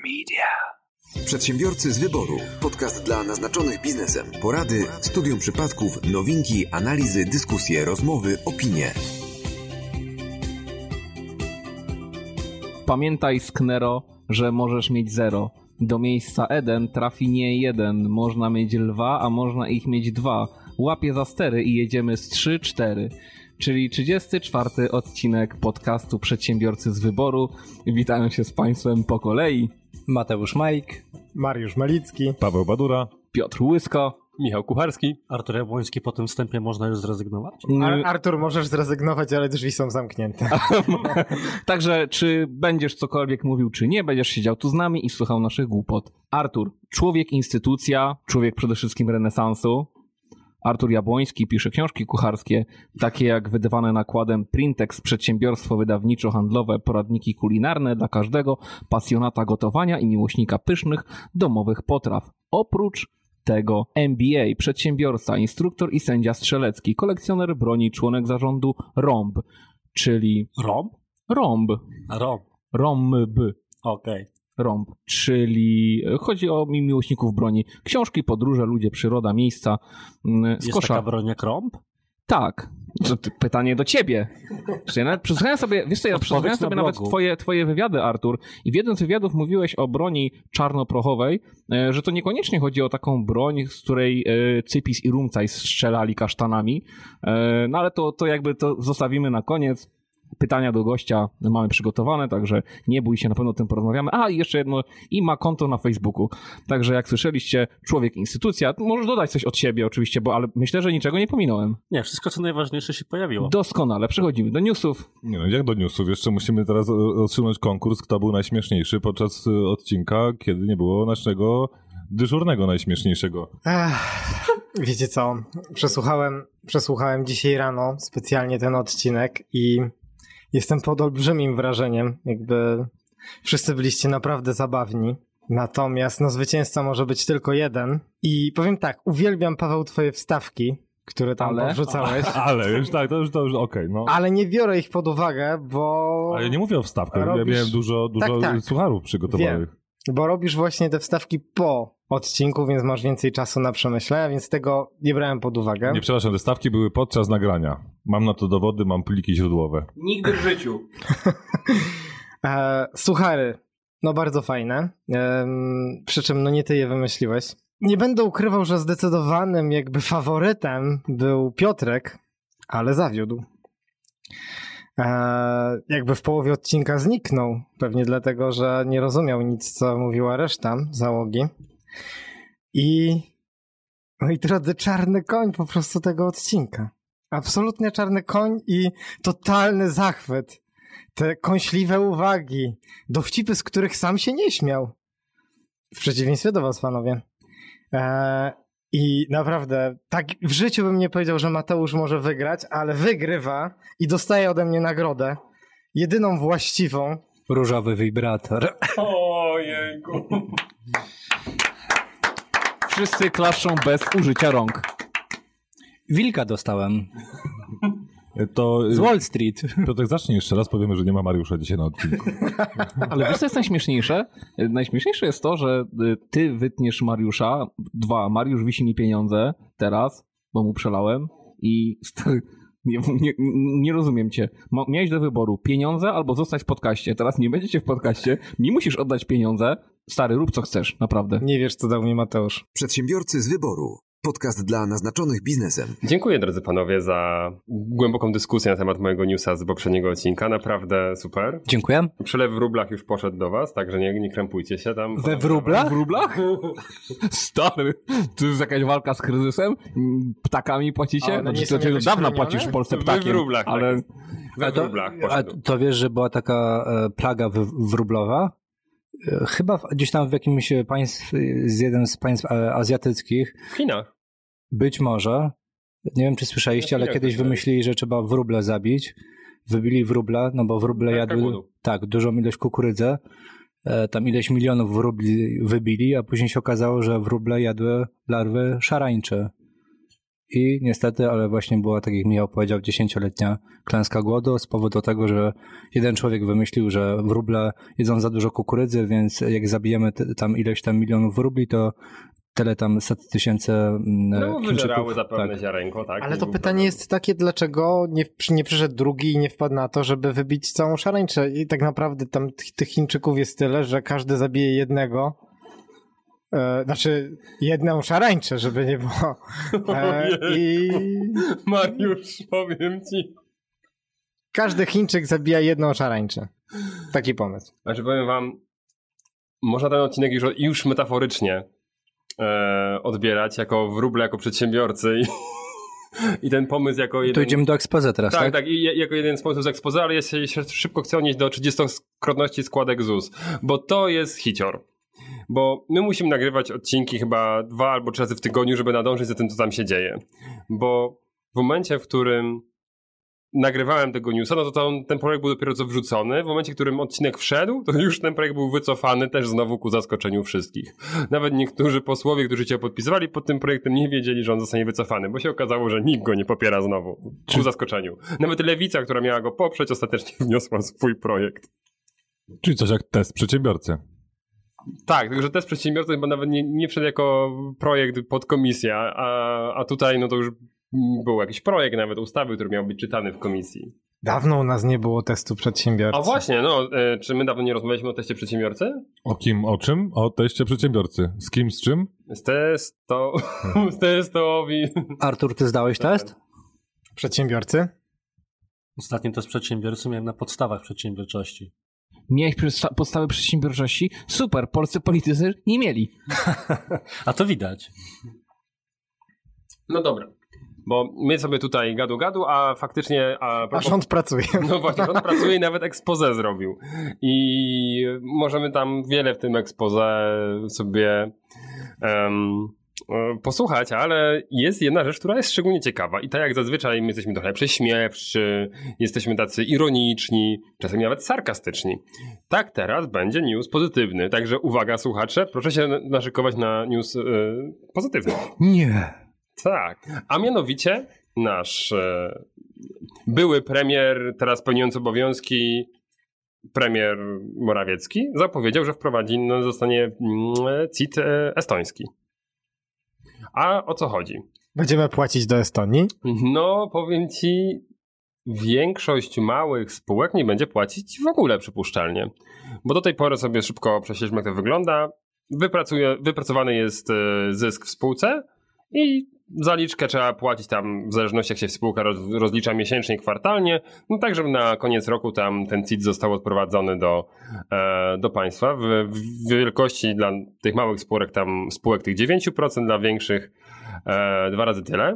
Media. Przedsiębiorcy z wyboru. Podcast dla naznaczonych biznesem. Porady, studium przypadków, nowinki, analizy, dyskusje, rozmowy, opinie. Pamiętaj, Sknero, że możesz mieć 0. Do miejsca Eden trafi nie 1. Można mieć lwa, a można ich mieć 2. Łapię za stery i jedziemy z 3-4. Czyli 34. odcinek podcastu Przedsiębiorcy z wyboru. Witają się z Państwem po kolei Mateusz Majk, Mariusz Malicki, Paweł Badura, Piotr Łysko, Michał Kucharski, Artur Jabłoński. Po tym wstępie można już zrezygnować? Artur, możesz zrezygnować, ale drzwi są zamknięte. Także czy będziesz cokolwiek mówił, czy nie, będziesz siedział tu z nami i słuchał naszych głupot. Artur, człowiek instytucja, człowiek przede wszystkim renesansu. Artur Jabłoński pisze książki kucharskie, takie jak wydawane nakładem Printex, przedsiębiorstwo wydawniczo-handlowe, poradniki kulinarne dla każdego pasjonata gotowania i miłośnika pysznych, domowych potraw. Oprócz tego MBA, przedsiębiorca, instruktor i sędzia strzelecki, kolekcjoner broni, członek zarządu ROMB, czyli... ROMB? ROMB. ROMB. ROMB. Okej. ROMB, czyli chodzi o miłośników broni. Książki, podróże, ludzie, przyroda, miejsca. Jest taka broń jak ROMB? Tak. Pytanie do ciebie. Ja nawet przesłuchałem sobie, wiesz co, ja przesłuchałem sobie nawet twoje wywiady, Artur, i w jednym z wywiadów mówiłeś o broni czarnoprochowej, że to niekoniecznie chodzi o taką broń, z której Cypis i Rumcaj strzelali kasztanami, no ale to jakby to zostawimy na koniec. Pytania do gościa mamy przygotowane, także nie bój się, na pewno o tym porozmawiamy. A, i jeszcze jedno, i ma konto na Facebooku. Także jak słyszeliście, człowiek instytucja, możesz dodać coś od siebie oczywiście, ale myślę, że niczego nie pominąłem. Nie, wszystko co najważniejsze się pojawiło. Doskonale, przechodzimy do newsów. Nie no, jak do newsów? Jeszcze musimy teraz otrzymać konkurs, kto był najśmieszniejszy podczas odcinka, kiedy nie było naszego dyżurnego najśmieszniejszego. Wiecie co, przesłuchałem dzisiaj rano specjalnie ten odcinek i jestem pod olbrzymim wrażeniem, jakby wszyscy byliście naprawdę zabawni. Natomiast zwycięzca może być tylko jeden. I powiem tak, uwielbiam, Paweł, twoje wstawki, które tam wrzucałeś. Ale już tak, to już okej, no. Ale nie biorę ich pod uwagę, bo... Ale ja nie mówię o wstawkach, ja miałem dużo tak. Sucharów przygotowanych. Wiem, bo robisz właśnie te wstawki po odcinku, więc masz więcej czasu na przemyślenia, więc tego nie brałem pod uwagę. Nie, przepraszam, te stawki były podczas nagrania. Mam na to dowody, mam pliki źródłowe. Nigdy w życiu. Suchary, bardzo fajne. Przy czym nie ty je wymyśliłeś. Nie będę ukrywał, że zdecydowanym jakby faworytem był Piotrek, ale zawiódł. Jakby w połowie odcinka zniknął. Pewnie dlatego, że nie rozumiał nic, co mówiła reszta załogi. I drodzy, czarny koń po prostu tego odcinka. Absolutnie czarny koń i totalny zachwyt. Te kąśliwe uwagi, dowcipy, z których sam się nie śmiał. W przeciwieństwie do was, panowie. I naprawdę, tak w życiu bym nie powiedział, że Mateusz może wygrać, ale wygrywa i dostaje ode mnie nagrodę. Jedyną właściwą. Różowy wibrator. Ojejku. Wszyscy klaszczą bez użycia rąk. Wilka dostałem. To z Wall Street. Piotrek, zacznij jeszcze raz, powiemy, że nie ma Mariusza dzisiaj na odcinku. Ale wiesz, co jest najśmieszniejsze? Najśmieszniejsze jest to, że ty wytniesz Mariusza. Mariusz wisi mi pieniądze teraz, bo mu przelałem i nie rozumiem cię. Miałeś do wyboru pieniądze albo zostać w podcaście. Teraz nie będziecie w podcaście, mi musisz oddać pieniądze. Stary, rób co chcesz, naprawdę. Nie wiesz, co dał mi Mateusz. Przedsiębiorcy z wyboru. Podcast dla naznaczonych biznesem. Dziękuję, drodzy panowie, za głęboką dyskusję na temat mojego newsa z poprzedniego odcinka. Naprawdę super. Dziękuję. Przelew w rublach już poszedł do was, także nie krępujcie się tam. We wróblach? W rublach? Stary, to jest jakaś walka z kryzysem? Ptakami płacicie? Ty od dawna płacisz w Polsce ptakiem. We wróblach, ale... We wróblach poszedł. To wiesz, że była taka plaga wróblowa? Chyba gdzieś tam w jakimś jeden z państw azjatyckich. W Chinach. Być może. Nie wiem, czy słyszeliście, ale kiedyś wymyślili, że trzeba wróble zabić. Wybili wróble, bo wróble jadły dużą ilość kukurydzy. Tam ileś milionów wróbli wybili, a później się okazało, że wróble jadły larwy szarańcze. i niestety, ale właśnie była, tak jak Michał powiedział, 10-letnia klęska głodu z powodu tego, że jeden człowiek wymyślił, że wróble jedzą za dużo kukurydzy, więc jak zabijemy tam ileś tam milionów wróbli, to tyle tam set tysięcy wyżerały zapewne ziarenko, tak? Ale to pytanie jest takie, dlaczego nie przyszedł drugi i nie wpadł na to, żeby wybić całą szarańczę. I tak naprawdę tam tych Chińczyków jest tyle, że każdy zabije jednego. Znaczy jedną szarańczę, żeby nie było. Mariusz, powiem ci. Każdy Chińczyk zabija jedną szarańczę. Taki pomysł. Znaczy powiem wam, można ten odcinek już metaforycznie odbierać jako wróble, jako przedsiębiorcy i ten pomysł jako jeden... To idziemy do exposé teraz, tak? Tak, i jako jeden z pomysłów z exposé, ale ja się szybko chcę odnieść do 30-krotności składek ZUS, bo to jest hicior. Bo my musimy nagrywać odcinki chyba 2 albo 3 razy w tygodniu, żeby nadążyć za tym, co tam się dzieje. Bo w momencie, w którym nagrywałem tego newsa, no to ten projekt był dopiero co wrzucony. W momencie, w którym odcinek wszedł, to już ten projekt był wycofany też znowu ku zaskoczeniu wszystkich. Nawet niektórzy posłowie, którzy się podpisywali pod tym projektem, nie wiedzieli, że on zostanie wycofany, bo się okazało, że nikt go nie popiera znowu. Ku zaskoczeniu. Nawet Lewica, która miała go poprzeć, ostatecznie wniosła swój projekt. Czyli coś jak test przedsiębiorcy. Tak, tylko że test przedsiębiorcy chyba nawet nie wszedł jako projekt pod komisję, a tutaj no to już był jakiś projekt nawet ustawy, który miał być czytany w komisji. Dawno u nas nie było testu przedsiębiorcy. A właśnie, czy my dawno nie rozmawialiśmy o teście przedsiębiorcy? O kim, o czym? O teście przedsiębiorcy. Z kim, z czym? Z testowi. Artur, ty zdałeś test? Przedsiębiorcy? Ostatni test przedsiębiorcy miałem na podstawach przedsiębiorczości. Miałeś podstawy przedsiębiorczości? Super, polscy politycy nie mieli. A to widać. No dobra. Bo my sobie tutaj gadu, a faktycznie... A rząd pracuje. No właśnie, rząd pracuje i nawet expose zrobił. I możemy tam wiele w tym expose sobie posłuchać, ale jest jedna rzecz, która jest szczególnie ciekawa. I tak jak zazwyczaj my jesteśmy trochę prześmiewczy, jesteśmy tacy ironiczni, czasem nawet sarkastyczni. Tak teraz będzie news pozytywny. Także uwaga słuchacze, proszę się naszykować na news pozytywny. Nie. Tak, a mianowicie nasz były premier, teraz pełniący obowiązki premier Morawiecki zapowiedział, że zostanie CIT estoński. A o co chodzi? Będziemy płacić do Estonii? No, powiem ci, większość małych spółek nie będzie płacić w ogóle przypuszczalnie. Bo do tej pory sobie szybko prześledźmy, jak to wygląda. Wypracowany jest zysk w spółce i zaliczkę trzeba płacić tam w zależności jak się spółka rozlicza miesięcznie, kwartalnie, no tak, żeby na koniec roku tam ten CIT został odprowadzony do państwa w wielkości dla tych małych spółek tych 9%, dla większych 2 razy tyle.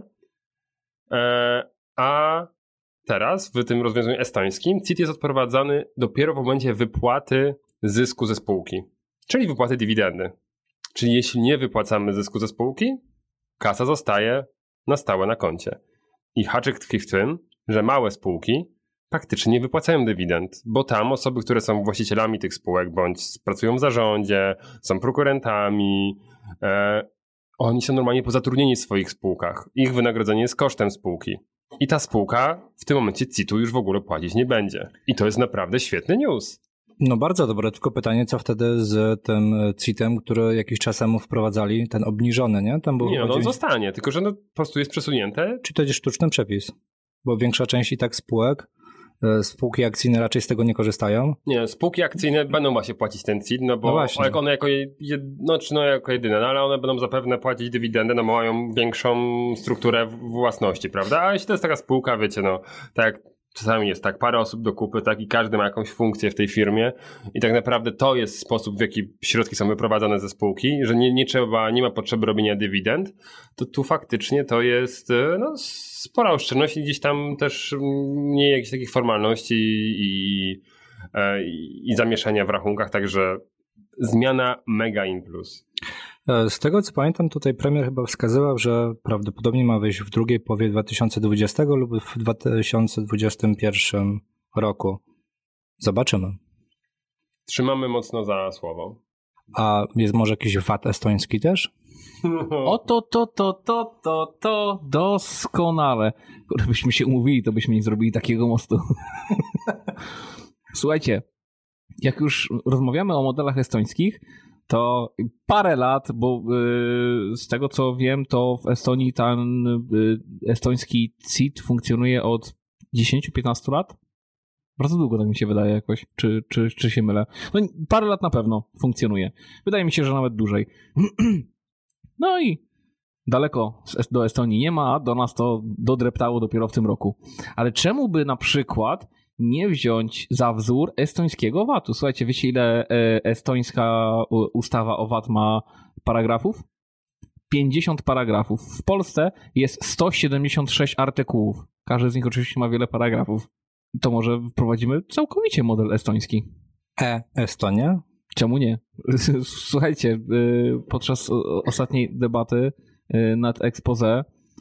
A teraz w tym rozwiązaniu estońskim CIT jest odprowadzany dopiero w momencie wypłaty zysku ze spółki, czyli wypłaty dywidendy. Czyli jeśli nie wypłacamy zysku ze spółki, kasa zostaje na stałe na koncie. I haczyk tkwi w tym, że małe spółki praktycznie nie wypłacają dywidend, bo tam osoby, które są właścicielami tych spółek, bądź pracują w zarządzie, są prokurentami, oni są normalnie pozatrudnieni w swoich spółkach. Ich wynagrodzenie jest kosztem spółki. I ta spółka w tym momencie CIT-u już w ogóle płacić nie będzie. I to jest naprawdę świetny news. No bardzo dobre, tylko pytanie, co wtedy z tym CIT-em, który jakiś czas temu wprowadzali, ten obniżony, nie? Tam był on zostanie, tylko że po prostu jest przesunięte. Czy to jest sztuczny przepis? Bo większa część i tak spółki akcyjne raczej z tego nie korzystają. Nie, spółki akcyjne będą właśnie płacić ten CIT, no bo jak one jako jedyne, no ale one będą zapewne płacić dywidendę, no bo mają większą strukturę własności, prawda? A jeśli to jest taka spółka, wiecie, no tak jak czasami jest tak, parę osób do kupy, tak, i każdy ma jakąś funkcję w tej firmie i tak naprawdę to jest sposób, w jaki środki są wyprowadzane ze spółki, że nie ma potrzeby robienia dywidend, to tu faktycznie to jest spora oszczędność i gdzieś tam też mniej jakichś takich formalności i zamieszania w rachunkach, także zmiana mega in plus. Z tego co pamiętam, tutaj premier chyba wskazywał, że prawdopodobnie ma wejść w drugiej połowie 2020 lub w 2021 roku. Zobaczymy. Trzymamy mocno za słowo. A jest może jakiś VAT estoński też? To doskonale. Gdybyśmy się umówili, to byśmy nie zrobili takiego mostu. Słuchajcie, jak już rozmawiamy o modelach estońskich, to parę lat, bo z tego co wiem, to w Estonii ten estoński CIT funkcjonuje od 10-15 lat. Bardzo długo, tak mi się wydaje jakoś, czy się mylę. No parę lat na pewno funkcjonuje. Wydaje mi się, że nawet dłużej. No i daleko do Estonii nie ma, a do nas to dodreptało dopiero w tym roku. Ale czemu by na przykład nie wziąć za wzór estońskiego VAT-u? Słuchajcie, wiecie ile estońska ustawa o VAT ma paragrafów? 50 paragrafów. W Polsce jest 176 artykułów. Każdy z nich oczywiście ma wiele paragrafów. To może wprowadzimy całkowicie model estoński. Estonia? Czemu nie? Słuchajcie, podczas ostatniej debaty nad expose,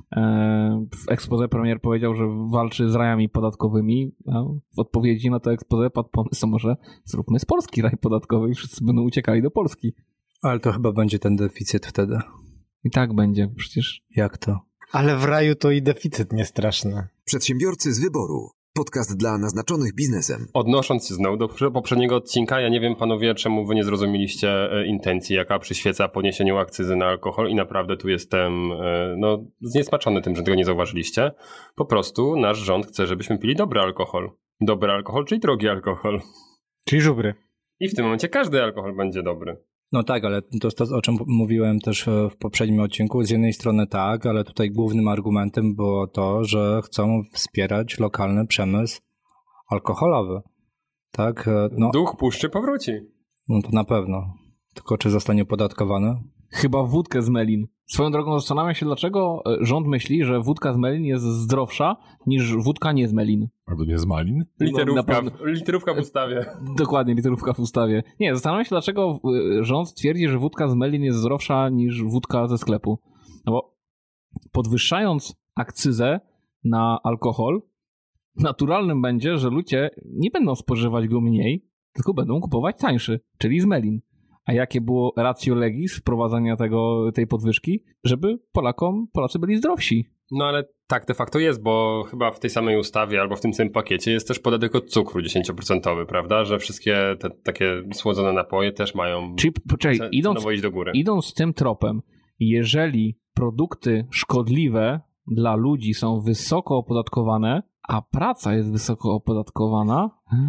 w expose premier powiedział, że walczy z rajami podatkowymi, a w odpowiedzi na to expose padł pomysł, może zróbmy z Polski raj podatkowy i wszyscy będą uciekali do Polski. Ale to chyba będzie ten deficyt wtedy. I tak będzie, przecież. Jak to? Ale w raju to i deficyt nie straszny. Przedsiębiorcy z wyboru. Podcast dla naznaczonych biznesem. Odnosząc się znowu do poprzedniego odcinka, ja nie wiem, panowie, czemu wy nie zrozumieliście intencji, jaka przyświeca podniesieniu akcyzy na alkohol i naprawdę tu jestem zniesmaczony tym, że tego nie zauważyliście. Po prostu nasz rząd chce, żebyśmy pili dobry alkohol. Dobry alkohol, czyli drogi alkohol. Czyli żubry. I w tym momencie każdy alkohol będzie dobry. No tak, ale to jest to, o czym mówiłem też w poprzednim odcinku. Z jednej strony tak, ale tutaj głównym argumentem było to, że chcą wspierać lokalny przemysł alkoholowy. Tak? No, Duch puszczy powróci. no to na pewno. Tylko czy zostanie opodatkowany? Chyba wódkę z melin. Swoją drogą zastanawiam się, dlaczego rząd myśli, że wódka z melin jest zdrowsza niż wódka nie z melin. A to nie z malin? Literówka w ustawie. Dokładnie, literówka w ustawie. Nie, zastanawiam się, dlaczego rząd twierdzi, że wódka z melin jest zdrowsza niż wódka ze sklepu. No bo podwyższając akcyzę na alkohol, naturalnym będzie, że ludzie nie będą spożywać go mniej, tylko będą kupować tańszy, czyli z melin. A jakie było ratio legis wprowadzania tej podwyżki? Żeby Polacy byli zdrowsi. No ale tak de facto jest, bo chyba w tej samej ustawie albo w tym samym pakiecie jest też podatek od cukru 10%, prawda? Że wszystkie te takie słodzone napoje też mają cenowo iść do góry. Idąc tym tropem, jeżeli produkty szkodliwe dla ludzi są wysoko opodatkowane, a praca jest wysoko opodatkowana...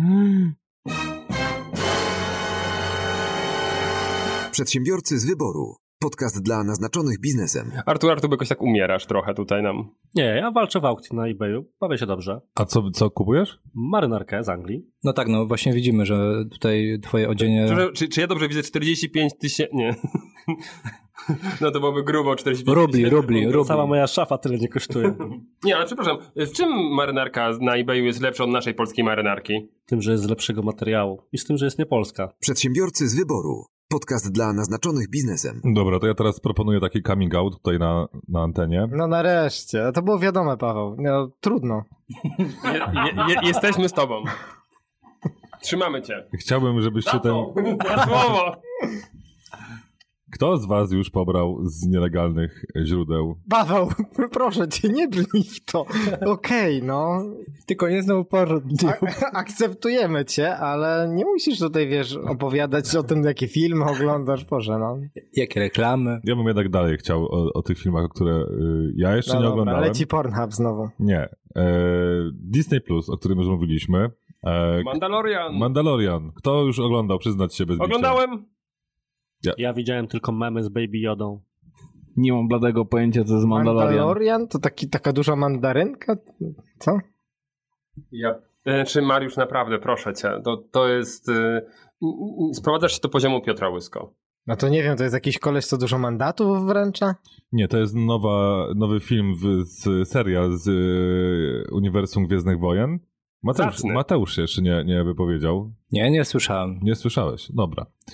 Przedsiębiorcy z wyboru. Podcast dla naznaczonych biznesem. Artur, jakoś tak umierasz trochę tutaj nam. Nie, ja walczę w aukcji na eBayu, bawię się dobrze. A co kupujesz? Marynarkę z Anglii. No tak, no właśnie widzimy, że tutaj twoje odzienie... Czy ja dobrze widzę 45 000... Nie. No to byłoby grubo 45 Rubli. Cała moja szafa tyle nie kosztuje. Nie, ale przepraszam, w czym marynarka na eBayu jest lepsza od naszej polskiej marynarki? Tym, że jest z lepszego materiału i z tym, że jest niepolska. Przedsiębiorcy z wyboru. Podcast dla naznaczonych biznesem. Dobra, to ja teraz proponuję taki coming out tutaj na antenie. No nareszcie. To było wiadome, Paweł. No, trudno. Jesteśmy z tobą. Trzymamy cię. Chciałbym, żebyście Na słowo! Kto z was już pobrał z nielegalnych źródeł? Paweł, proszę cię, nie brnij w to. Okej, no. Tylko nie znowu Akceptujemy cię, ale nie musisz tutaj, wiesz, opowiadać o tym, jakie filmy oglądasz. Boże, no. Jakie reklamy? Ja bym jednak dalej chciał o tych filmach, które ja jeszcze nie oglądałem. Leci Pornhub znowu. Nie. Disney Plus, o którym już mówiliśmy. Mandalorian. Kto już oglądał? Przyznać się bez bicia. Oglądałem. Ja widziałem tylko memy z Baby Yodą. Nie mam bladego pojęcia, co jest Mandalorian. Mandalorian? To taka duża mandarynka? Co? Czy Mariusz, naprawdę, proszę cię, to jest... Sprowadzasz się do poziomu Piotra Łysko. No to nie wiem, to jest jakiś koleś, co dużo mandatów wręcza? Nie, to jest nowy film, serial z uniwersum Gwiezdnych Wojen. Mateusz się jeszcze nie wypowiedział. Nie słyszałem. Nie słyszałeś, dobra.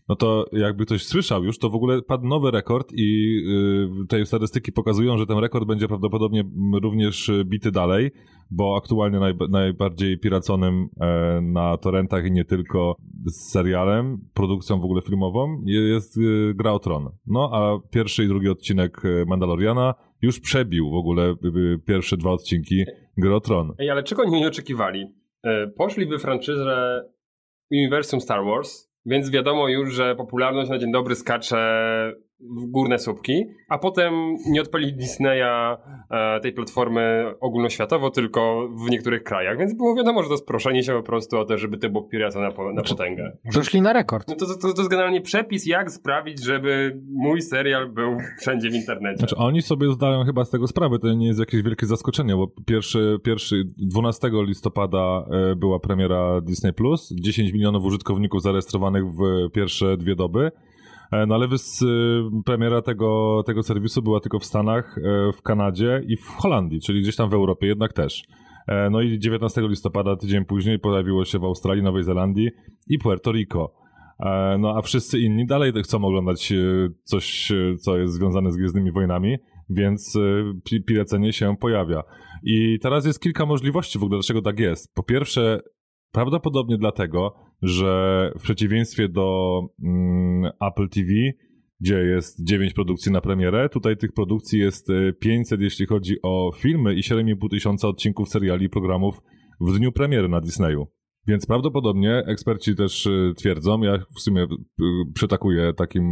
no to jakby ktoś słyszał już, to w ogóle padł nowy rekord i te statystyki pokazują, że ten rekord będzie prawdopodobnie również bity dalej, bo aktualnie najbardziej piraconym na torrentach i nie tylko z serialem, produkcją w ogóle filmową jest Gra o Tron. No a pierwszy i drugi odcinek Mandaloriana już przebił w ogóle pierwsze 2 odcinki Gry o Tron. Ej, ale czego oni nie oczekiwali? Poszli w franczyzę uniwersum Star Wars, więc wiadomo już, że popularność na dzień dobry skacze w górne słupki, a potem nie odpalili Disneya, tej platformy ogólnoświatowo, tylko w niektórych krajach, więc było wiadomo, że to jest proszenie się po prostu o to, żeby to było pirata na potęgę. Doszli na rekord. No to jest generalnie przepis, jak sprawić, żeby mój serial był wszędzie w internecie. Znaczy oni sobie zdają chyba z tego sprawę, to nie jest jakieś wielkie zaskoczenie, bo 12 listopada była premiera Disney+, 10 milionów użytkowników zarejestrowanych w pierwsze 2 doby. No ale premiera tego serwisu była tylko w Stanach, w Kanadzie i w Holandii, czyli gdzieś tam w Europie jednak też. No i 19 listopada, tydzień później, pojawiło się w Australii, Nowej Zelandii i Puerto Rico. No a wszyscy inni dalej chcą oglądać coś, co jest związane z Gwiezdnymi Wojnami, więc pirecenie się pojawia. I teraz jest kilka możliwości w ogóle, dlaczego tak jest. Po pierwsze, prawdopodobnie dlatego, że w przeciwieństwie do Apple TV, gdzie jest 9 produkcji na premierę, tutaj tych produkcji jest 500, jeśli chodzi o filmy i 7,5 tysiąca odcinków seriali i programów w dniu premiery na Disneyu. Więc prawdopodobnie eksperci też twierdzą, ja w sumie przytakuję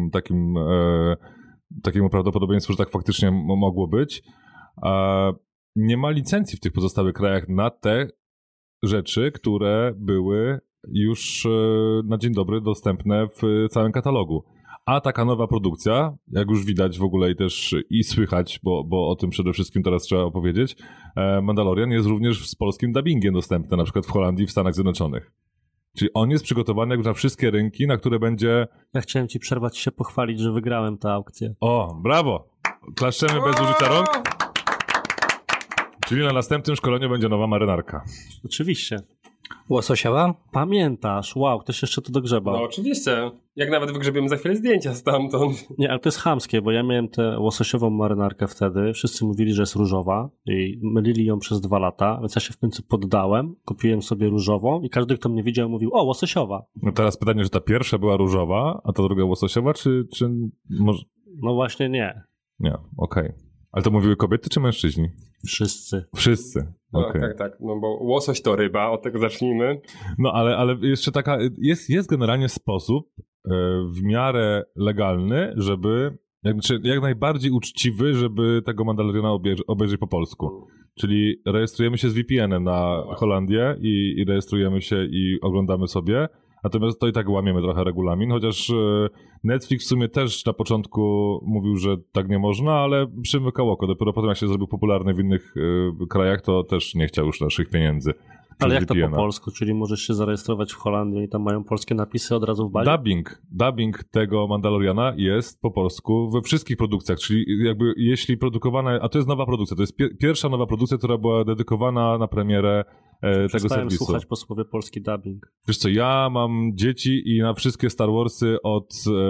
takiemu prawdopodobieństwu, że tak faktycznie mogło być. Nie ma licencji w tych pozostałych krajach na te rzeczy, które były już na dzień dobry dostępne w całym katalogu. A taka nowa produkcja, jak już widać w ogóle i słychać, bo o tym przede wszystkim teraz trzeba opowiedzieć, Mandalorian jest również z polskim dubbingiem dostępny, na przykład w Holandii, w Stanach Zjednoczonych. Czyli on jest przygotowany na wszystkie rynki, na które będzie... Ja chciałem ci przerwać i się pochwalić, że wygrałem tę aukcję. O, brawo! Klaszczemy bez użycia rąk. Czyli na następnym szkoleniu będzie nowa marynarka. Oczywiście. Łososiowa? Pamiętasz, wow, ktoś jeszcze to dogrzebał. No oczywiście. Jak nawet wygrzebiemy za chwilę zdjęcia stamtąd. Nie, ale to jest chamskie, bo ja miałem tę łososiową marynarkę wtedy. Wszyscy mówili, że jest różowa i mylili ją przez 2 lata, więc ja się w końcu poddałem, kupiłem sobie różową i każdy, kto mnie widział, mówił, o, łososiowa. No teraz pytanie, że ta pierwsza była różowa, a ta druga łososiowa, czy może... No właśnie nie. Nie, okej. Ale to mówiły kobiety czy mężczyźni? Wszyscy. Wszyscy. Okay. Tak. No bo łosoś to ryba, od tego zacznijmy. No ale jeszcze taka, jest generalnie sposób w miarę legalny, żeby, jak najbardziej uczciwy, żeby tego Mandaloriana obejrzeć po polsku. Czyli rejestrujemy się z VPN-em na Holandię i rejestrujemy się i oglądamy sobie. Natomiast to i tak łamiemy trochę regulamin, chociaż Netflix w sumie też na początku mówił, że tak nie można, ale przymykał oko. Dopiero potem, jak się zrobił popularny w innych krajach, to też nie chciał już naszych pieniędzy. Ale jak to po polsku? Czyli możesz się zarejestrować w Holandii i tam mają polskie napisy od razu w bazie? Dubbing tego Mandaloriana jest po polsku we wszystkich produkcjach, czyli jakby jeśli produkowana, a to jest nowa produkcja, to jest pierwsza nowa produkcja, która była dedykowana na premierę tego serwisu. Słuchać po słowie polski dubbing. Wiesz co, ja mam dzieci i na wszystkie Star Warsy od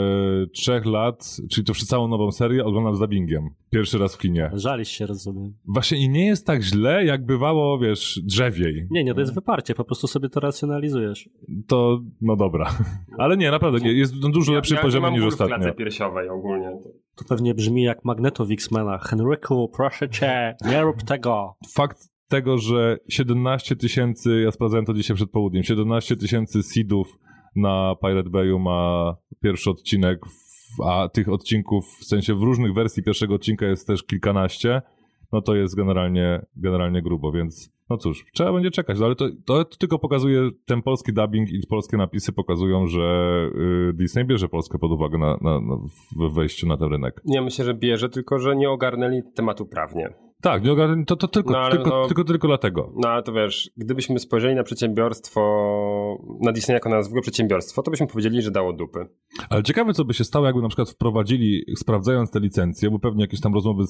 3 lat, czyli to całą nową serię oglądam z dubbingiem. Pierwszy raz w kinie. Żalisz się, rozumiem. Właśnie i nie jest tak źle, jak bywało, wiesz, drzewiej. Nie, to jest wyparcie, po prostu sobie to racjonalizujesz. To, no dobra. Ale nie, naprawdę, nie, jest na dużo lepszym poziomie niż ostatnio. Ja mam ból w klatce piersiowej ogólnie. To pewnie brzmi jak Magneto w X-Menach. Henryku, proszę cię, nie rób tego. Fakt tego, że 17 000, ja sprawdzałem to dzisiaj przed południem, 17 000 seedów na Pirate Bayu ma pierwszy odcinek, a tych odcinków, w sensie w różnych wersji pierwszego odcinka jest też kilkanaście, no to jest generalnie grubo, więc no cóż, trzeba będzie czekać, ale to tylko pokazuje, ten polski dubbing i polskie napisy pokazują, że Disney bierze Polskę pod uwagę w wejściu na ten rynek. Nie, myślę, że bierze, tylko że nie ogarnęli tematu prawnie. Tak, nie ogarnęli, to tylko dlatego. No ale to wiesz, gdybyśmy spojrzeli na przedsiębiorstwo, na Disney jako na zwykłe przedsiębiorstwo, to byśmy powiedzieli, że dało dupy. Ale ciekawe, co by się stało, jakby na przykład wprowadzili, sprawdzając te licencje, bo pewnie jakieś tam rozmowy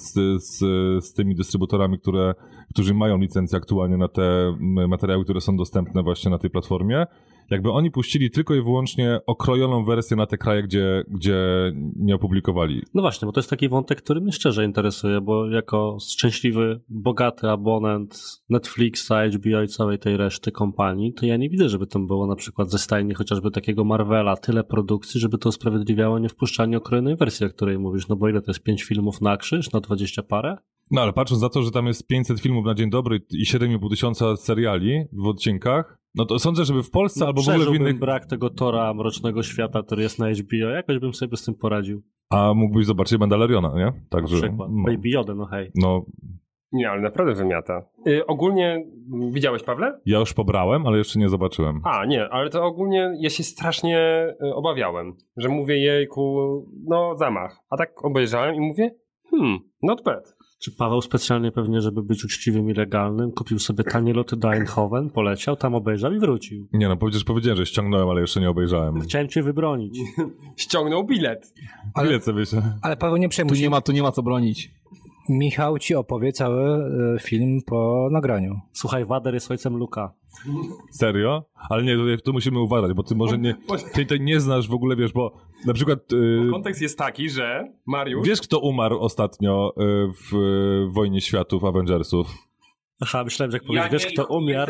z tymi dystrybutorami, którzy mają licencje aktualnie na te materiały, które są dostępne właśnie na tej platformie, jakby oni puścili tylko i wyłącznie okrojoną wersję na te kraje, gdzie nie opublikowali. No właśnie, bo to jest taki wątek, który mnie szczerze interesuje, bo jako szczęśliwy, bogaty abonent Netflixa, HBO i całej tej reszty kompanii, to ja nie widzę, żeby tam było na przykład ze stajni chociażby takiego Marvela, tyle produkcji, żeby to usprawiedliwiało nie wpuszczanie okrojonej wersji, o której mówisz. No bo ile to jest 5 filmów na krzyż, na 20 parę? No ale patrząc na to, że tam jest 500 filmów na dzień dobry i 7,5 tysiąca seriali w odcinkach, no to sądzę, żeby w Polsce albo w ogóle w innych... brak tego Tora Mrocznego Świata, który jest na HBO, jakoś bym sobie z tym poradził. A mógłbyś zobaczyć Mandaloriana, nie? Także, na przykład. no. Baby Yoda, no hej. No, Nie, ale naprawdę wymiata. Ogólnie widziałeś, Pawle? ja już pobrałem, ale jeszcze nie zobaczyłem. A, nie, ale to ogólnie ja się strasznie obawiałem, że mówię jejku, no zamach. A tak obejrzałem i mówię, not bad. Czy Paweł specjalnie pewnie, żeby być uczciwym i legalnym, kupił sobie tanie loty do Eindhoven, poleciał, tam obejrzał i wrócił. Nie no, powiedziałem, że ściągnąłem, ale jeszcze nie obejrzałem. Chciałem cię wybronić. Ściągnął bilet. Ale sobie się... Ale Paweł, nie przejmuj się. Tu nie ma co bronić. Michał ci opowie cały film po nagraniu. Słuchaj, Wader jest ojcem Luka. Serio? Ale nie, tu musimy uważać, bo ty może nie... Ty nie znasz w ogóle, wiesz, bo na przykład... Kontekst jest taki, że Mariusz... Wiesz, kto umarł ostatnio w Wojnie Światów Avengersów? Aha, myślałem, że jak powiesz, wiesz kto umiarł.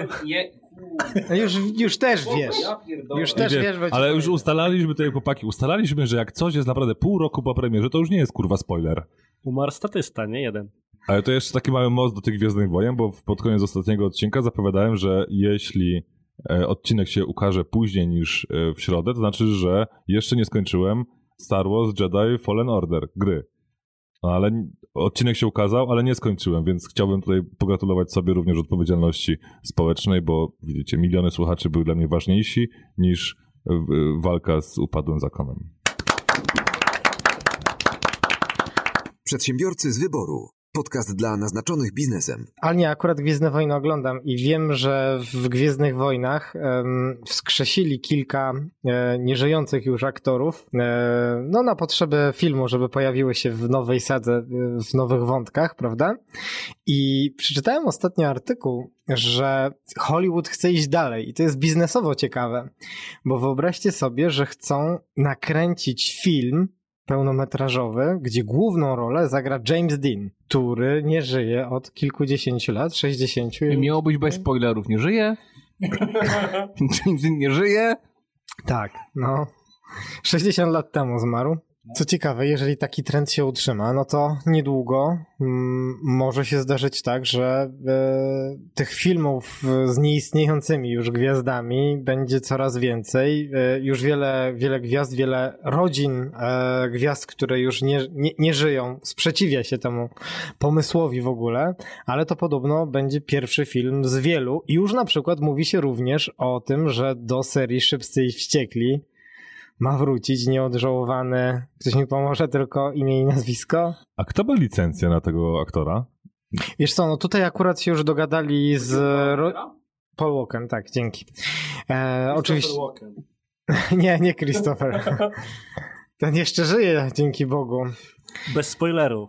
Już też wiesz. Już też wiesz. Ale już ustalaliśmy tutaj, chłopaki, że jak coś jest naprawdę pół roku po premierze, to już nie jest kurwa spoiler. Umarł statysta, nie jeden. Ale to jeszcze taki mały most do tych Gwiezdnych Wojen, bo pod koniec ostatniego odcinka zapowiadałem, że jeśli odcinek się ukaże później niż w środę, to znaczy, że jeszcze nie skończyłem Star Wars Jedi Fallen Order gry. No, ale odcinek się ukazał, ale nie skończyłem, więc chciałbym tutaj pogratulować sobie również odpowiedzialności społecznej, bo widzicie, miliony słuchaczy były dla mnie ważniejsi niż walka z upadłym zakonem. Przedsiębiorcy z wyboru. Podcast dla naznaczonych biznesem. Ale nie, akurat Gwiezdne Wojny oglądam i wiem, że w Gwiezdnych Wojnach wskrzesili kilka nieżyjących już aktorów no na potrzeby filmu, żeby pojawiły się w nowej sadze, w nowych wątkach, prawda? I przeczytałem ostatnio artykuł, że Hollywood chce iść dalej i to jest biznesowo ciekawe, bo wyobraźcie sobie, że chcą nakręcić film pełnometrażowy, gdzie główną rolę zagra James Dean, który nie żyje od kilkudziesięciu lat, 60. Miało być bez spoilerów, nie żyje? James Dean nie żyje? Tak, no. 60 lat temu zmarł. Co ciekawe, jeżeli taki trend się utrzyma, no to niedługo może się zdarzyć tak, że tych filmów z nieistniejącymi już gwiazdami będzie coraz więcej. Już wiele gwiazd, wiele rodzin gwiazd, które już nie żyją, sprzeciwia się temu pomysłowi w ogóle, ale to podobno będzie pierwszy film z wielu. I już na przykład mówi się również o tym, że do serii Szybcy i Wściekli ma wrócić nieodżałowany. Ktoś mi pomoże, tylko imię i nazwisko? A kto ma licencję na tego aktora? Wiesz co, no tutaj akurat się już dogadali z... Paul Walken, tak, dzięki. Oczywiście... nie Christopher. Ten jeszcze żyje, dzięki Bogu. Bez spoilerów.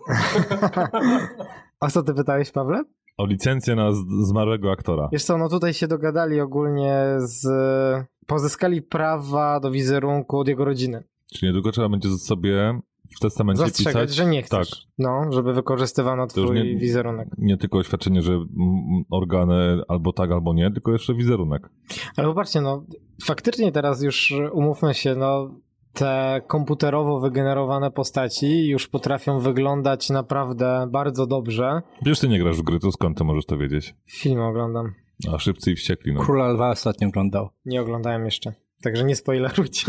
O co ty pytałeś, Pawle? O licencję na zmarłego aktora. Wiesz co, no tutaj się dogadali ogólnie pozyskali prawa do wizerunku od jego rodziny. Czyli niedługo trzeba będzie sobie w testamencie zastrzegać, pisać, że nie chcesz. Tak. No, żeby wykorzystywano twój wizerunek. Nie tylko oświadczenie, że organy albo tak, albo nie, tylko jeszcze wizerunek. Ale popatrzcie, no faktycznie teraz już umówmy się, no te komputerowo wygenerowane postaci już potrafią wyglądać naprawdę bardzo dobrze. Wiesz, ty nie grasz w gry, to skąd ty możesz to wiedzieć? Film oglądam. A Szybcy i Wściekli, no. Króla Lwa ostatnio oglądał. Nie oglądałem jeszcze. Także nie spoilerujcie.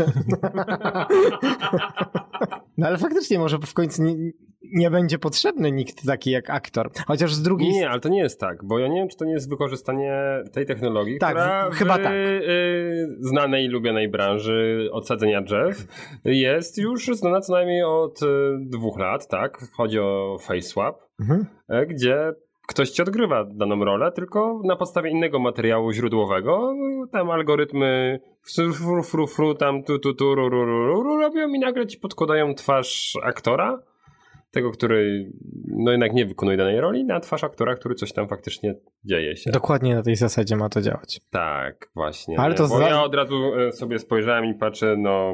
No ale faktycznie może w końcu nie będzie potrzebny nikt taki jak aktor. Chociaż z drugiej... Nie, ale to nie jest tak, bo ja nie wiem, czy to nie jest wykorzystanie tej technologii, tak, która chyba tak. Znanej i lubianej branży odsadzenia drzew jest już znana co najmniej od 2 lat, tak? Chodzi o face swap, gdzie ktoś ci odgrywa daną rolę, tylko na podstawie innego materiału źródłowego, tam algorytmy tam robią i nagle ci podkładają twarz aktora. tego, który no jednak nie wykonuje danej roli, na twarz aktora, który coś tam faktycznie dzieje się. Dokładnie na tej zasadzie ma to działać. Tak, właśnie. Ale to bo ja od razu sobie spojrzałem i patrzę,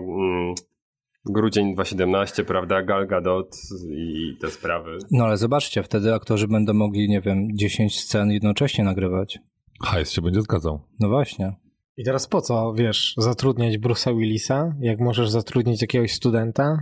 grudzień 2017, prawda, Gal Gadot i te sprawy. No ale zobaczcie, wtedy aktorzy będą mogli, nie wiem, 10 scen jednocześnie nagrywać. Hajs się będzie zgadzał. No właśnie. I teraz po co, wiesz, zatrudniać Bruce'a Willisa, jak możesz zatrudnić jakiegoś studenta,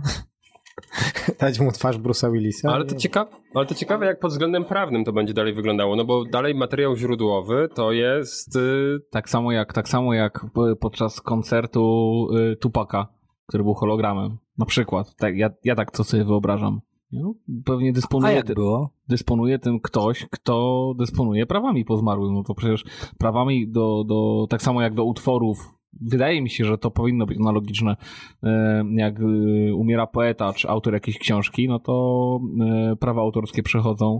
dać mu twarz Bruce'a Willisa? Ale to ciekawe, jak pod względem prawnym to będzie dalej wyglądało, no bo dalej materiał źródłowy to jest... Tak samo jak podczas koncertu Tupaka, który był hologramem. Na przykład. Tak, ja tak to sobie wyobrażam. No, pewnie dysponuje tym ktoś, kto dysponuje prawami po zmarłym. No to przecież prawami tak samo jak do utworów. Wydaje mi się, że to powinno być analogiczne. Jak umiera poeta czy autor jakiejś książki, no to prawa autorskie przechodzą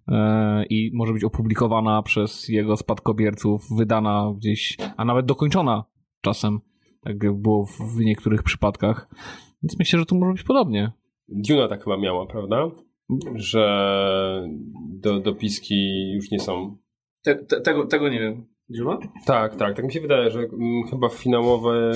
i może być opublikowana przez jego spadkobierców, wydana gdzieś, a nawet dokończona czasem, tak jak było w niektórych przypadkach. Więc myślę, że tu może być podobnie. Duna tak chyba miała, prawda? Że dopiski już nie są. Tego nie wiem. Duna? Tak mi się wydaje, że chyba finałowe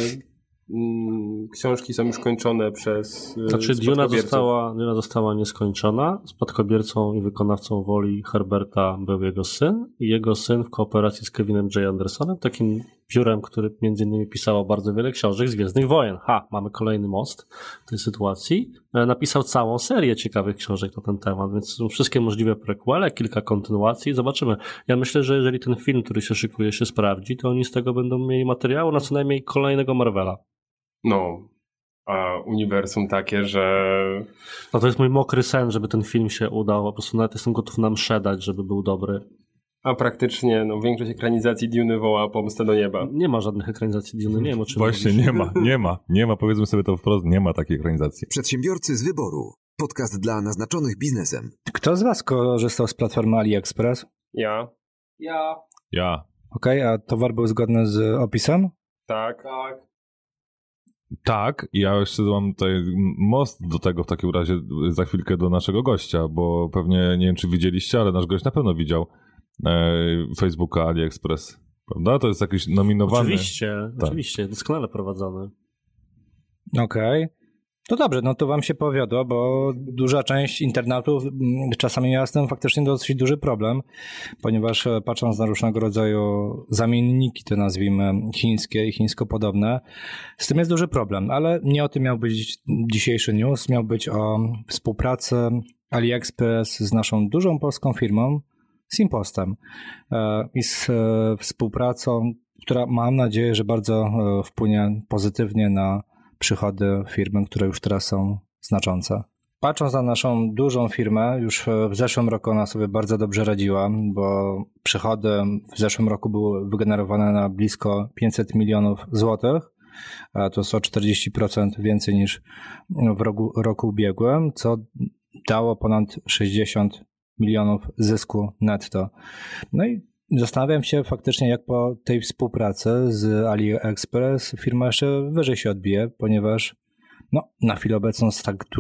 książki są już kończone przez Znaczy Duna została nieskończona. Spadkobiercą i wykonawcą woli Herberta był jego syn i jego syn w kooperacji z Kevinem J. Andersonem, takim biurem, który między innymi pisało bardzo wiele książek z Gwiezdnych Wojen. Mamy kolejny most w tej sytuacji. Napisał całą serię ciekawych książek na ten temat, więc są wszystkie możliwe prequele, kilka kontynuacji. Zobaczymy. Ja myślę, że jeżeli ten film, który się szykuje, się sprawdzi, to oni z tego będą mieli materiału na co najmniej kolejnego Marvela. No, a uniwersum takie, że... No to jest mój mokry sen, żeby ten film się udał. Po prostu nawet jestem gotów na mszę dać, żeby był dobry. A praktycznie większość ekranizacji Duny woła pomstę do nieba. Nie ma żadnych ekranizacji Duny, nie wiem o czym Właśnie mówisz. nie ma, powiedzmy sobie to wprost, nie ma takiej ekranizacji. Przedsiębiorcy z wyboru. Podcast dla naznaczonych biznesem. Kto z was korzystał z platformy AliExpress? Ja. Okej, a towar był zgodny z opisem? Tak. Tak, ja jeszcze mam tutaj most do tego w takim razie za chwilkę do naszego gościa, bo pewnie, nie wiem czy widzieliście, ale nasz gość na pewno widział Facebooka AliExpress, prawda? To jest jakiś nominowany... Oczywiście, doskonale prowadzony. Okej. No dobrze, no to wam się powiodło, bo duża część internautów czasami miała z tym faktycznie dosyć duży problem, ponieważ patrząc na różnego rodzaju zamienniki, to nazwijmy chińskie i chińsko-podobne, z tym jest duży problem, ale nie o tym miał być dzisiejszy news, miał być o współpracy AliExpress z naszą dużą polską firmą, z Impostem i z współpracą, która mam nadzieję, że bardzo wpłynie pozytywnie na przychody firmy, które już teraz są znaczące. Patrząc na naszą dużą firmę, już w zeszłym roku ona sobie bardzo dobrze radziła, bo przychody w zeszłym roku były wygenerowane na blisko 500 milionów złotych. To jest o 40% więcej niż w roku ubiegłym, co dało ponad 60 milionów zysku netto. No i zastanawiam się faktycznie, jak po tej współpracy z AliExpress firma jeszcze wyżej się odbije, ponieważ na chwilę obecną z tak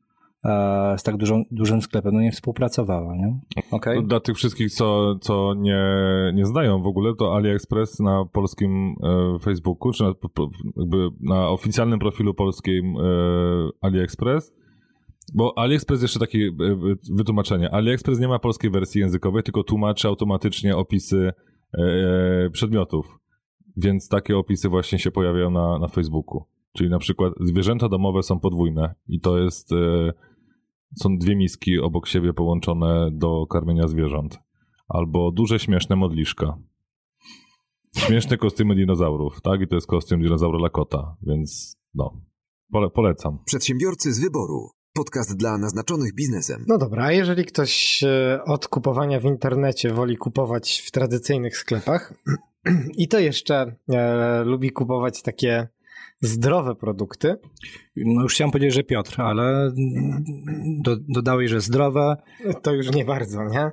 dużym sklepem nie współpracowała, nie? Okay. Dla tych wszystkich, co nie znają w ogóle, to AliExpress na polskim Facebooku, czy na oficjalnym profilu polskim AliExpress, bo AliExpress jeszcze takie wytłumaczenie. AliExpress nie ma polskiej wersji językowej, tylko tłumaczy automatycznie opisy przedmiotów. Więc takie opisy właśnie się pojawiają na Facebooku. Czyli na przykład zwierzęta domowe są podwójne i to jest są dwie miski obok siebie połączone do karmienia zwierząt. Albo duże, śmieszne modliszka. Śmieszne kostiumy dinozaurów, tak? I to jest kostium dinozaura dla kota, więc polecam. Przedsiębiorcy z wyboru. Podcast dla naznaczonych biznesem. No dobra, a jeżeli ktoś od kupowania w internecie woli kupować w tradycyjnych sklepach i to jeszcze lubi kupować takie zdrowe produkty. No już chciałem powiedzieć, że Piotr, ale dodałeś, że zdrowe. To już nie bardzo, nie?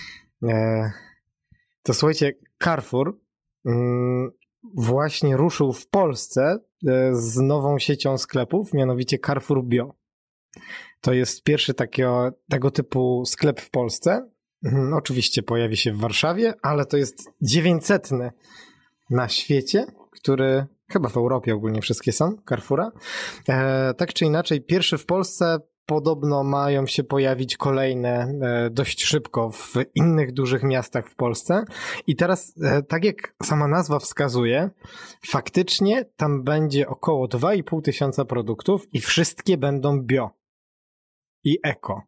To słuchajcie, Carrefour właśnie ruszył w Polsce z nową siecią sklepów, mianowicie Carrefour Bio. To jest pierwszy tego typu sklep w Polsce. Oczywiście pojawi się w Warszawie, ale to jest 900 na świecie, który chyba w Europie ogólnie wszystkie są, Carrefoura. Tak czy inaczej, pierwszy w Polsce. Podobno mają się pojawić kolejne dość szybko w innych dużych miastach w Polsce. I teraz, tak jak sama nazwa wskazuje, faktycznie tam będzie około 2,5 tysiąca produktów i wszystkie będą bio i eko.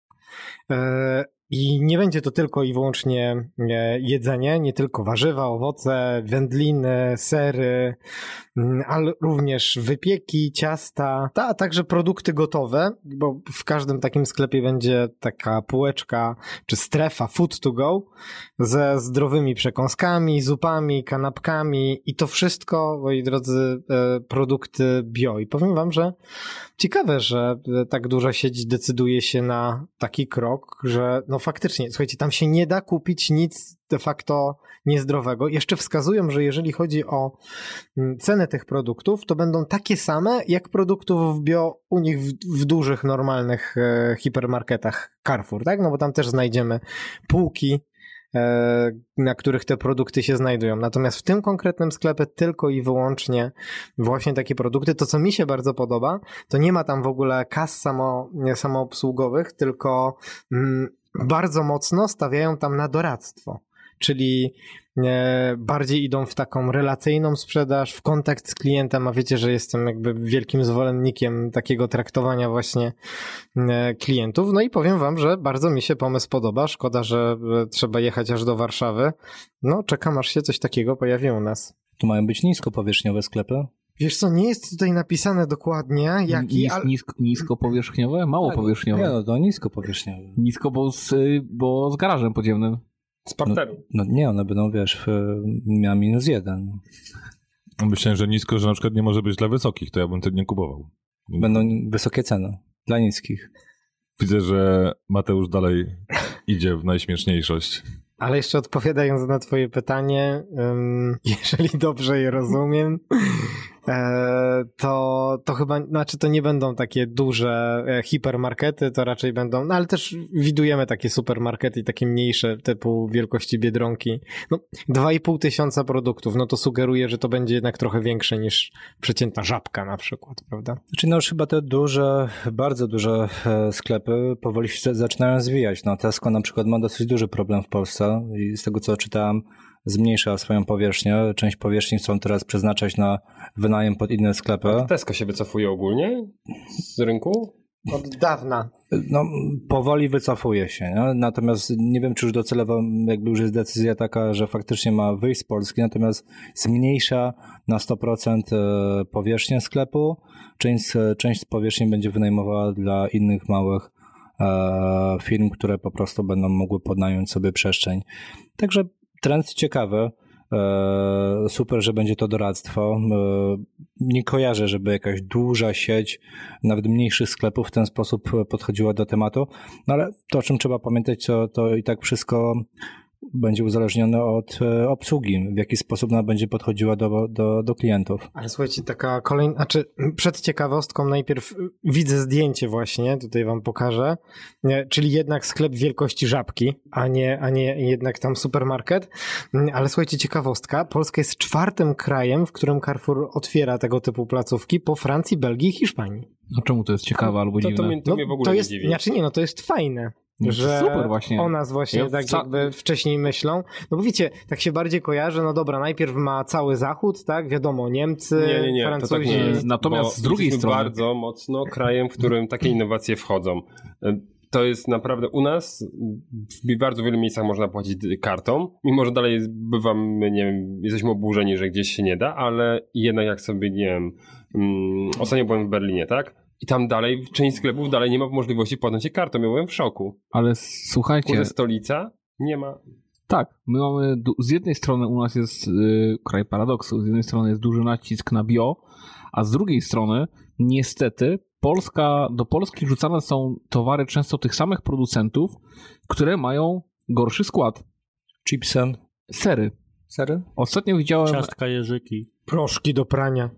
I nie będzie to tylko i wyłącznie jedzenie, nie tylko warzywa, owoce, wędliny, sery, ale również wypieki, ciasta, a także produkty gotowe, bo w każdym takim sklepie będzie taka półeczka czy strefa food to go ze zdrowymi przekąskami, zupami, kanapkami i to wszystko, moi drodzy, produkty bio. I powiem wam, że ciekawe, że tak duża sieć decyduje się na taki krok, że no faktycznie, słuchajcie, tam się nie da kupić nic de facto niezdrowego. Jeszcze wskazują, że jeżeli chodzi o cenę tych produktów, to będą takie same jak produktów bio u nich w dużych, normalnych hipermarketach Carrefour, tak? No bo tam też znajdziemy półki, na których te produkty się znajdują. Natomiast w tym konkretnym sklepie tylko i wyłącznie właśnie takie produkty. To, co mi się bardzo podoba, to nie ma tam w ogóle kas samoobsługowych, tylko bardzo mocno stawiają tam na doradztwo. Czyli bardziej idą w taką relacyjną sprzedaż, w kontakt z klientem, a wiecie, że jestem jakby wielkim zwolennikiem takiego traktowania właśnie klientów. No i powiem wam, że bardzo mi się pomysł podoba. Szkoda, że trzeba jechać aż do Warszawy. No, czekam, aż się coś takiego pojawi u nas. Tu mają być niskopowierzchniowe sklepy? Wiesz co, nie jest tutaj napisane dokładnie jaki, Niskopowierzchniowe? Małopowierzchniowe? Nie, no to niskopowierzchniowe. Nisko, bo z garażem podziemnym. Z parteru. No nie, one będą, wiesz, miała -1. Myślałem, że nisko, że na przykład nie może być dla wysokich, to ja bym tego nie kupował. Będą wysokie ceny dla niskich. Widzę, że Mateusz dalej idzie w najśmieszniejszość. Ale jeszcze odpowiadając na twoje pytanie, jeżeli dobrze je rozumiem, to chyba, znaczy to nie będą takie duże hipermarkety, to raczej będą, no ale też widujemy takie supermarkety i takie mniejsze typu wielkości Biedronki. No 2,5 tysiąca produktów, no to sugeruje, że to będzie jednak trochę większe niż przeciętna Żabka na przykład, prawda? Znaczy no już chyba te duże, bardzo duże sklepy powoli się zaczynają zwijać. No Tesco na przykład ma dosyć duży problem w Polsce i z tego co czytałem, zmniejsza swoją powierzchnię. Część powierzchni chcą teraz przeznaczać na wynajem pod inne sklepy. A Tesco się wycofuje ogólnie z rynku? Od dawna. No, powoli wycofuje się, nie? Natomiast nie wiem, czy już docelowo jakby już jest decyzja taka, że faktycznie ma wyjść z Polski, natomiast zmniejsza na 100% powierzchnię sklepu. Część z powierzchni będzie wynajmowała dla innych małych firm, które po prostu będą mogły podnająć sobie przestrzeń. Także trend ciekawy. Super, że będzie to doradztwo. Nie kojarzę, żeby jakaś duża sieć, nawet mniejszych sklepów w ten sposób podchodziła do tematu, no ale to, o czym trzeba pamiętać, to i tak wszystko będzie uzależnione od obsługi, w jaki sposób ona będzie podchodziła do klientów. Ale słuchajcie, taka kolejna, znaczy przed ciekawostką najpierw widzę zdjęcie właśnie, tutaj wam pokażę, czyli jednak sklep wielkości Żabki, a nie jednak tam supermarket, ale słuchajcie, ciekawostka, Polska jest 4. krajem, w którym Carrefour otwiera tego typu placówki po Francji, Belgii i Hiszpanii. A czemu to jest ciekawe albo dziwne? To mnie w ogóle nie dziwi. Znaczy nie, no to jest fajne. Że super właśnie. O nas właśnie tak jakby wcześniej myślą. No bo wiecie, tak się bardziej kojarzy, no dobra, najpierw ma cały Zachód, tak? Wiadomo, Niemcy, Francuzi. To tak nie jest, natomiast z drugiej strony bardzo mocno krajem, w którym takie innowacje wchodzą. To jest naprawdę u nas w bardzo wielu miejscach można płacić kartą, mimo że dalej bywamy, nie wiem, jesteśmy oburzeni, że gdzieś się nie da, ale jednak jak sobie, nie wiem, ostatnio byłem w Berlinie, tak? I tam dalej, część sklepów dalej nie ma możliwości płatności kartą. Ja byłem w szoku. Ale słuchajcie... Kurde, stolica nie ma... Tak, my mamy, z jednej strony u nas jest kraj paradoksu, z jednej strony jest duży nacisk na bio, a z drugiej strony niestety do Polski rzucane są towary często tych samych producentów, które mają gorszy skład. Chipsy. Sery. Sery? Ostatnio widziałem... Ciastka, jeżyki. Proszki do prania.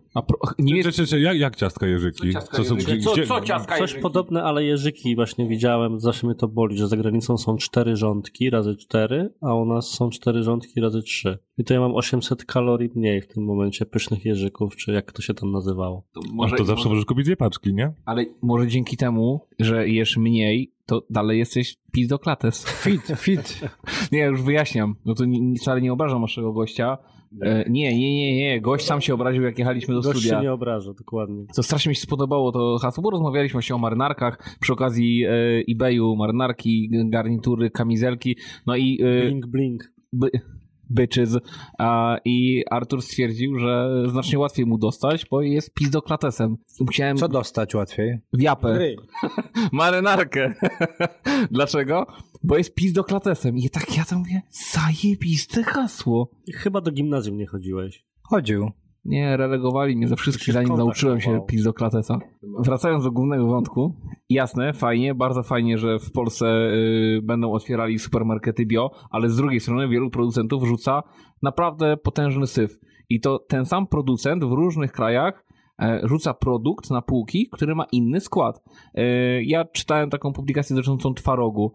Jak ciastka Jerzyki? Co ciastka Coś Jerzyki? podobne, ale Jerzyki właśnie widziałem, zawsze mnie to boli, że za granicą są 4 rządki razy 4, a u nas są 4 rządki razy 3. I to ja mam 800 kalorii mniej w tym momencie pysznych Jerzyków, czy jak to się tam nazywało. To zawsze możesz kupić 2 paczki, nie? Ale może dzięki temu, że jesz mniej, to dalej jesteś pizdoklates. Fit. Nie, już wyjaśniam. No to wcale nie obrażam naszego gościa. Nie. Gość sam się obraził, jak jechaliśmy do Gość studia. się nie obraża, dokładnie. Co strasznie mi się spodobało to hasło, bo rozmawialiśmy właśnie o marynarkach przy okazji eBayu, marynarki, garnitury, kamizelki, no i Blink. bitches. I Artur stwierdził, że znacznie łatwiej mu dostać, bo jest pizdoklatesem. Musiałem Co dostać łatwiej? w japę. Gry. Marynarkę. Dlaczego? Bo jest pizdoklatesem. I tak ja tam mówię, zajebiste hasło. Chyba do gimnazjum nie chodziłeś. Chodził. Nie, relegowali mnie ze wszystkich, się zanim konta nauczyłem się chowało. pizdoklatesa. Wracając do głównego wątku, jasne, fajnie, bardzo fajnie, że w Polsce będą otwierali supermarkety bio, ale z drugiej strony wielu producentów rzuca naprawdę potężny syf. I to ten sam producent w różnych krajach rzuca produkt na półki, który ma inny skład. Ja czytałem taką publikację dotyczącą twarogu,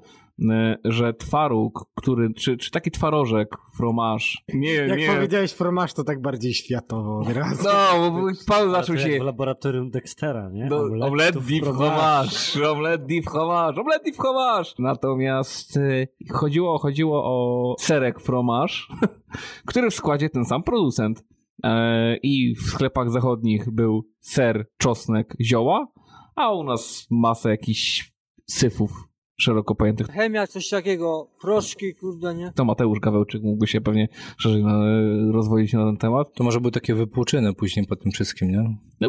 że twaróg, czy taki twarożek, fromage. Jak powiedziałeś fromage, to tak bardziej światowo od razu. No, bo Paweł zaczął To jak się... w laboratorium Dextera, nie? Omelette du fromage. Omelette du fromage. Natomiast chodziło o serek fromage, który w składzie ten sam producent. I w sklepach zachodnich był ser, czosnek, zioła, a u nas masę jakichś syfów szeroko pojętych. Chemia, coś takiego, proszki, kurde, nie? To Mateusz Gawełczyk mógłby się pewnie szerzej rozwoić na ten temat. To może były takie wypłuczyny później po tym wszystkim, nie? No,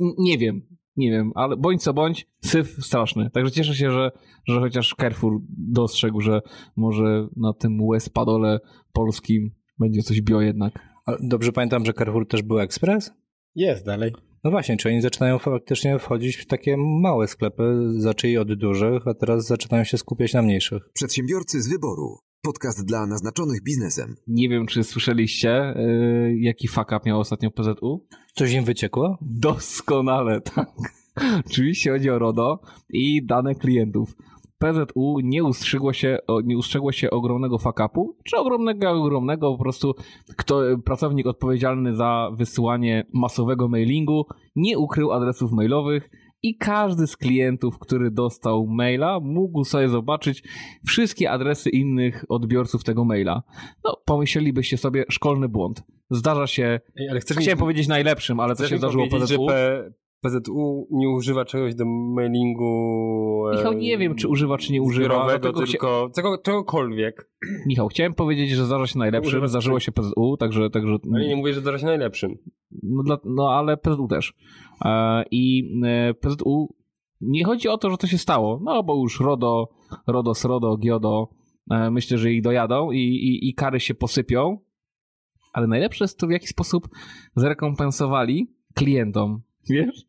nie wiem, ale bądź co bądź, syf straszny. Także cieszę się, że chociaż Carrefour dostrzegł, że może na tym Westpadole polskim będzie coś bio jednak. Ale dobrze pamiętam, że Carrefour też był ekspres? Jest dalej. No właśnie, czy oni zaczynają faktycznie wchodzić w takie małe sklepy, zaczęli od dużych, a teraz zaczynają się skupiać na mniejszych. Przedsiębiorcy z wyboru. Podcast dla naznaczonych biznesem. Nie wiem, czy słyszeliście, jaki fuck up miał ostatnio PZU? Coś im wyciekło? Doskonale, tak. Oczywiście chodzi o RODO i dane klientów. PZU nie ustrzegło się ogromnego fuck upu, czy ogromnego po prostu pracownik odpowiedzialny za wysyłanie masowego mailingu nie ukrył adresów mailowych i każdy z klientów, który dostał maila, mógł sobie zobaczyć wszystkie adresy innych odbiorców tego maila. No, pomyślelibyście sobie, szkolny błąd. Zdarza się, Ale chciałem powiedzieć najlepszym, ale to się zdarzyło PZU. że PZU nie używa czegoś do mailingu Michał, nie wiem, czy używa, czy nie używa. zbiorowego, tylko czegokolwiek. Michał, chciałem powiedzieć, że zdarza się najlepszym, zdarzyło się PZU, także... Ale nie mówię, że zdarza się najlepszym. No ale PZU też. I PZU, nie chodzi o to, że to się stało, no bo już RODO, SRODO, GIODO, myślę, że ich dojadą i kary się posypią, ale najlepsze jest to, w jaki sposób zrekompensowali klientom. Wiesz?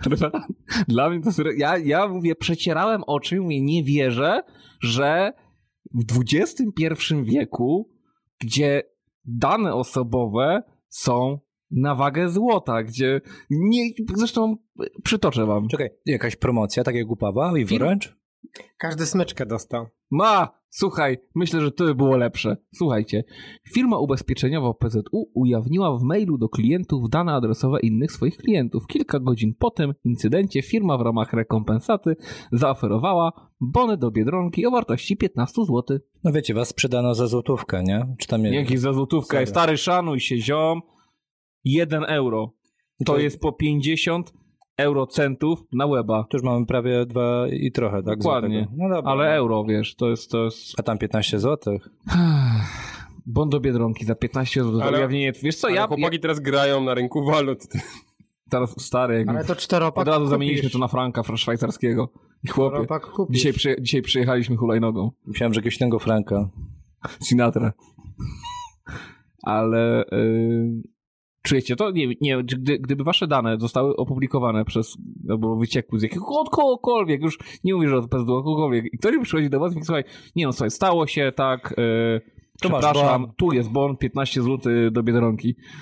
Dla mnie to ja mówię, przecierałem oczy, mówię, nie wierzę, że w XXI wieku, gdzie dane osobowe są na wagę złota, gdzie zresztą przytoczę wam. Czekaj, jakaś promocja, tak jak u Pawła i wręcz? Każdy smyczkę dostał. Słuchaj, myślę, że to by było lepsze. Słuchajcie, firma ubezpieczeniowa PZU ujawniła w mailu do klientów dane adresowe innych swoich klientów. Kilka godzin po tym incydencie firma w ramach rekompensaty zaoferowała bony do Biedronki o wartości 15 zł. No wiecie, was sprzedano za złotówkę, nie? Czy tam Jakiś za złotówkę. Stary, szanuj się, ziom. 1 euro. To jest po 50 eurocentów na łeba. Tu już mamy prawie 2 i trochę, tak? Dokładnie. Złotego. No dobra. Ale euro, wiesz, to jest... A tam 15 zł? Bon do Biedronki za 15 zł. Ale- Ujawnienie, wiesz co, Chłopaki teraz grają na rynku walut. teraz stary, Ale to czteropak od razu kupisz. zamieniliśmy to na franka szwajcarskiego. I chłopie, Czteropak kupisz. dzisiaj przyjechaliśmy hulajnogą. Myślałem, że jakiegoś innego franka. Sinatra. Ale czujecie to? Nie, gdyby wasze dane zostały opublikowane albo wyciekły z jakiegokolwiek, już nie mówię, że od PZU, kogokolwiek, i ktoś by przychodzi do was i mówi, słuchaj, słuchaj, stało się tak, Tu masz przepraszam, bon. tu jest bon, 15 zł do Biedronki.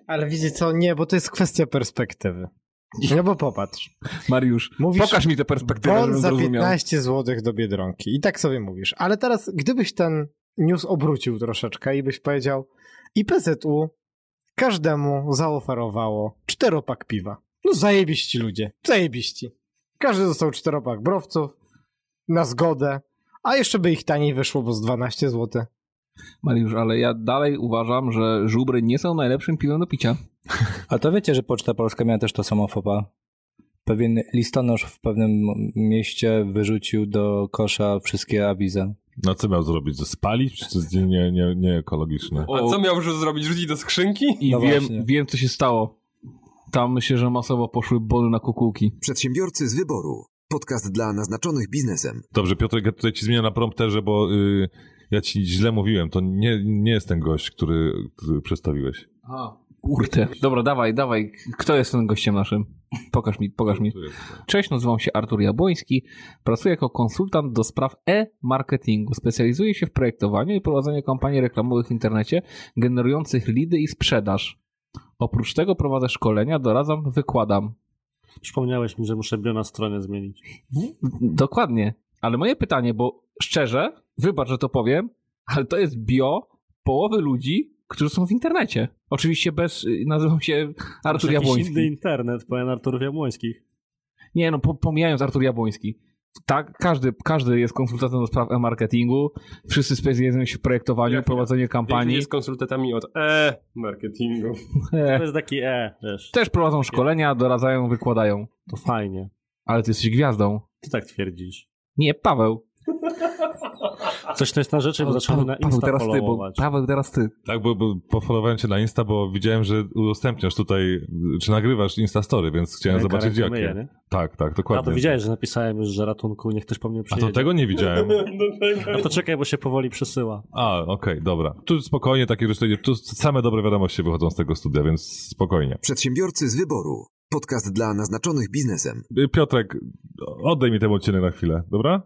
Ale wiecie co, nie, bo to jest kwestia perspektywy. No bo popatrz. Mariusz, pokaż mi tę perspektywę, bon żebym za zrozumiał. 15 zł do Biedronki. I tak sobie mówisz. Ale teraz, gdybyś ten news obrócił troszeczkę i byś powiedział IPZU każdemu zaoferowało 4-pak piwa. No zajebiści ludzie, zajebiści. Każdy dostał 4-pak browców na zgodę, a jeszcze by ich taniej wyszło, bo z 12 zł. Mariusz, ale ja dalej uważam, że żubry nie są najlepszym piwem do picia. A to wiecie, że Poczta Polska miała też to samo fopa? Pewien listonosz w pewnym mieście wyrzucił do kosza wszystkie awizy. No co miał zrobić? Spalić? Przecież to jest nie ekologiczne. A co miał zrobić? Rzucić do skrzynki? I No wiem, co się stało. Tam myślę, że masowo poszły bony na kukułki. Przedsiębiorcy z wyboru. Podcast dla naznaczonych biznesem. Dobrze, Piotrek, ja tutaj ci zmienię na prompterze, bo ja ci źle mówiłem. To nie jest ten gość, który przedstawiłeś. Kurde. Dobra, dawaj. Kto jest tym gościem naszym? Pokaż mi. Cześć, nazywam się Artur Jabłoński. Pracuję jako konsultant do spraw e-marketingu. Specjalizuję się w projektowaniu i prowadzeniu kampanii reklamowych w internecie generujących lidy i sprzedaż. Oprócz tego prowadzę szkolenia, doradzam, wykładam. Przypomniałeś mi, że muszę bio na stronie zmienić. Dokładnie. Ale moje pytanie, bo szczerze, wybacz, że to powiem, ale to jest bio połowy ludzi, którzy są w internecie. Oczywiście nazywam się Artur Jabłoński. Inny internet, pełen Arturów Jabłońskich. Nie, no pomijając Artur Jabłoński. Tak, każdy jest konsultantem do spraw e-marketingu, wszyscy specjalizują się w projektowaniu, prowadzeniu kampanii. Jest konsultantami od marketingu. To jest taki wiesz. Też prowadzą szkolenia, doradzają, wykładają. To fajnie. Ale ty jesteś gwiazdą. Ty tak twierdzisz. Nie, Paweł. Coś to jest na rzeczy, bo zacząłem na Insta teraz ty, bo followować. Paweł, teraz ty. Tak, bo pofollowowałem cię na Insta, bo widziałem, że udostępniasz tutaj, czy nagrywasz Insta Story, więc chciałem zobaczyć jakie. Nie? Tak, dokładnie. A to widziałeś, że napisałem już, że ratunku, niech ktoś po mnie przyjedzie. A to tego nie widziałem. No to czekaj, bo się powoli przesyła. Okej, dobra. Tu spokojnie, takie rzeczy, tu same dobre wiadomości wychodzą z tego studia, więc spokojnie. Przedsiębiorcy z wyboru. Podcast dla naznaczonych biznesem. Piotrek, oddaj mi ten odcinek na chwilę, dobra?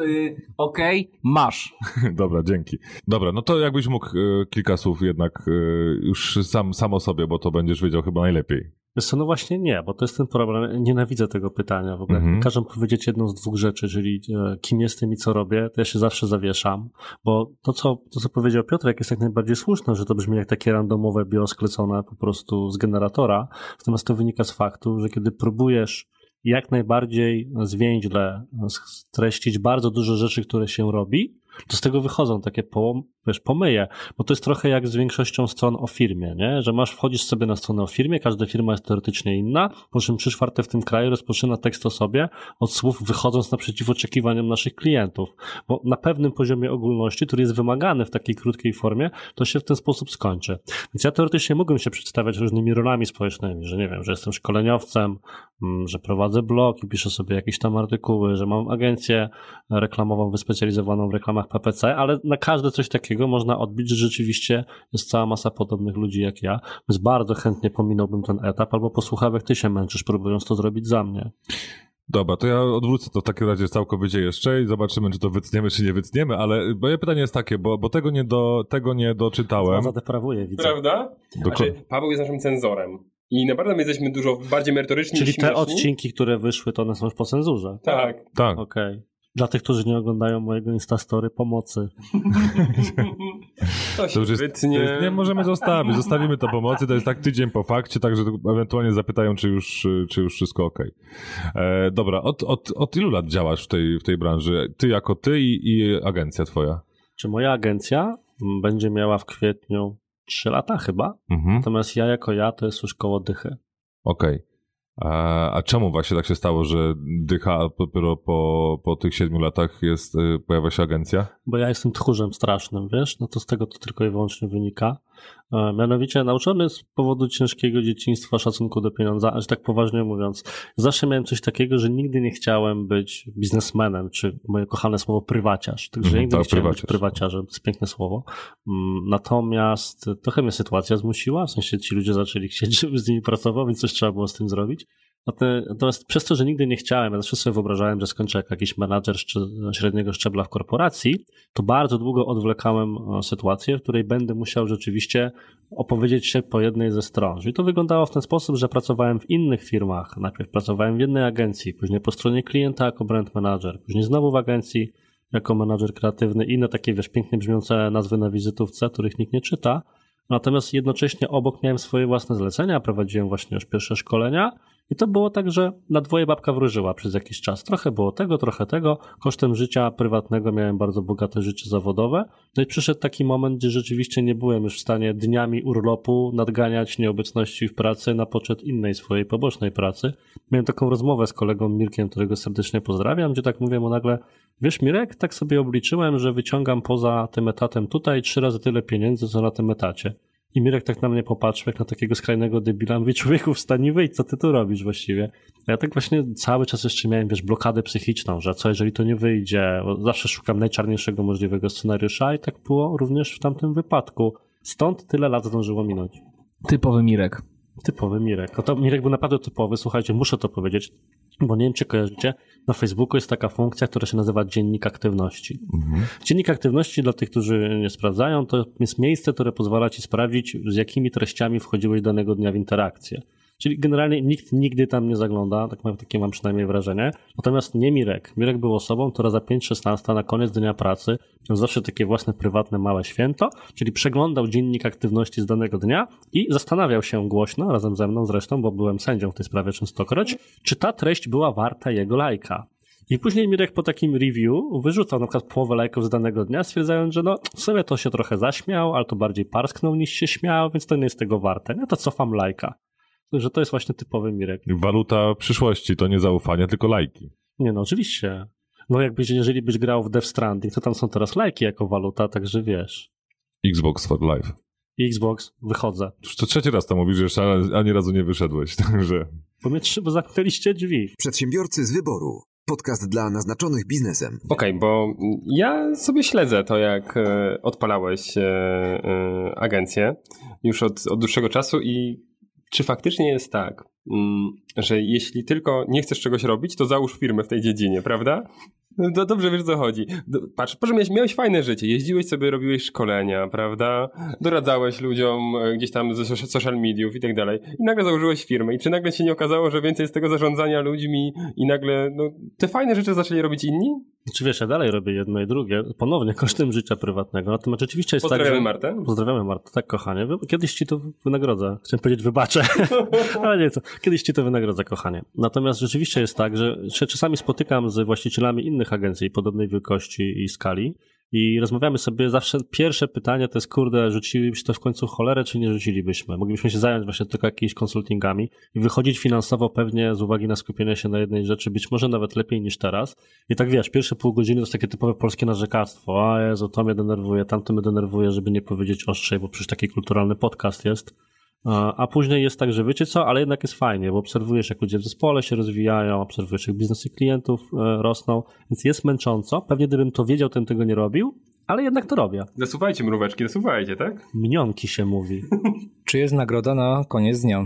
Okej, masz. Dobra, dzięki. Dobra, no to jakbyś mógł kilka słów jednak już sam o sobie, bo to będziesz wiedział chyba najlepiej. Wiesz co, no właśnie nie, bo to jest ten problem. Nienawidzę tego pytania w ogóle. Jak mi każą powiedzieć jedną z dwóch rzeczy, czyli kim jestem i co robię, to ja się zawsze zawieszam, bo to, co powiedział Piotrek, jest jak najbardziej słuszne, że to brzmi jak takie randomowe bio sklecone po prostu z generatora, natomiast to wynika z faktu, że kiedy próbujesz jak najbardziej zwięźle streścić bardzo dużo rzeczy, które się robi, to z tego wychodzą takie pomyje, bo to jest trochę jak z większością stron o firmie, nie? Że wchodzisz sobie na stronę o firmie, każda firma jest teoretycznie inna, po czym 3/4 w tym kraju rozpoczyna tekst o sobie od słów wychodząc naprzeciw oczekiwaniom naszych klientów, bo na pewnym poziomie ogólności, który jest wymagany w takiej krótkiej formie, to się w ten sposób skończy. Więc ja teoretycznie mógłbym się przedstawiać różnymi rolami społecznymi, że nie wiem, że jestem szkoleniowcem, że prowadzę blog i piszę sobie jakieś tam artykuły, że mam agencję reklamową wyspecjalizowaną w reklamach PPC, ale na każde coś takiego można odbić, że rzeczywiście jest cała masa podobnych ludzi jak ja, więc bardzo chętnie pominąłbym ten etap, albo posłuchał, jak ty się męczysz, próbując to zrobić za mnie. Dobra, to ja odwrócę to w takim razie całkowicie jeszcze i zobaczymy, czy to wytniemy, czy nie wytniemy, ale moje pytanie jest takie, bo tego nie doczytałem. Zadeprawuję, widzę. Prawda? Znaczy, Paweł jest naszym cenzorem. I naprawdę my jesteśmy dużo bardziej merytoryczni. Czyli te odcinki, które wyszły, to one są już po cenzurze? Tak. Okej. Dla tych, którzy nie oglądają mojego Instastory, pomocy. To już wytnie. Nie możemy zostawimy to pomocy, to jest tak tydzień po fakcie, także ewentualnie zapytają, czy już wszystko okej. Dobra, od ilu lat działasz w tej branży? Ty jako ty i agencja twoja? Czy moja agencja będzie miała w kwietniu 3 lata chyba, natomiast ja jako ja to jest już koło dychy. Okej. A czemu właśnie tak się stało, że dycha, a dopiero po tych 7 latach pojawia się agencja? Bo ja jestem tchórzem strasznym, wiesz, no to z tego to tylko i wyłącznie wynika. Mianowicie nauczony z powodu ciężkiego dzieciństwa szacunku do pieniądza, aż tak poważnie mówiąc, zawsze miałem coś takiego, że nigdy nie chciałem być biznesmenem, czy moje kochane słowo prywaciarz, także nigdy nie chciałem być prywaciarzem, to jest piękne słowo. Natomiast trochę mnie sytuacja zmusiła, w sensie ci ludzie zaczęli chcieć, żebym z nimi pracował, więc coś trzeba było z tym zrobić. Natomiast przez to, że nigdy nie chciałem, ja zawsze sobie wyobrażałem, że skończę jako jakiś menadżer średniego szczebla w korporacji, to bardzo długo odwlekałem sytuację, w której będę musiał rzeczywiście opowiedzieć się po jednej ze stron. Czyli to wyglądało w ten sposób, że pracowałem w innych firmach. Najpierw pracowałem w jednej agencji, później po stronie klienta jako brand manager, później znowu w agencji jako menadżer kreatywny i inne takie, pięknie brzmiące nazwy na wizytówce, których nikt nie czyta. Natomiast jednocześnie obok miałem swoje własne zlecenia, prowadziłem właśnie już pierwsze szkolenia i to było tak, że na dwoje babka wróżyła przez jakiś czas. Trochę było tego, trochę tego. Kosztem życia prywatnego miałem bardzo bogate życie zawodowe. No i przyszedł taki moment, gdzie rzeczywiście nie byłem już w stanie dniami urlopu nadganiać nieobecności w pracy na poczet innej swojej pobocznej pracy. Miałem taką rozmowę z kolegą Mirkiem, którego serdecznie pozdrawiam, gdzie tak mówię mu nagle: wiesz, Mirek, tak sobie obliczyłem, że wyciągam poza tym etatem tutaj 3 razy tyle pieniędzy, co na tym etacie. I Mirek tak na mnie popatrzył, jak na takiego skrajnego debila. Mówi: człowieku, wstań i wyjdź, co ty tu robisz właściwie? A ja tak właśnie cały czas jeszcze miałem, blokadę psychiczną, że co jeżeli to nie wyjdzie? Bo zawsze szukam najczarniejszego możliwego scenariusza i tak było również w tamtym wypadku. Stąd tyle lat zdążyło minąć. Typowy Mirek. Typowy Mirek. No to Mirek był naprawdę typowy, słuchajcie, muszę to powiedzieć, bo nie wiem, czy kojarzycie, na Facebooku jest taka funkcja, która się nazywa Dziennik Aktywności. Dziennik Aktywności, dla tych, którzy nie sprawdzają, to jest miejsce, które pozwala ci sprawdzić, z jakimi treściami wchodziłeś danego dnia w interakcję. Czyli generalnie nikt nigdy tam nie zagląda, takie mam przynajmniej wrażenie. Natomiast nie Mirek. Mirek był osobą, która za 5:16 na koniec dnia pracy miał zawsze takie własne, prywatne, małe święto, czyli przeglądał dziennik aktywności z danego dnia i zastanawiał się głośno, razem ze mną zresztą, bo byłem sędzią w tej sprawie częstokroć, czy ta treść była warta jego lajka. I później Mirek po takim review wyrzucał na przykład połowę lajków z danego dnia, stwierdzając, że w sumie to się trochę zaśmiał, ale to bardziej parsknął niż się śmiał, więc to nie jest tego warte. No to cofam lajka. Że to jest właśnie typowy Mirek. Waluta przyszłości to nie zaufanie, tylko lajki. Nie, no oczywiście. No jeżeli byś grał w Death Stranding, to tam są teraz lajki jako waluta, także wiesz. Xbox for life. Xbox, wychodzę. Już to 3. raz to mówisz, że jeszcze ani razu nie wyszedłeś, także... Bo zamknęliście drzwi. Przedsiębiorcy z wyboru. Podcast dla naznaczonych biznesem. Okej, bo ja sobie śledzę to, jak odpalałeś agencję już od dłuższego czasu i czy faktycznie jest tak, że jeśli tylko nie chcesz czegoś robić, to załóż firmę w tej dziedzinie, prawda? No dobrze wiesz, o co chodzi. Patrz, miałeś fajne życie, jeździłeś sobie, robiłeś szkolenia, prawda? Doradzałeś ludziom gdzieś tam ze social mediów i tak dalej. I nagle założyłeś firmę. I czy nagle się nie okazało, że więcej z tego zarządzania ludźmi i nagle te fajne rzeczy zaczęli robić inni? Czy wiesz, ja dalej robię jedno i drugie, ponownie kosztem życia prywatnego. Natomiast rzeczywiście jest Pozdrawiamy tak, że... Martę. Pozdrawiamy Martę, tak kochanie. Kiedyś ci to wynagrodzę. Chciałem powiedzieć wybaczę, ale nie co. Kiedyś ci to wynagrodzę, kochanie. Natomiast rzeczywiście jest tak, że się czasami spotykam z właścicielami innych agencji podobnej wielkości i skali i rozmawiamy sobie, zawsze pierwsze pytanie to jest: kurde, rzucilibyśmy to w końcu cholerę, czy nie rzucilibyśmy? Moglibyśmy się zająć właśnie tylko jakimiś konsultingami i wychodzić finansowo pewnie z uwagi na skupienie się na jednej rzeczy, być może nawet lepiej niż teraz. I tak wiesz, pierwsze pół godziny to jest takie typowe polskie narzekactwo. O Jezu, to mnie denerwuje, tamto mnie denerwuje, żeby nie powiedzieć ostrzej, bo przecież taki kulturalny podcast jest. A później jest tak, że wiecie co, ale jednak jest fajnie, bo obserwujesz, jak ludzie w zespole się rozwijają, obserwujesz, jak biznesy klientów rosną, więc jest męcząco. Pewnie gdybym to wiedział, to bym tego nie robił, ale jednak to robię. Zasuwajcie mróweczki, zasuwajcie, tak? Minionki się mówi. Czy jest nagroda na koniec dnia?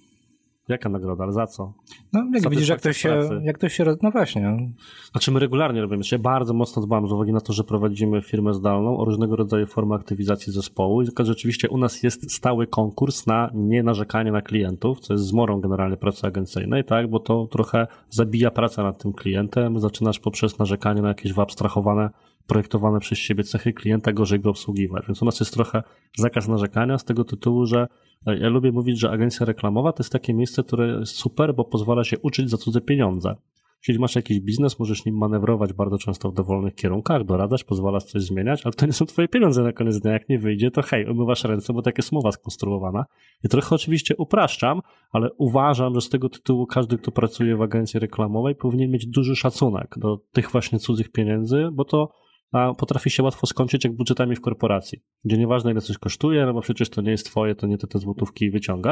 Jaka nagroda, ale za co? No, jak widzisz, jak to się... No właśnie. Znaczy my regularnie robimy. Ja bardzo mocno dbam z uwagi na to, że prowadzimy firmę zdalną o różnego rodzaju formy aktywizacji zespołu i rzeczywiście u nas jest stały konkurs na nie narzekanie na klientów, co jest zmorą generalnie pracy agencyjnej, tak? Bo to trochę zabija pracę nad tym klientem. Zaczynasz poprzez narzekanie na jakieś wyabstrahowane, projektowane przez siebie cechy klienta gorzej go obsługiwać. Więc u nas jest trochę zakaz narzekania z tego tytułu, że ja lubię mówić, że agencja reklamowa to jest takie miejsce, które jest super, bo pozwala się uczyć za cudze pieniądze. Jeśli masz jakiś biznes, możesz nim manewrować bardzo często w dowolnych kierunkach, doradzać, pozwalasz coś zmieniać, ale to nie są twoje pieniądze na koniec dnia. Jak nie wyjdzie, to hej, umywasz ręce, bo tak jest umowa skonstruowana. I trochę oczywiście upraszczam, ale uważam, że z tego tytułu każdy, kto pracuje w agencji reklamowej, powinien mieć duży szacunek do tych właśnie cudzych pieniędzy, bo to potrafi się łatwo skończyć jak budżetami w korporacji, gdzie nieważne ile coś kosztuje, no bo przecież to nie jest twoje, to nie te złotówki wyciągasz.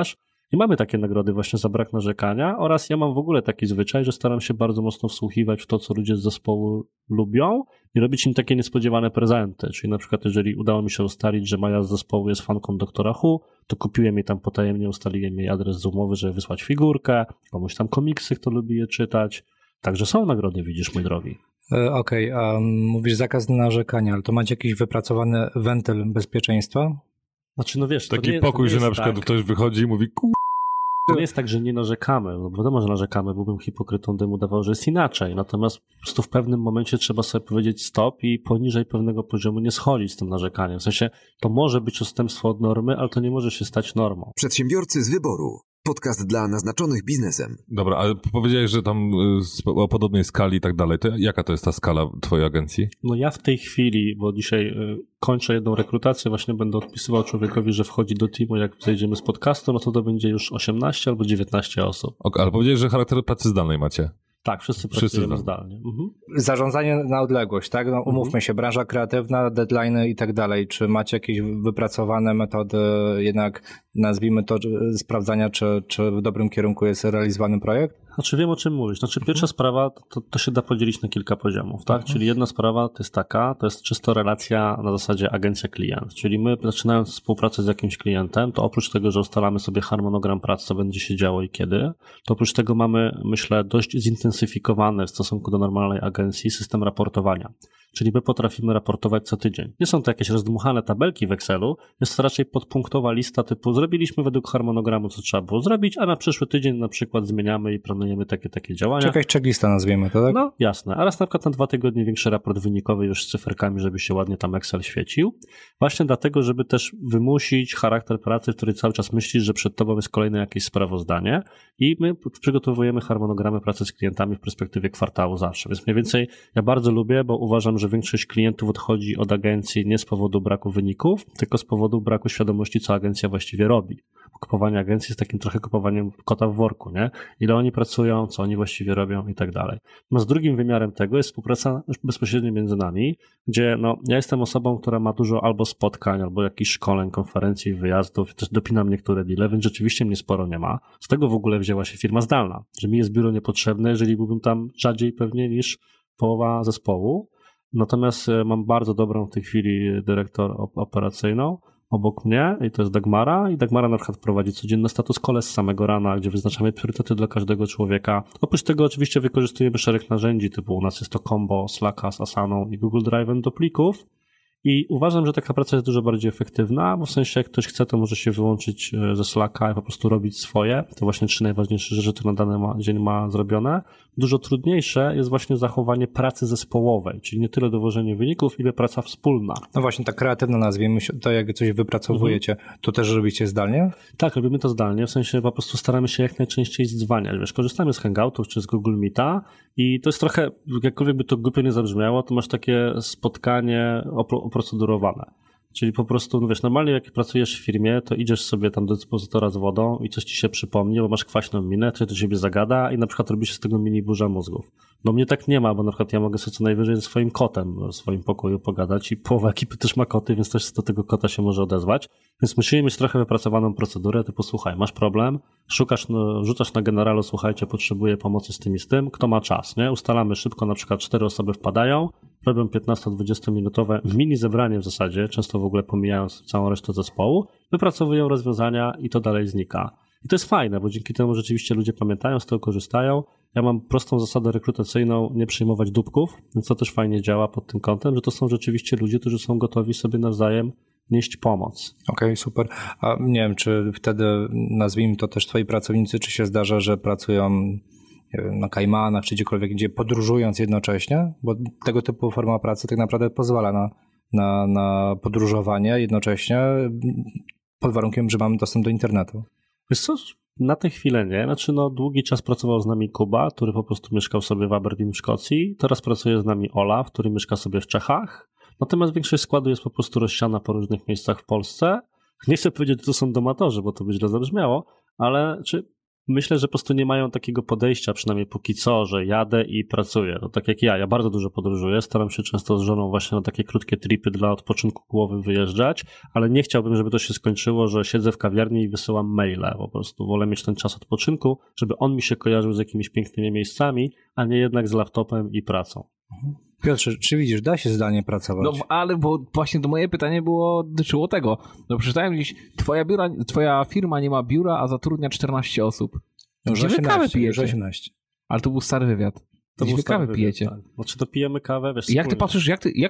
I mamy takie nagrody właśnie za brak narzekania oraz ja mam w ogóle taki zwyczaj, że staram się bardzo mocno wsłuchiwać w to, co ludzie z zespołu lubią i robić im takie niespodziewane prezenty. Czyli na przykład jeżeli udało mi się ustalić, że Maja z zespołu jest fanką Doktora Who, to kupiłem jej tam potajemnie, ustaliłem jej adres zoomowy, żeby wysłać figurkę, komuś tam komiksy, kto lubi je czytać. Także są nagrody, widzisz, mój drogi. Okej, a mówisz zakaz narzekania, ale to macie jakiś wypracowany wentyl bezpieczeństwa? Znaczy, no wiesz, Taki pokój, że na przykład ktoś wychodzi i mówi To nie jest tak, że nie narzekamy, no bo wiadomo, że narzekamy, byłbym hipokrytą, gdybym udawał, że jest inaczej. Natomiast po prostu w pewnym momencie trzeba sobie powiedzieć stop i poniżej pewnego poziomu nie schodzić z tym narzekaniem. W sensie to może być odstępstwo od normy, ale to nie może się stać normą. Przedsiębiorcy z wyboru. Podcast dla naznaczonych biznesem. Dobra, ale powiedziałeś, że tam o podobnej skali i tak dalej. To jaka to jest ta skala twojej agencji? No ja w tej chwili, bo dzisiaj kończę jedną rekrutację, właśnie będę odpisywał człowiekowi, że wchodzi do teamu, jak zejdziemy z podcastu, no to będzie już 18 albo 19 osób. Okay, ale powiedziałeś, że charakter pracy zdalnej macie. Tak, wszyscy pracujemy zdalnie. Mhm. Zarządzanie na odległość, tak? No, umówmy się, branża kreatywna, deadline'y i tak dalej. Czy macie jakieś wypracowane metody, jednak nazwijmy to, sprawdzania, czy w dobrym kierunku jest realizowany projekt? Znaczy wiem, o czym mówisz. Znaczy pierwsza sprawa to się da podzielić na kilka poziomów, tak? Czyli jedna sprawa to jest taka, to jest czysto relacja na zasadzie agencja-klient. Czyli my zaczynając współpracę z jakimś klientem, to oprócz tego, że ustalamy sobie harmonogram pracy, co będzie się działo i kiedy, to oprócz tego mamy, myślę, dość zintensyfikowany w stosunku do normalnej agencji system raportowania. Czyli my potrafimy raportować co tydzień. Nie są to jakieś rozdmuchane tabelki w Excelu, jest to raczej podpunktowa lista typu zrobiliśmy według harmonogramu, co trzeba było zrobić, a na przyszły tydzień na przykład zmieniamy i planujemy takie działania. Czy jakaś checklista nazwiemy to, tak? No, jasne. A raz na przykład na 2 tygodnie większy raport wynikowy już z cyferkami, żeby się ładnie tam Excel świecił. Właśnie dlatego, żeby też wymusić charakter pracy, w której cały czas myślisz, że przed tobą jest kolejne jakieś sprawozdanie i my przygotowujemy harmonogramy pracy z klientami w perspektywie kwartału zawsze. Więc mniej więcej ja bardzo lubię, bo uważam, że większość klientów odchodzi od agencji nie z powodu braku wyników, tylko z powodu braku świadomości, co agencja właściwie robi. Kupowanie agencji jest takim trochę kupowaniem kota w worku, nie? Ile oni pracują, co oni właściwie robią i tak dalej. No z drugim wymiarem tego jest współpraca bezpośrednio między nami, gdzie no, ja jestem osobą, która ma dużo albo spotkań, albo jakichś szkoleń, konferencji, wyjazdów, też dopinam niektóre deale, więc rzeczywiście mnie sporo nie ma. Z tego w ogóle wzięła się firma zdalna, że mi jest biuro niepotrzebne, jeżeli byłbym tam rzadziej pewnie niż połowa zespołu. Natomiast mam bardzo dobrą w tej chwili dyrektor operacyjną obok mnie i to jest Dagmara i Dagmara na przykład prowadzi codzienne status call z samego rana, gdzie wyznaczamy priorytety dla każdego człowieka. Oprócz tego oczywiście wykorzystujemy szereg narzędzi typu u nas jest to Combo, Slacka z Asaną i Google Drive'em do plików. I uważam, że taka praca jest dużo bardziej efektywna, bo w sensie jak ktoś chce, to może się wyłączyć ze Slacka i po prostu robić swoje. To właśnie 3 najważniejsze rzeczy, które na dany dzień ma zrobione. Dużo trudniejsze jest właśnie zachowanie pracy zespołowej, czyli nie tyle dowożenie wyników, ile praca wspólna. No właśnie, tak kreatywna nazwijmy się, to jak coś wypracowujecie, to też robicie zdalnie? Tak, robimy to zdalnie, w sensie po prostu staramy się jak najczęściej zdzwaniać. Wiesz, korzystamy z Hangoutów czy z Google Meeta i to jest trochę, jakkolwiek by to głupio nie zabrzmiało, to masz takie spotkanie oprocedurowane. Czyli po prostu, no wiesz, normalnie jak pracujesz w firmie, to idziesz sobie tam do dyspozytora z wodą i coś ci się przypomni, bo masz kwaśną minę, ktoś do siebie zagada i na przykład robi się z tego mini burza mózgów. No mnie tak nie ma, bo na przykład ja mogę sobie co najwyżej ze swoim kotem w swoim pokoju pogadać i połowa ekipy też ma koty, więc też do tego kota się może odezwać. Więc musimy mieć trochę wypracowaną procedurę, typu słuchaj, masz problem, szukasz, rzucasz na generalu, słuchajcie, potrzebuję pomocy z tym i z tym, kto ma czas, nie? Ustalamy szybko, na przykład 4 osoby wpadają, robią 15-20 minutowe mini zebranie w zasadzie, często w ogóle pomijając całą resztę zespołu, wypracowują rozwiązania i to dalej znika. I to jest fajne, bo dzięki temu rzeczywiście ludzie pamiętają, z tego korzystają. Ja mam prostą zasadę rekrutacyjną, nie przyjmować dupków, więc to też fajnie działa pod tym kątem, że to są rzeczywiście ludzie, którzy są gotowi sobie nawzajem nieść pomoc. Okej, super. A nie wiem, czy wtedy, nazwijmy to też twoi pracownicy, czy się zdarza, że pracują nie wiem, na Kajmanach, czy gdziekolwiek, gdzie podróżując jednocześnie? Bo tego typu forma pracy tak naprawdę pozwala na podróżowanie jednocześnie pod warunkiem, że mamy dostęp do internetu. Wiesz co, na tę chwilę nie. Znaczy, no, długi czas pracował z nami Kuba, który po prostu mieszkał sobie w Aberdeen w Szkocji. Teraz pracuje z nami Olaf, który mieszka sobie w Czechach. Natomiast większość składu jest po prostu rozsiana po różnych miejscach w Polsce. Nie chcę powiedzieć, że to są domatorzy, bo to by źle zabrzmiało, ale myślę, że po prostu nie mają takiego podejścia, przynajmniej póki co, że jadę i pracuję. No, tak jak ja bardzo dużo podróżuję, staram się często z żoną właśnie na takie krótkie tripy dla odpoczynku głowy wyjeżdżać, ale nie chciałbym, żeby to się skończyło, że siedzę w kawiarni i wysyłam maile. Po prostu wolę mieć ten czas odpoczynku, żeby on mi się kojarzył z jakimiś pięknymi miejscami, a nie jednak z laptopem i pracą. Piotrze, czy widzisz, da się zdalnie pracować? No ale bo właśnie to moje pytanie dotyczyło tego. No przeczytałem gdzieś, twoja firma nie ma biura, a zatrudnia 14 osób. Gdzie wy kawę pijecie? 18. Ale to był stary wywiad. Gdzie wy kawę pijecie? Tak. Znaczy to pijemy kawę, wiesz, Jak ty patrzysz,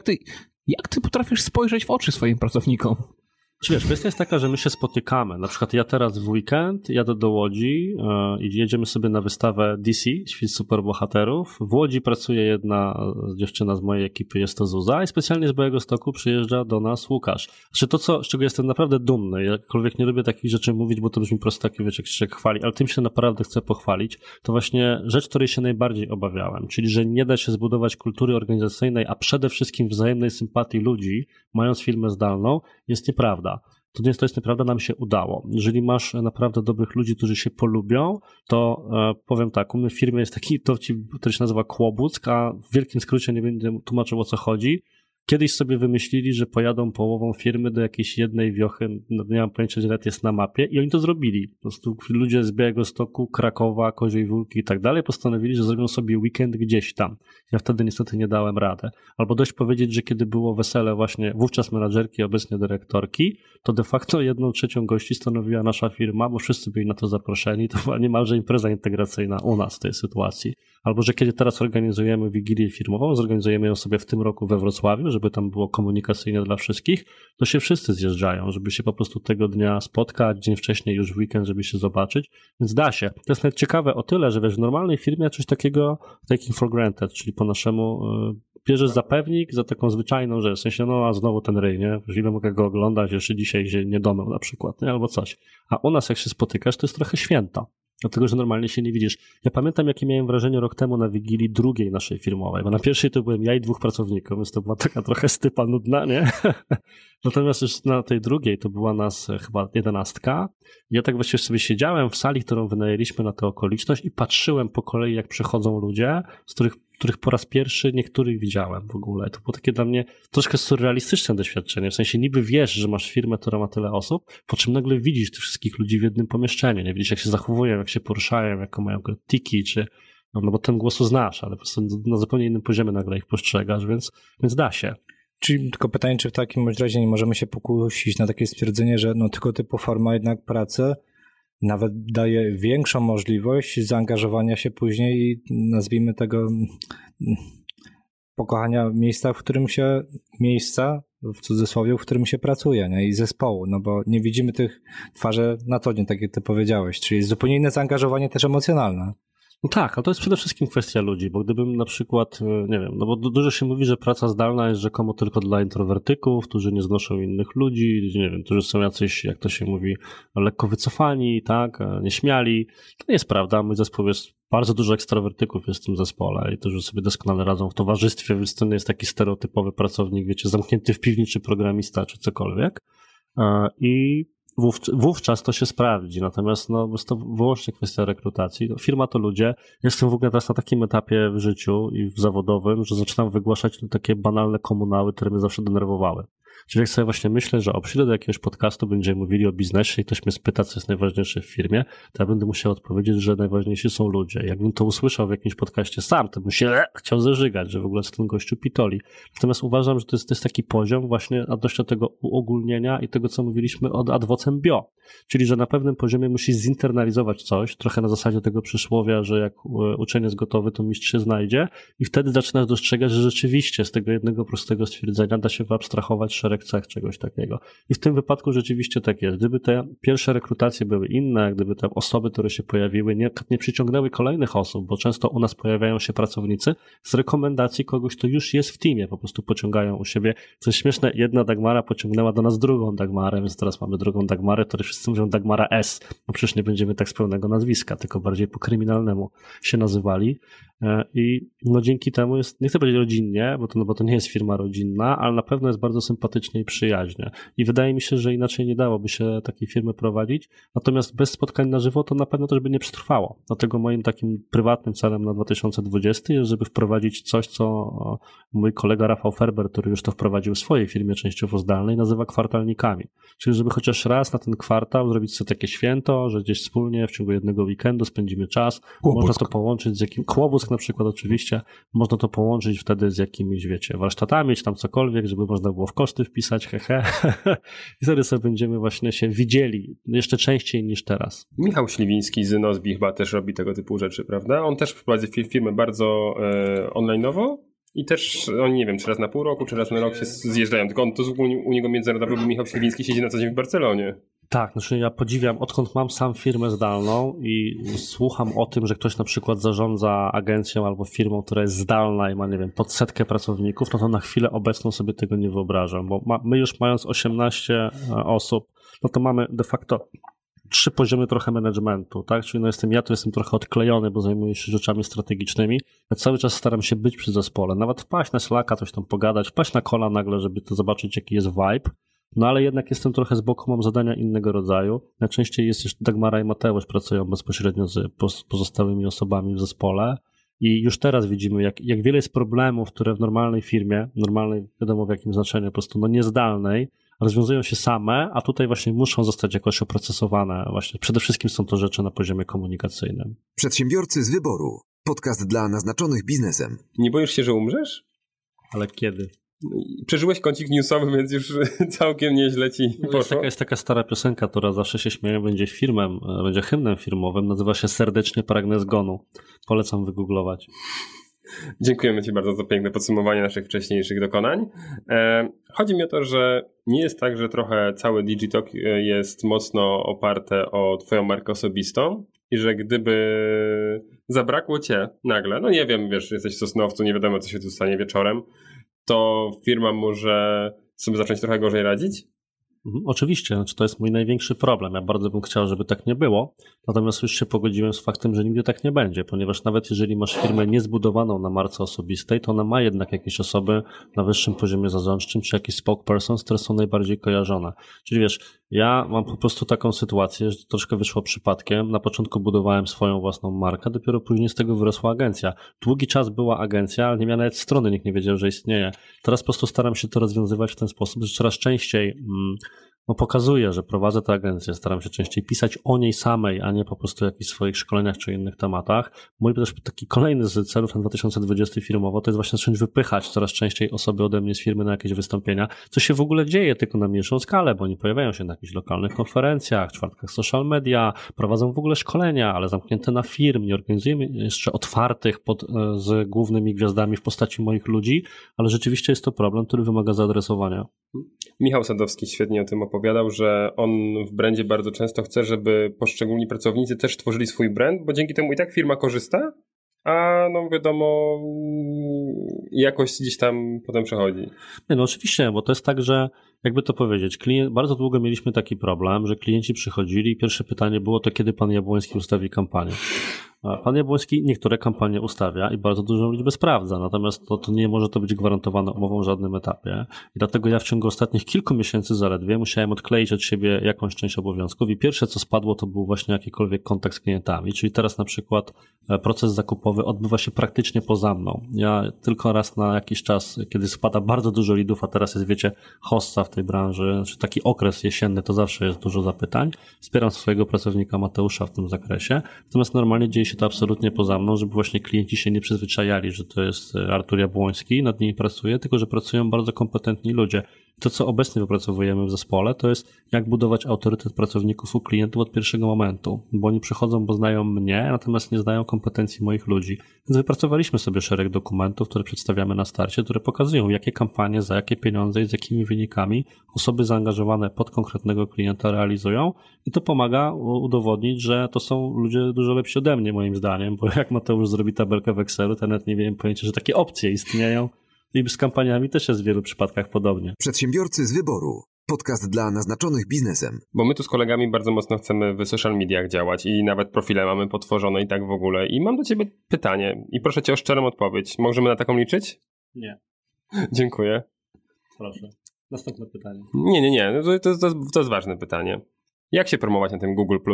jak ty potrafisz spojrzeć w oczy swoim pracownikom? Wiesz, kwestia jest taka, że my się spotykamy. Na przykład ja teraz w weekend jadę do Łodzi i jedziemy sobie na wystawę DC, Świt Superbohaterów. W Łodzi pracuje jedna dziewczyna z mojej ekipy, jest to Zuza, i specjalnie z Białegostoku przyjeżdża do nas Łukasz. Znaczy to, z czego jestem naprawdę dumny, jakkolwiek nie lubię takich rzeczy mówić, bo to brzmi po prostu takie, wiecie, jak się chwali, ale tym się naprawdę chcę pochwalić, to właśnie rzecz, której się najbardziej obawiałem, czyli że nie da się zbudować kultury organizacyjnej, a przede wszystkim wzajemnej sympatii ludzi, mając firmę zdalną, jest nieprawda. To jest nieprawda, nam się udało. Jeżeli masz naprawdę dobrych ludzi, którzy się polubią, to powiem tak, u mnie w firmie jest taki dowcip, który się nazywa kłobuck, a w wielkim skrócie nie będę tłumaczył, o co chodzi. Kiedyś sobie wymyślili, że pojadą połową firmy do jakiejś jednej wiochy, no nie mam pojęcia, że nawet jest na mapie, i oni to zrobili. Po prostu ludzie z Białegostoku, Krakowa, Koziej Wólki i tak dalej postanowili, że zrobią sobie weekend gdzieś tam. Ja wtedy niestety nie dałem rady. Albo dość powiedzieć, że kiedy było wesele właśnie wówczas menadżerki, obecnie dyrektorki, to de facto 1/3 gości stanowiła nasza firma, bo wszyscy byli na to zaproszeni. To była niemalże impreza integracyjna u nas w tej sytuacji. Albo że kiedy teraz organizujemy wigilię firmową, zorganizujemy ją sobie w tym roku we Wrocławiu, żeby tam było komunikacyjnie dla wszystkich, to się wszyscy zjeżdżają, żeby się po prostu tego dnia spotkać, dzień wcześniej już w weekend, żeby się zobaczyć, więc da się. To jest nawet ciekawe o tyle, że wiesz, w normalnej firmie coś takiego taking for granted, czyli po naszemu bierzesz za pewnik, za taką zwyczajną rzecz, w sensie, no a znowu ten ryj, nie? Ile mogę go oglądać, jeszcze dzisiaj się nie domył na przykład, nie? Albo coś. A u nas jak się spotykasz, to jest trochę święto. Dlatego, że normalnie się nie widzisz. Ja pamiętam, jakie miałem wrażenie rok temu na wigilii drugiej naszej firmowej, bo na pierwszej to byłem ja i 2 pracowników, więc to była taka trochę stypa nudna, nie? Natomiast już na tej drugiej to była nas chyba 11. Ja tak właściwie sobie siedziałem w sali, którą wynajęliśmy na tę okoliczność, i patrzyłem po kolei, jak przychodzą ludzie, z których po raz pierwszy niektórych widziałem w ogóle. To było takie dla mnie troszkę surrealistyczne doświadczenie. W sensie niby wiesz, że masz firmę, która ma tyle osób, po czym nagle widzisz tych wszystkich ludzi w jednym pomieszczeniu. Nie widzisz, jak się zachowują, jak się poruszają, jaką mają tiki, czy no bo ten głosu znasz, ale po prostu na zupełnie innym poziomie nagle ich postrzegasz, więc da się. Czyli tylko pytanie, czy w takim razie nie możemy się pokusić na takie stwierdzenie, że no tego typu forma jednak pracy nawet daje większą możliwość zaangażowania się później i nazwijmy tego pokochania miejsca, w cudzysłowie, w którym się pracuje, nie? I zespołu, no bo nie widzimy tych twarzy na co dzień, tak jak ty powiedziałeś, czyli zupełnie inne zaangażowanie też emocjonalne. No tak, ale to jest przede wszystkim kwestia ludzi, bo gdybym na przykład, nie wiem, no bo dużo się mówi, że praca zdalna jest rzekomo tylko dla introwertyków, którzy nie znoszą innych ludzi, nie wiem, którzy są jacyś, jak to się mówi, lekko wycofani, tak, nieśmiali. To nie jest prawda, mój zespół jest, bardzo dużo ekstrawertyków jest w tym zespole i którzy sobie doskonale radzą w towarzystwie, więc to nie jest taki stereotypowy pracownik, wiecie, zamknięty w piwnicy programista czy cokolwiek. I wówczas to się sprawdzi, natomiast no, jest to wyłącznie kwestia rekrutacji. Firma to ludzie. Jestem w ogóle teraz na takim etapie w życiu i w zawodowym, że zaczynam wygłaszać takie banalne komunały, które mnie zawsze denerwowały. Czyli jak sobie właśnie myślę, że przyjdę do jakiegoś podcastu, będziemy mówili o biznesie i ktoś mnie spyta, co jest najważniejsze w firmie, to ja będę musiał odpowiedzieć, że najważniejsi są ludzie. Jakbym to usłyszał w jakimś podcaście sam, to bym się chciał zażygać, że w ogóle z tym gościu pitoli. Natomiast uważam, że to jest taki poziom właśnie odnośnie do tego uogólnienia i tego, co mówiliśmy ad vocem bio. Czyli, że na pewnym poziomie musisz zinternalizować coś, trochę na zasadzie tego przysłowia, że jak uczeń jest gotowy, to mistrz się znajdzie, i wtedy zaczynasz dostrzegać, że rzeczywiście z tego jednego prostego stwierdzenia da się wyabstrahować szereg cech czegoś takiego. I w tym wypadku rzeczywiście tak jest. Gdyby te pierwsze rekrutacje były inne, gdyby te osoby, które się pojawiły, nie przyciągnęły kolejnych osób, bo często u nas pojawiają się pracownicy z rekomendacji kogoś, kto już jest w teamie, po prostu pociągają u siebie. Co jest śmieszne, jedna Dagmara pociągnęła do nas drugą Dagmarę, więc teraz mamy drugą Dagmarę, której wszyscy mówią Dagmara S, bo przecież nie będziemy tak z pełnego nazwiska, tylko bardziej po kryminalnemu się nazywali. I no dzięki temu jest, nie chcę powiedzieć rodzinnie, bo to nie jest firma rodzinna, ale na pewno jest bardzo sympatycznie i przyjaźnie. I wydaje mi się, że inaczej nie dałoby się takiej firmy prowadzić, natomiast bez spotkań na żywo to na pewno też by nie przetrwało. Dlatego moim takim prywatnym celem na 2020 jest, żeby wprowadzić coś, co mój kolega Rafał Ferber, który już to wprowadził w swojej firmie częściowo zdalnej, nazywa kwartalnikami. Czyli żeby chociaż raz na ten kwartał zrobić sobie takie święto, że gdzieś wspólnie w ciągu jednego weekendu spędzimy czas. Kłobusk. Można to połączyć z jakimś... Kłobusk na przykład oczywiście. Można to połączyć wtedy z jakimiś, wiecie, warsztatami, czy tam cokolwiek, żeby można było w koszty wpisać, I wtedy sobie będziemy właśnie się widzieli jeszcze częściej niż teraz. Michał Śliwiński z Nozbi chyba też robi tego typu rzeczy, prawda? On też prowadzi firmę bardzo online'owo i też, oni nie wiem, czy raz na pół roku, czy raz na rok się zjeżdżają, tylko on to u niego międzynarodowy Michał Śliwiński siedzi na co dzień w Barcelonie. Tak, znaczy ja podziwiam, odkąd mam sam firmę zdalną i słucham o tym, że ktoś na przykład zarządza agencją albo firmą, która jest zdalna i ma, nie wiem, pod 100 pracowników, no to na chwilę obecną sobie tego nie wyobrażam, bo my już mając 18 osób, no to mamy de facto 3 poziomy trochę managementu, tak? Czyli ja tu jestem trochę odklejony, bo zajmuję się rzeczami strategicznymi. Ja cały czas staram się być przy zespole, nawet wpaść na Slacka, coś tam pogadać, wpaść na kola nagle, żeby to zobaczyć, jaki jest vibe. No ale jednak jestem trochę z boku, mam zadania innego rodzaju. Najczęściej jest jeszcze Dagmara i Mateusz pracują bezpośrednio z pozostałymi osobami w zespole i już teraz widzimy, jak wiele jest problemów, które w normalnej firmie, wiadomo w jakim znaczeniu, po prostu niezdalnej, rozwiązują się same, a tutaj właśnie muszą zostać jakoś oprocesowane. Właśnie przede wszystkim są to rzeczy na poziomie komunikacyjnym. Przedsiębiorcy z wyboru. Podcast dla naznaczonych biznesem. Nie boisz się, że umrzesz? Ale kiedy? Przeżyłeś kącik newsowy, więc już całkiem nieźle ci poszło. Jest taka stara piosenka, która zawsze się śmieje, będzie hymnem firmowym, nazywa się Serdecznie pragnę zgonu. Polecam wygooglować. Dziękujemy ci bardzo za piękne podsumowanie naszych wcześniejszych dokonań. Chodzi mi o to, że nie jest tak, że trochę cały Digitalk jest mocno oparte o twoją markę osobistą i że gdyby zabrakło cię nagle, no nie wiem, wiesz, jesteś w Sosnowcu, nie wiadomo co się tu stanie wieczorem, to firma może sobie zacząć trochę gorzej radzić? Oczywiście, to jest mój największy problem. Ja bardzo bym chciał, żeby tak nie było, natomiast już się pogodziłem z faktem, że nigdy tak nie będzie, ponieważ nawet jeżeli masz firmę niezbudowaną na marce osobistej, to ona ma jednak jakieś osoby na wyższym poziomie zarządczym, czy jakieś spokespersons, które są najbardziej kojarzone. Czyli wiesz, ja mam po prostu taką sytuację, że troszkę wyszło przypadkiem. Na początku budowałem swoją własną markę, dopiero później z tego wyrosła agencja. Długi czas była agencja, ale nie miała nawet strony, nikt nie wiedział, że istnieje. Teraz po prostu staram się to rozwiązywać w ten sposób, że coraz częściej pokazuję, że prowadzę tę agencję, staram się częściej pisać o niej samej, a nie po prostu o jakichś swoich szkoleniach czy innych tematach. Mój też taki kolejny z celów na 2020 firmowo to jest właśnie zacząć wypychać coraz częściej osoby ode mnie z firmy na jakieś wystąpienia, co się w ogóle dzieje tylko na mniejszą skalę, bo oni pojawiają się na jakichś lokalnych konferencjach, czwartkach social media, prowadzą w ogóle szkolenia, ale zamknięte na firm, nie organizujemy jeszcze otwartych z głównymi gwiazdami w postaci moich ludzi, ale rzeczywiście jest to problem, który wymaga zaadresowania. Michał Sadowski świetnie o tym opowiadał, że on w brandzie bardzo często chce, żeby poszczególni pracownicy też tworzyli swój brand, bo dzięki temu i tak firma korzysta, a no wiadomo, jakość gdzieś tam potem przechodzi. Nie, no oczywiście, bo to jest tak, że jakby to powiedzieć, bardzo długo mieliśmy taki problem, że klienci przychodzili i pierwsze pytanie było to, kiedy pan Jabłoński ustawi kampanię. Pan Jabłoński niektóre kampanie ustawia i bardzo dużą liczbę sprawdza, natomiast to nie może to być gwarantowane umową w żadnym etapie i dlatego ja w ciągu ostatnich kilku miesięcy zaledwie musiałem odkleić od siebie jakąś część obowiązków i pierwsze co spadło to był właśnie jakikolwiek kontakt z klientami, czyli teraz na przykład proces zakupowy odbywa się praktycznie poza mną. Ja tylko raz na jakiś czas, kiedy spada bardzo dużo leadów, a teraz jest, wiecie, hossa w tej branży, znaczy taki okres jesienny to zawsze jest dużo zapytań, wspieram swojego pracownika Mateusza w tym zakresie, natomiast normalnie dzieje się to absolutnie poza mną, żeby właśnie klienci się nie przyzwyczajali, że to jest Artur Jabłoński, nad nimi pracuje, tylko że pracują bardzo kompetentni ludzie. To, co obecnie wypracowujemy w zespole, to jest jak budować autorytet pracowników u klientów od pierwszego momentu, bo oni przychodzą, bo znają mnie, natomiast nie znają kompetencji moich ludzi. Więc wypracowaliśmy sobie szereg dokumentów, które przedstawiamy na starcie, które pokazują, jakie kampanie, za jakie pieniądze i z jakimi wynikami osoby zaangażowane pod konkretnego klienta realizują i to pomaga udowodnić, że to są ludzie dużo lepsi ode mnie, moim zdaniem, bo jak Mateusz zrobi tabelkę w Excelu, to nawet nie wiem pojęcia, że takie opcje istnieją. I z kampaniami też jest w wielu przypadkach podobnie. Przedsiębiorcy z wyboru. Podcast dla naznaczonych biznesem. Bo my tu z kolegami bardzo mocno chcemy w social mediach działać i nawet profile mamy potworzone i tak w ogóle. I mam do ciebie pytanie i proszę cię o szczerą odpowiedź. Możemy na taką liczyć? Nie. Dziękuję. Proszę. Następne pytanie. Nie. To jest ważne pytanie. Jak się promować na tym Google+.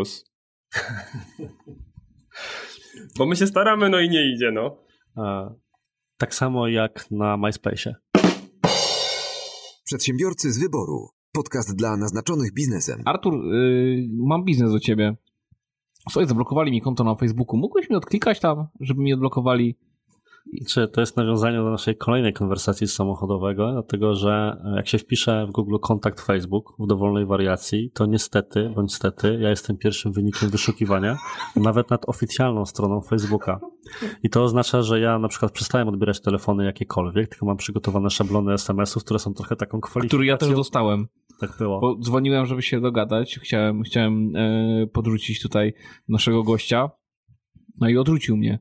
Bo my się staramy, no i nie idzie, no. Tak samo jak na MySpace'ie. Przedsiębiorcy z wyboru. Podcast dla naznaczonych biznesem. Artur, mam biznes do ciebie. Słuchaj, zablokowali mi konto na Facebooku. Mógłbyś mi odklikać tam, żeby mi odblokowali? Czy to jest nawiązanie do naszej kolejnej konwersacji samochodowego, dlatego że jak się wpisze w Google kontakt Facebook w dowolnej wariacji, to niestety, bądź stety, ja jestem pierwszym wynikiem wyszukiwania, nawet nad oficjalną stroną Facebooka. I to oznacza, że ja na przykład przestałem odbierać telefony jakiekolwiek, tylko mam przygotowane szablony SMS-ów, które są trochę taką kwalifikacją. Który ja też dostałem. Tak było. Bo dzwoniłem, żeby się dogadać. Chciałem podrzucić tutaj naszego gościa. No i odrzucił mnie.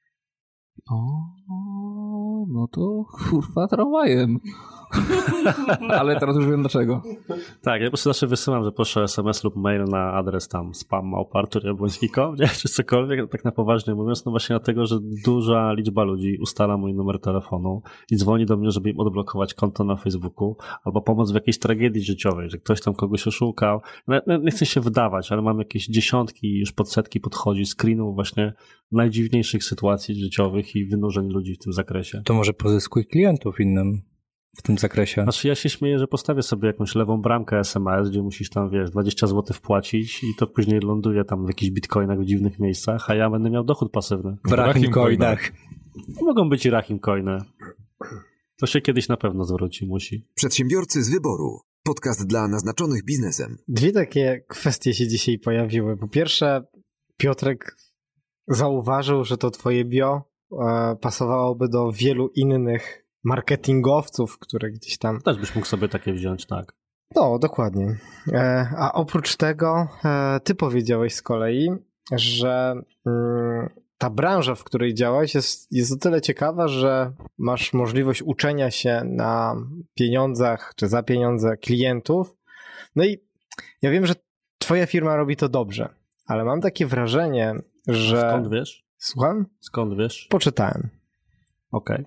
No to kurwa tramwajem. Ale teraz już wiem dlaczego. Tak, ja po prostu zawsze wysyłam, że proszę SMS lub mail na adres tam spam@arturjabłoński.com, czy cokolwiek, tak na poważnie mówiąc, no właśnie dlatego, że duża liczba ludzi ustala mój numer telefonu i dzwoni do mnie, żeby im odblokować konto na Facebooku albo pomóc w jakiejś tragedii życiowej, że ktoś tam kogoś oszukał. Nie chcę się wydawać, ale mam jakieś dziesiątki, już pod setki podchodzi screenów właśnie najdziwniejszych sytuacji życiowych i wynurzeń ludzi w tym zakresie. To może pozyskuj klientów innym w tym zakresie. Znaczy ja się śmieję, że postawię sobie jakąś lewą bramkę SMS, gdzie musisz tam, 20 zł wpłacić i to później ląduje tam w jakichś bitcoinach w dziwnych miejscach, a ja będę miał dochód pasywny. W Rahim Coinach. Mogą być i Rahim Coiny. To się kiedyś na pewno zwróci, musi. Przedsiębiorcy z wyboru. Podcast dla naznaczonych biznesem. Dwie takie kwestie się dzisiaj pojawiły. Po pierwsze, Piotrek zauważył, że to twoje bio pasowałoby do wielu innych marketingowców, które gdzieś tam... Też byś mógł sobie takie wziąć, tak. No, dokładnie. A oprócz tego ty powiedziałeś z kolei, że ta branża, w której działasz, jest o tyle ciekawa, że masz możliwość uczenia się na pieniądzach czy za pieniądze klientów. No i ja wiem, że twoja firma robi to dobrze, ale mam takie wrażenie, że... Skąd wiesz? Słucham? Skąd wiesz? Poczytałem. Okej.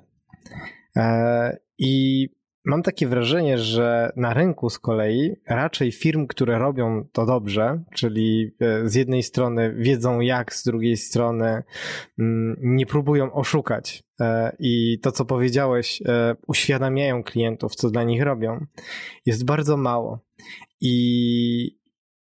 I mam takie wrażenie, że na rynku z kolei raczej firm, które robią to dobrze, czyli z jednej strony wiedzą jak, z drugiej strony nie próbują oszukać i to, co powiedziałeś, uświadamiają klientów, co dla nich robią, jest bardzo mało. I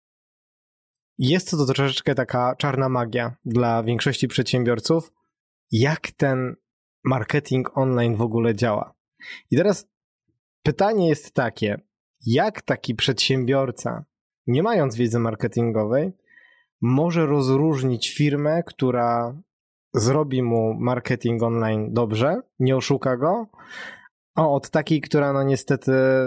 jest to troszeczkę taka czarna magia dla większości przedsiębiorców, jak ten marketing online w ogóle działa. I teraz pytanie jest takie, jak taki przedsiębiorca, nie mając wiedzy marketingowej, może rozróżnić firmę, która zrobi mu marketing online dobrze, nie oszuka go, od takiej, która no niestety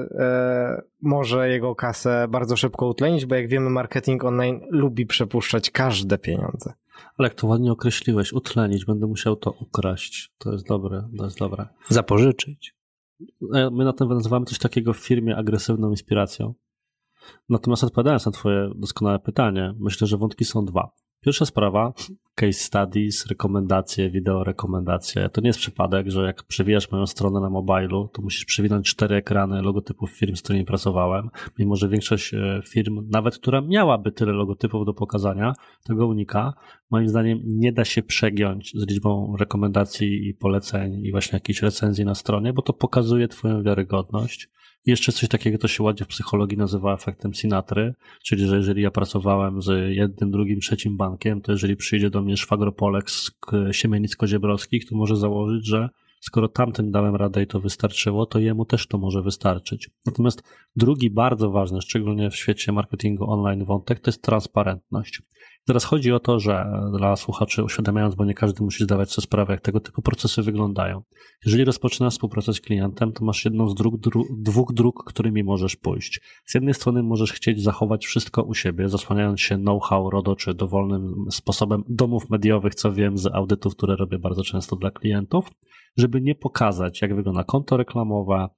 może jego kasę bardzo szybko utlenić, bo jak wiemy, marketing online lubi przepuszczać każde pieniądze. Ale jak to ładnie określiłeś, utlenić, będę musiał to ukraść. To jest dobre, to jest dobre. Zapożyczyć. My na tym nazywamy coś takiego w firmie agresywną inspiracją. Natomiast odpowiadając na twoje doskonałe pytanie, myślę, że wątki są dwa. Pierwsza sprawa, case studies, rekomendacje, wideo rekomendacje. To nie jest przypadek, że jak przewijasz moją stronę na mobilu, to musisz przewinąć 4 ekrany logotypów firm, z którymi pracowałem. Mimo że większość firm, nawet która miałaby tyle logotypów do pokazania, tego unika. Moim zdaniem nie da się przegiąć z liczbą rekomendacji i poleceń i właśnie jakichś recenzji na stronie, bo to pokazuje twoją wiarygodność. I jeszcze coś takiego, to się ładnie w psychologii nazywa efektem Sinatry, czyli że jeżeli ja pracowałem z jednym, drugim, trzecim bankiem, to jeżeli przyjdzie do mnie szwagropolek z Siemienic-Koziebrowskich, to może założyć, że skoro tamtym dałem radę i to wystarczyło, to jemu też to może wystarczyć. Natomiast drugi bardzo ważny, szczególnie w świecie marketingu online wątek, to jest transparentność. Teraz chodzi o to, że dla słuchaczy uświadamiając, bo nie każdy musi zdawać sobie sprawę, jak tego typu procesy wyglądają. Jeżeli rozpoczynasz współpracę z klientem, to masz jedną z dwóch dróg, którymi możesz pójść. Z jednej strony możesz chcieć zachować wszystko u siebie, zasłaniając się know-how, RODO czy dowolnym sposobem domów mediowych, co wiem z audytów, które robię bardzo często dla klientów, żeby nie pokazać, jak wygląda konto reklamowe,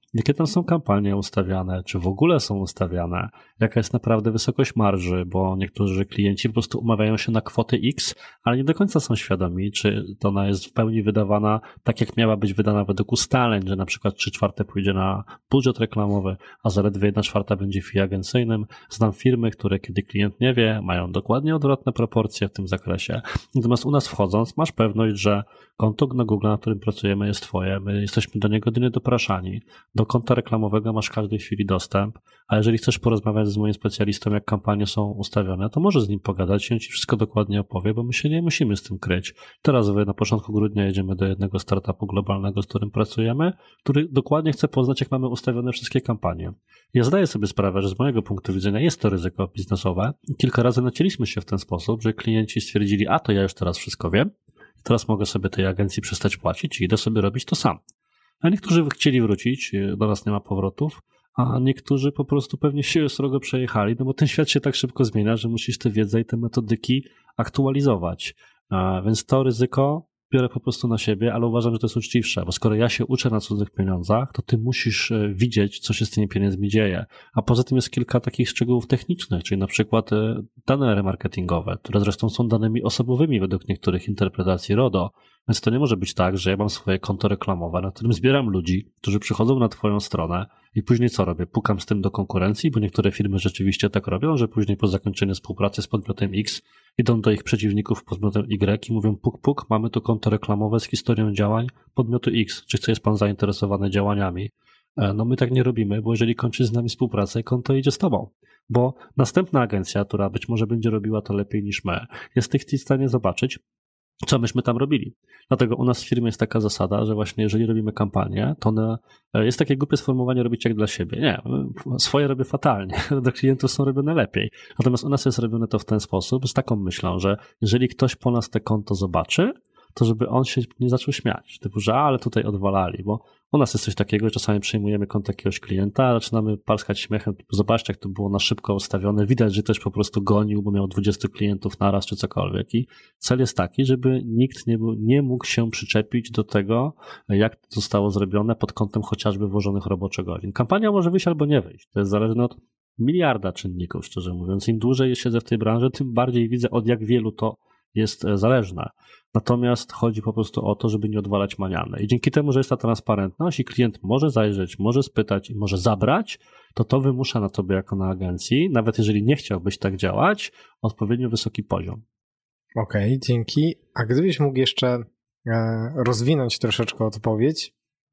jakie tam są kampanie ustawiane, czy w ogóle są ustawiane, jaka jest naprawdę wysokość marży, bo niektórzy klienci po prostu umawiają się na kwotę X, ale nie do końca są świadomi, czy to ona jest w pełni wydawana tak, jak miała być wydana według ustaleń, że na przykład 3/4 pójdzie na budżet reklamowy, a zaledwie 1/4 będzie fee agencyjnym. Znam firmy, które kiedy klient nie wie, mają dokładnie odwrotne proporcje w tym zakresie. Natomiast u nas wchodząc, masz pewność, że konto na Google, na którym pracujemy, jest twoje, my jesteśmy do niego jedynie dopraszani. Do konta reklamowego masz w każdej chwili dostęp, a jeżeli chcesz porozmawiać z moim specjalistą, jak kampanie są ustawione, to możesz z nim pogadać i on ci wszystko dokładnie opowie, bo my się nie musimy z tym kryć. Teraz na początku grudnia jedziemy do jednego startupu globalnego, z którym pracujemy, który dokładnie chce poznać, jak mamy ustawione wszystkie kampanie. Ja zdaję sobie sprawę, że z mojego punktu widzenia jest to ryzyko biznesowe. Kilka razy nacięliśmy się w ten sposób, że klienci stwierdzili, a to ja już teraz wszystko wiem, teraz mogę sobie tej agencji przestać płacić i idę sobie robić to sam. A niektórzy chcieli wrócić, do nas nie ma powrotów, a niektórzy po prostu pewnie się srogo przejechali, no bo ten świat się tak szybko zmienia, że musisz tę wiedzę i te metodyki aktualizować. Więc to ryzyko biorę po prostu na siebie, ale uważam, że to jest uczciwsze, bo skoro ja się uczę na cudzych pieniądzach, to ty musisz widzieć, co się z tymi pieniędzmi dzieje. A poza tym jest kilka takich szczegółów technicznych, czyli na przykład dane remarketingowe, które zresztą są danymi osobowymi według niektórych interpretacji RODO. Więc to nie może być tak, że ja mam swoje konto reklamowe, na którym zbieram ludzi, którzy przychodzą na twoją stronę i później co robię? Pukam z tym do konkurencji, bo niektóre firmy rzeczywiście tak robią, że później po zakończeniu współpracy z podmiotem X idą do ich przeciwników podmiotem Y i mówią puk, mamy tu konto reklamowe z historią działań podmiotu X. Czy jest pan zainteresowany działaniami? No my tak nie robimy, bo jeżeli kończysz z nami współpracę, konto idzie z tobą. Bo następna agencja, która być może będzie robiła to lepiej niż my, jest w stanie zobaczyć, co myśmy tam robili. Dlatego u nas w firmie jest taka zasada, że właśnie jeżeli robimy kampanię, to jest takie głupie sformułowanie robić jak dla siebie. Nie, swoje robię fatalnie, do klientów są robione lepiej. Natomiast u nas jest robione to w ten sposób, z taką myślą, że jeżeli ktoś po nas te konto zobaczy, to żeby on się nie zaczął śmiać. Typu, że ale tutaj odwalali, bo u nas jest coś takiego, że czasami przejmujemy konto jakiegoś klienta, zaczynamy parskać śmiechem, zobaczcie, jak to było na szybko ustawione, widać, że ktoś po prostu gonił, bo miał 20 klientów naraz czy cokolwiek i cel jest taki, żeby nikt nie mógł się przyczepić do tego, jak to zostało zrobione pod kątem chociażby włożonych roboczo godzin. Kampania może wyjść albo nie wyjść, to jest zależne od miliarda czynników, szczerze mówiąc. Im dłużej siedzę w tej branży, tym bardziej widzę, od jak wielu to jest zależne. Natomiast chodzi po prostu o to, żeby nie odwalać maniany. I dzięki temu, że jest ta transparentność i klient może zajrzeć, może spytać i może zabrać, to wymusza na tobie jako na agencji, nawet jeżeli nie chciałbyś tak działać, odpowiednio wysoki poziom. Okej, dzięki. A gdybyś mógł jeszcze rozwinąć troszeczkę odpowiedź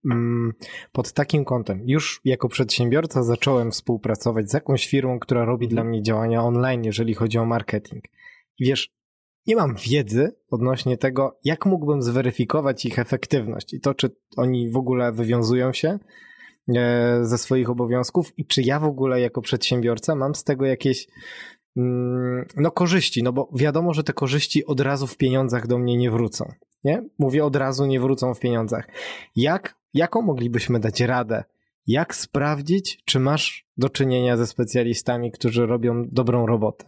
pod takim kątem. Już jako przedsiębiorca zacząłem współpracować z jakąś firmą, która robi dla mnie działania online, jeżeli chodzi o marketing. I wiesz, nie mam wiedzy odnośnie tego, jak mógłbym zweryfikować ich efektywność i to, czy oni w ogóle wywiązują się ze swoich obowiązków i czy ja w ogóle jako przedsiębiorca mam z tego jakieś korzyści, no bo wiadomo, że te korzyści od razu w pieniądzach do mnie nie wrócą, nie? Mówię od razu nie wrócą w pieniądzach. Jaką moglibyśmy dać radę? Jak sprawdzić, czy masz do czynienia ze specjalistami, którzy robią dobrą robotę?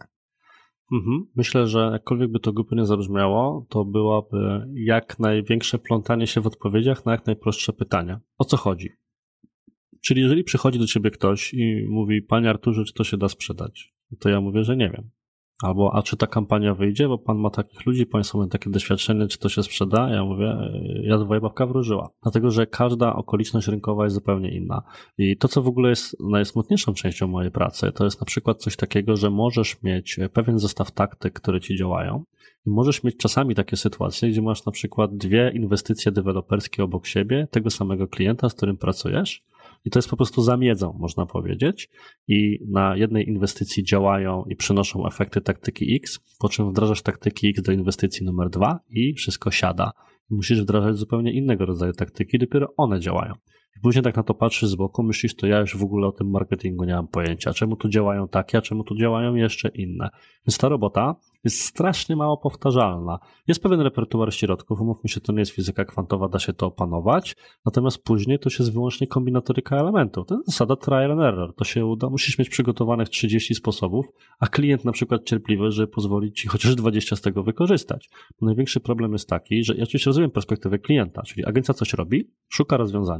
Myślę, że jakkolwiek by to głupio nie zabrzmiało, to byłoby jak największe plątanie się w odpowiedziach na jak najprostsze pytania. O co chodzi? Czyli jeżeli przychodzi do ciebie ktoś i mówi, panie Arturze, czy to się da sprzedać? To ja mówię, że nie wiem. Albo, a czy ta kampania wyjdzie, bo pan ma takich ludzi, państwo mają takie doświadczenie, czy to się sprzeda? Ja mówię, jadłowa babka wróżyła. Dlatego, że każda okoliczność rynkowa jest zupełnie inna. I to, co w ogóle jest najsmutniejszą częścią mojej pracy, to jest na przykład coś takiego, że możesz mieć pewien zestaw taktyk, które ci działają. I możesz mieć czasami takie sytuacje, gdzie masz na przykład 2 inwestycje deweloperskie obok siebie, tego samego klienta, z którym pracujesz. I to jest po prostu zamiedzą, można powiedzieć. I na jednej inwestycji działają i przynoszą efekty taktyki X, po czym wdrażasz taktyki X do inwestycji numer 2 i wszystko siada. Musisz wdrażać zupełnie innego rodzaju taktyki, dopiero one działają. I później tak na to patrzysz z boku, myślisz, to ja już w ogóle o tym marketingu nie mam pojęcia. Czemu tu działają takie, a czemu tu działają jeszcze inne? Więc ta robota jest strasznie mało powtarzalna. Jest pewien repertuar środków, umówmy się, to nie jest fizyka kwantowa, da się to opanować, natomiast później to już jest wyłącznie kombinatoryka elementów. To jest zasada trial and error. To się uda, musisz mieć przygotowanych 30 sposobów, a klient na przykład cierpliwy, żeby pozwolić ci chociaż 20 z tego wykorzystać. Bo największy problem jest taki, że ja oczywiście rozumiem perspektywę klienta, czyli agencja coś robi, szuka rozwiązania, zakładamy,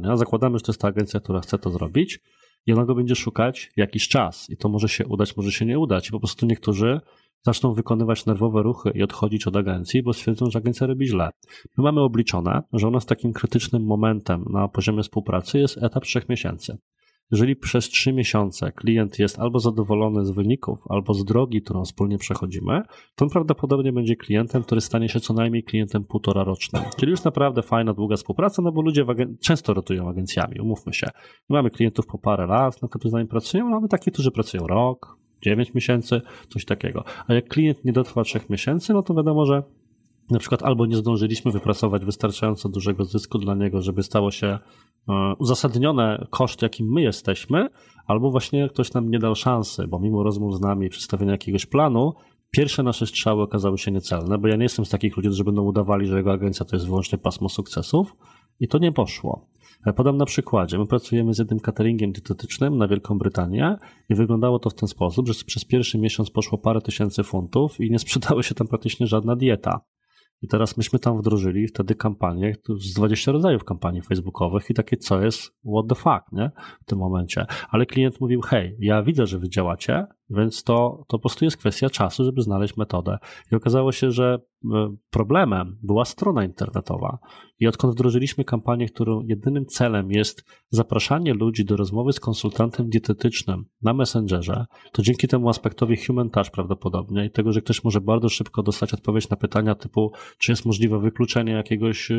zakładamy, że to jest ta agencja, która chce to zrobić i ona go będzie szukać jakiś czas i to może się udać, może się nie udać i po prostu niektórzy zaczną wykonywać nerwowe ruchy i odchodzić od agencji, bo stwierdzą, że agencja robi źle. My mamy obliczone, że u nas takim krytycznym momentem na poziomie współpracy jest etap 3 miesięcy. Jeżeli przez 3 miesiące klient jest albo zadowolony z wyników, albo z drogi, którą wspólnie przechodzimy, to on prawdopodobnie będzie klientem, który stanie się co najmniej klientem 1,5-rocznym. Czyli już naprawdę fajna, długa współpraca, no bo ludzie często rotują agencjami, umówmy się. My mamy klientów po parę lat, którzy z nami pracują, ale mamy takich, którzy pracują rok, 9 miesięcy, coś takiego. A jak klient nie dotrwa 3 miesięcy, no to wiadomo, że na przykład albo nie zdążyliśmy wypracować wystarczająco dużego zysku dla niego, żeby stało się uzasadnione koszt, jakim my jesteśmy, albo właśnie ktoś nam nie dał szansy, bo mimo rozmów z nami i przedstawienia jakiegoś planu, pierwsze nasze strzały okazały się niecelne, bo ja nie jestem z takich ludzi, którzy będą udawali, że jego agencja to jest wyłącznie pasmo sukcesów i to nie poszło. Podam na przykładzie. My pracujemy z jednym cateringiem dietetycznym na Wielką Brytanię i wyglądało to w ten sposób, że przez pierwszy miesiąc poszło parę tysięcy funtów i nie sprzedało się tam praktycznie żadna dieta. I teraz myśmy tam wdrożyli wtedy kampanię, z 20 rodzajów kampanii facebookowych i takie co jest, what the fuck, nie? W tym momencie. Ale klient mówił, hej, ja widzę, że wy działacie, więc to po prostu jest kwestia czasu, żeby znaleźć metodę. I okazało się, że problemem była strona internetowa. I odkąd wdrożyliśmy kampanię, którą jedynym celem jest zapraszanie ludzi do rozmowy z konsultantem dietetycznym na Messengerze, to dzięki temu aspektowi human touch prawdopodobnie i tego, że ktoś może bardzo szybko dostać odpowiedź na pytania typu, czy jest możliwe wykluczenie jakiegoś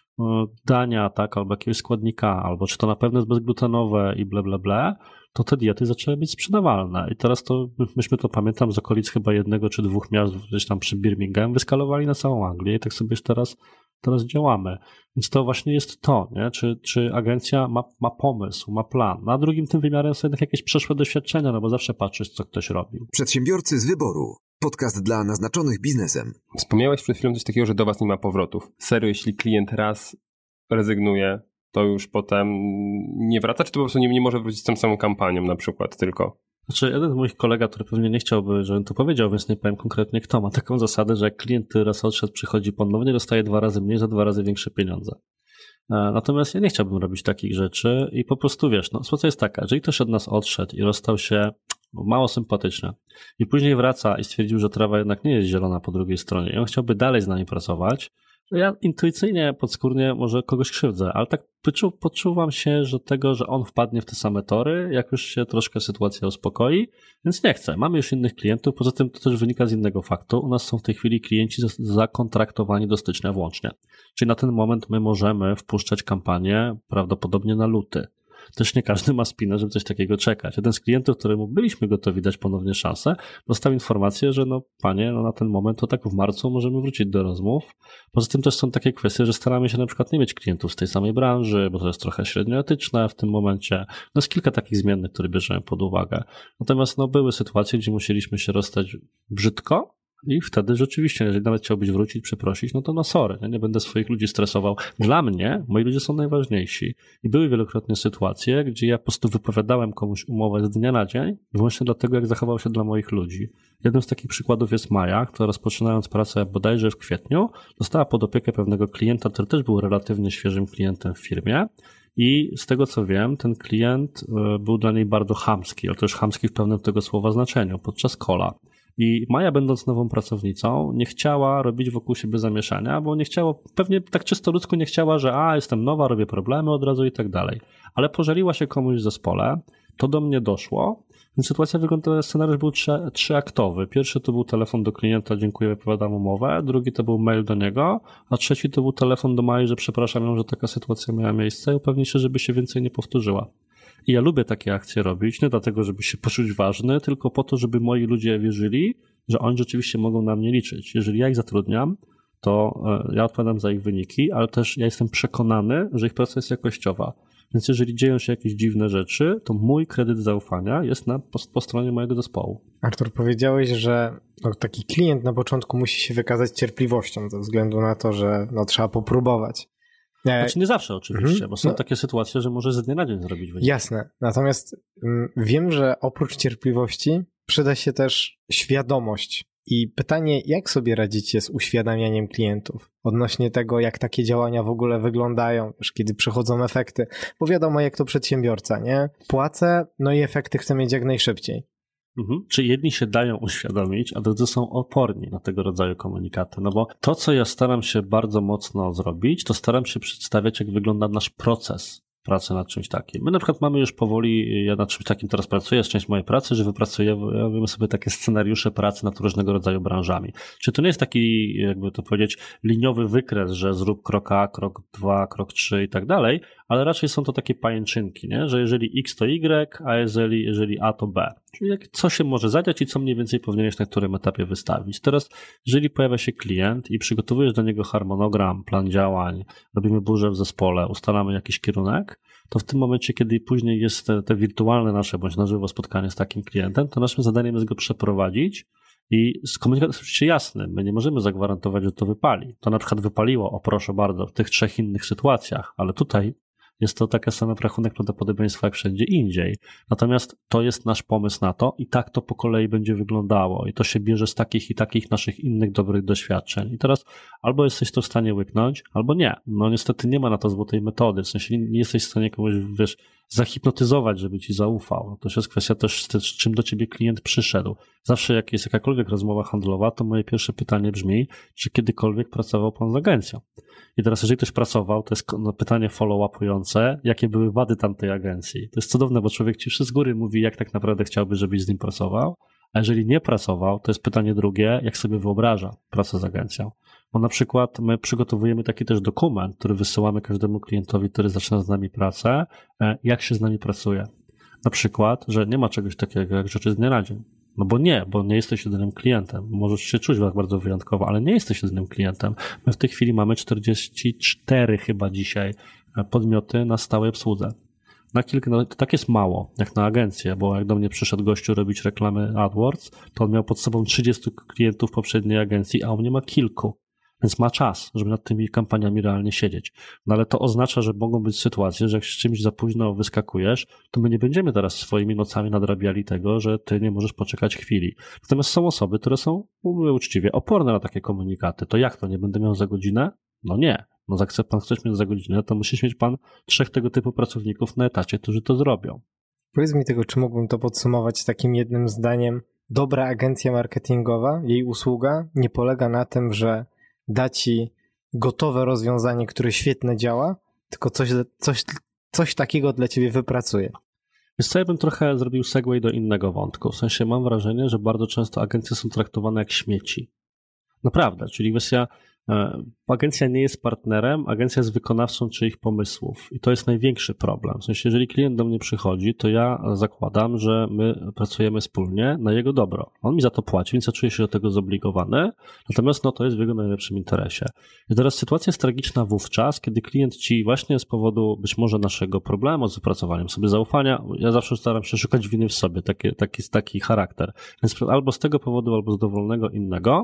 dania, tak, albo jakiegoś składnika, albo czy to na pewno jest bezglutenowe i bla, bla, bla, to te diety zaczęły być sprzedawalne. I teraz to, myśmy to pamiętam z okolic chyba 1 czy 2 miast gdzieś tam przy Birmingham, wyskalowali na całą Anglię i tak sobie już teraz działamy. Więc to właśnie jest to, nie? Czy agencja ma pomysł, ma plan. Na drugim tym wymiarem są jednak jakieś przeszłe doświadczenia, no bo zawsze patrzysz, co ktoś robił. Przedsiębiorcy z wyboru. Podcast dla naznaczonych biznesem. Wspomniałeś przed chwilą coś takiego, że do was nie ma powrotów. Serio, jeśli klient raz rezygnuje, to już potem nie wraca, czy to po prostu nie może wrócić z tą samą kampanią na przykład tylko? Znaczy, jeden z moich kolega, który pewnie nie chciałby, żebym to powiedział, więc nie powiem konkretnie kto, ma taką zasadę, że jak klient raz odszedł, przychodzi ponownie, dostaje 2 razy mniej za 2 razy większe pieniądze. Natomiast ja nie chciałbym robić takich rzeczy i po prostu wiesz, no sytuacja jest taka, jeżeli ktoś od nas odszedł i rozstał się mało sympatycznie i później wraca i stwierdził, że trawa jednak nie jest zielona po drugiej stronie i on chciałby dalej z nami pracować, to ja intuicyjnie, podskórnie może kogoś krzywdzę, ale tak poczuwam się, że on wpadnie w te same tory, jak już się troszkę sytuacja uspokoi, więc nie chcę. Mamy już innych klientów, poza tym to też wynika z innego faktu. U nas są w tej chwili klienci zakontraktowani do stycznia włącznie. Czyli na ten moment my możemy wpuszczać kampanię prawdopodobnie na luty. Też nie każdy ma spinę, żeby coś takiego czekać. Jeden z klientów, któremu byliśmy gotowi dać ponownie szansę, dostał informację, że panie, na ten moment to tak w marcu możemy wrócić do rozmów. Poza tym też są takie kwestie, że staramy się na przykład nie mieć klientów z tej samej branży, bo to jest trochę średnio etyczne w tym momencie. Jest kilka takich zmiennych, które bierzemy pod uwagę. Natomiast były sytuacje, gdzie musieliśmy się rozstać brzydko, i wtedy rzeczywiście, jeżeli nawet chciałbyś wrócić, przeprosić, to sorry, nie będę swoich ludzi stresował. Dla mnie moi ludzie są najważniejsi. I były wielokrotnie sytuacje, gdzie ja po prostu wypowiadałem komuś umowę z dnia na dzień, właśnie dlatego, jak zachował się dla moich ludzi. Jednym z takich przykładów jest Maja, która rozpoczynając pracę bodajże w kwietniu, dostała pod opiekę pewnego klienta, który też był relatywnie świeżym klientem w firmie. I z tego co wiem, ten klient był dla niej bardzo chamski, ale też chamski w pełnym tego słowa znaczeniu, podczas calla. I Maja, będąc nową pracownicą, nie chciała robić wokół siebie zamieszania, bo nie chciała, pewnie tak czysto ludzko nie chciała, że jestem nowa, robię problemy od razu i tak dalej. Ale pożaliła się komuś w zespole, to do mnie doszło, więc sytuacja wyglądała, scenariusz był trzyaktowy. Pierwszy to był telefon do klienta, dziękuję, wypowiadam umowę, drugi to był mail do niego, a trzeci to był telefon do Mai, że przepraszam ją, że taka sytuacja miała miejsce i upewnię się, żeby się więcej nie powtórzyła. I ja lubię takie akcje robić, nie dlatego, żeby się poczuć ważny, tylko po to, żeby moi ludzie wierzyli, że oni rzeczywiście mogą na mnie liczyć. Jeżeli ja ich zatrudniam, to ja odpowiadam za ich wyniki, ale też ja jestem przekonany, że ich praca jest jakościowa. Więc jeżeli dzieją się jakieś dziwne rzeczy, to mój kredyt zaufania jest po stronie mojego zespołu. Artur, powiedziałeś, że taki klient na początku musi się wykazać cierpliwością ze względu na to, że trzeba popróbować. Znaczy nie zawsze oczywiście, bo są takie sytuacje, że może z dnia na dzień zrobić wynik. Jasne, natomiast wiem, że oprócz cierpliwości przyda się też świadomość I pytanie, jak sobie radzicie z uświadamianiem klientów odnośnie tego, jak takie działania w ogóle wyglądają, już kiedy przychodzą efekty, bo wiadomo, jak to przedsiębiorca, nie? Płacę, no i efekty chcę mieć jak najszybciej. Czy jedni się dają uświadomić, a drudzy są oporni na tego rodzaju komunikaty? No bo to, co ja staram się bardzo mocno zrobić, to staram się przedstawiać, jak wygląda nasz proces pracy nad czymś takim. My na przykład mamy już powoli, ja nad czymś takim teraz pracuję, jest część mojej pracy, że wypracujemy sobie takie scenariusze pracy nad różnego rodzaju branżami. Czyli to nie jest taki, jakby to powiedzieć, liniowy wykres, że zrób krok A, krok 2, krok 3 i tak dalej, ale raczej są to takie pajęczynki, nie? Że jeżeli X to Y, a jeżeli A to B. Czyli co się może zadziać i co mniej więcej powinieneś na którym etapie wystawić. Teraz, jeżeli pojawia się klient i przygotowujesz do niego harmonogram, plan działań, robimy burzę w zespole, ustalamy jakiś kierunek, to w tym momencie, kiedy później jest te wirtualne nasze bądź na żywo spotkanie z takim klientem, to naszym zadaniem jest go przeprowadzić i skomunikować jest oczywiście jasny. My nie możemy zagwarantować, że to wypali. To na przykład wypaliło, o proszę bardzo, w tych 3 innych sytuacjach, ale tutaj jest to taki sam rachunek prawdopodobieństwa jak wszędzie indziej. Natomiast to jest nasz pomysł na to i tak to po kolei będzie wyglądało. I to się bierze z takich i takich naszych innych dobrych doświadczeń. I teraz albo jesteś to w stanie łyknąć, albo nie. No niestety nie ma na to złotej metody. W sensie nie jesteś w stanie kogoś, zahipnotyzować, żeby ci zaufał. To jest kwestia też z czym do ciebie klient przyszedł. Zawsze jak jest jakakolwiek rozmowa handlowa, to moje pierwsze pytanie brzmi, czy kiedykolwiek pracował pan z agencją? I teraz jeżeli ktoś pracował, to jest pytanie follow-upujące, jakie były wady tamtej agencji. To jest cudowne, bo człowiek ci z góry mówi, jak tak naprawdę chciałby, żebyś z nim pracował, a jeżeli nie pracował, to jest pytanie drugie, jak sobie wyobraża pracę z agencją. Bo na przykład my przygotowujemy taki też dokument, który wysyłamy każdemu klientowi, który zaczyna z nami pracę, jak się z nami pracuje. Na przykład, że nie ma czegoś takiego jak rzeczy z dnia na dzień. No bo nie jesteś jedynym klientem. Możesz się czuć bardzo wyjątkowo, ale nie jesteś jedynym klientem. My w tej chwili mamy 44 chyba dzisiaj podmioty na stałej obsłudze. To tak jest mało, jak na agencję, bo jak do mnie przyszedł gościu robić reklamy AdWords, to on miał pod sobą 30 klientów poprzedniej agencji, a on nie ma kilku. Więc ma czas, żeby nad tymi kampaniami realnie siedzieć. No ale to oznacza, że mogą być sytuacje, że jak z czymś za późno wyskakujesz, to my nie będziemy teraz swoimi nocami nadrabiali tego, że ty nie możesz poczekać chwili. Natomiast są osoby, które są, mówię uczciwie, oporne na takie komunikaty. To jak to, nie będę miał za godzinę? No nie. No jak pan chcesz mieć za godzinę, to musisz mieć pan 3 tego typu pracowników na etacie, którzy to zrobią. Powiedz mi tego, czy mógłbym to podsumować takim jednym zdaniem. Dobra agencja marketingowa, jej usługa nie polega na tym, że da ci gotowe rozwiązanie, które świetnie działa, tylko coś takiego dla ciebie wypracuje. Wiesz co, ja bym trochę zrobił segway do innego wątku. W sensie mam wrażenie, że bardzo często agencje są traktowane jak śmieci. Naprawdę, czyli agencja nie jest partnerem, agencja jest wykonawcą czyich pomysłów i to jest największy problem. W sensie, jeżeli klient do mnie przychodzi, to ja zakładam, że my pracujemy wspólnie na jego dobro. On mi za to płaci, więc ja czuję się do tego zobligowany, natomiast to jest w jego najlepszym interesie. I teraz sytuacja jest tragiczna wówczas, kiedy klient ci właśnie z powodu być może naszego problemu z wypracowaniem sobie zaufania, ja zawsze staram się szukać winy w sobie, taki charakter. Więc albo z tego powodu, albo z dowolnego innego,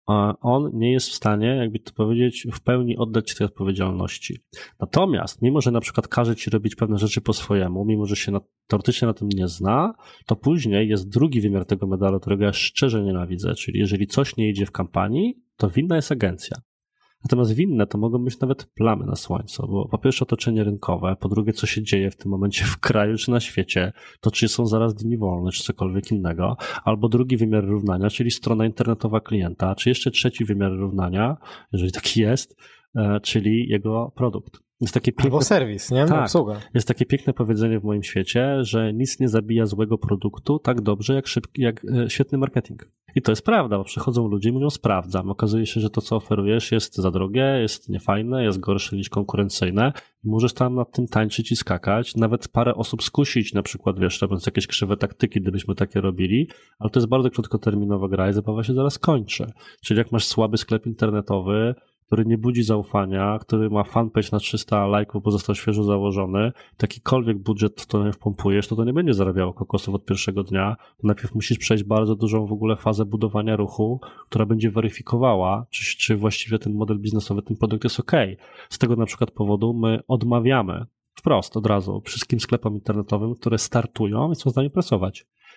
on nie jest w stanie, jakby to powiedzieć, w pełni oddać tej odpowiedzialności. Natomiast, mimo że na przykład każe ci robić pewne rzeczy po swojemu, mimo że się teoretycznie na tym nie zna, to później jest drugi wymiar tego medalu, którego ja szczerze nienawidzę, czyli jeżeli coś nie idzie w kampanii, to winna jest agencja. Natomiast winne to mogą być nawet plamy na słońcu, bo po pierwsze otoczenie rynkowe, po drugie co się dzieje w tym momencie w kraju czy na świecie, to czy są zaraz dni wolne, czy cokolwiek innego, albo drugi wymiar równania, czyli strona internetowa klienta, czy jeszcze trzeci wymiar równania, jeżeli taki jest, czyli jego produkt. Jest takie piękne, albo serwis, nie? Tak, obsługa. Jest takie piękne powiedzenie w moim świecie, że nic nie zabija złego produktu tak dobrze jak świetny marketing. I to jest prawda, bo przychodzą ludzie i mówią sprawdzam. Okazuje się, że to co oferujesz jest za drogie, jest niefajne, jest gorsze niż konkurencyjne. Możesz tam nad tym tańczyć i skakać, nawet parę osób skusić, na przykład robiąc jakieś krzywe taktyki, gdybyśmy takie robili, ale to jest bardzo krótkoterminowa gra i zabawa się zaraz kończy. Czyli jak masz słaby sklep internetowy, który nie budzi zaufania, który ma fanpage na 300 lajków, bo został świeżo założony, takikolwiek budżet, w to wpompujesz, to nie będzie zarabiało kokosów od pierwszego dnia. Najpierw musisz przejść bardzo dużą w ogóle fazę budowania ruchu, która będzie weryfikowała, czy właściwie ten model biznesowy, ten produkt jest OK. Z tego na przykład powodu my odmawiamy wprost od razu wszystkim sklepom internetowym, które startują i są z nami pracować.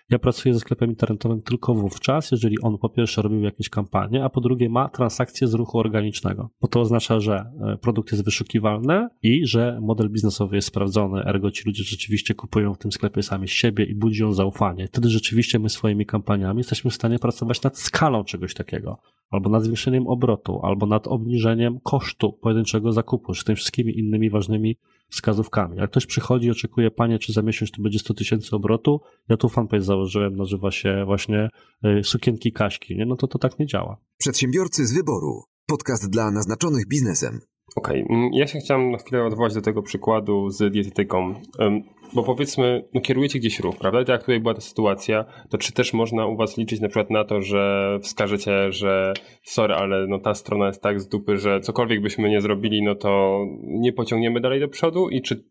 Ja pracuję ze sklepem internetowym tylko wówczas, jeżeli on po pierwsze robił jakieś kampanie, a po drugie ma transakcje z ruchu organicznego, bo to oznacza, że produkt jest wyszukiwalny i że model biznesowy jest sprawdzony, ergo ci ludzie rzeczywiście kupują w tym sklepie sami z siebie i budzi on zaufanie. Wtedy rzeczywiście my swoimi kampaniami jesteśmy w stanie pracować nad skalą czegoś takiego, albo nad zwiększeniem obrotu, albo nad obniżeniem kosztu pojedynczego zakupu, czy tymi wszystkimi innymi ważnymi wskazówkami. Jak ktoś przychodzi i oczekuje, panie, czy za miesiąc to będzie 100 000 obrotu, ja tu fanpage założyłem, nazywa się właśnie Sukienki Kaśki, nie? No to tak nie działa. Przedsiębiorcy z wyboru. Podcast dla naznaczonych biznesem. Okej, ja się chciałem na chwilę odwołać do tego przykładu z dietetyką, bo powiedzmy, no kierujecie gdzieś ruch, prawda? I tak jak tutaj była ta sytuacja, to czy też można u was liczyć na przykład na to, że wskażecie, że sorry, ale no ta strona jest tak z dupy, że cokolwiek byśmy nie zrobili, no to nie pociągniemy dalej do przodu i czy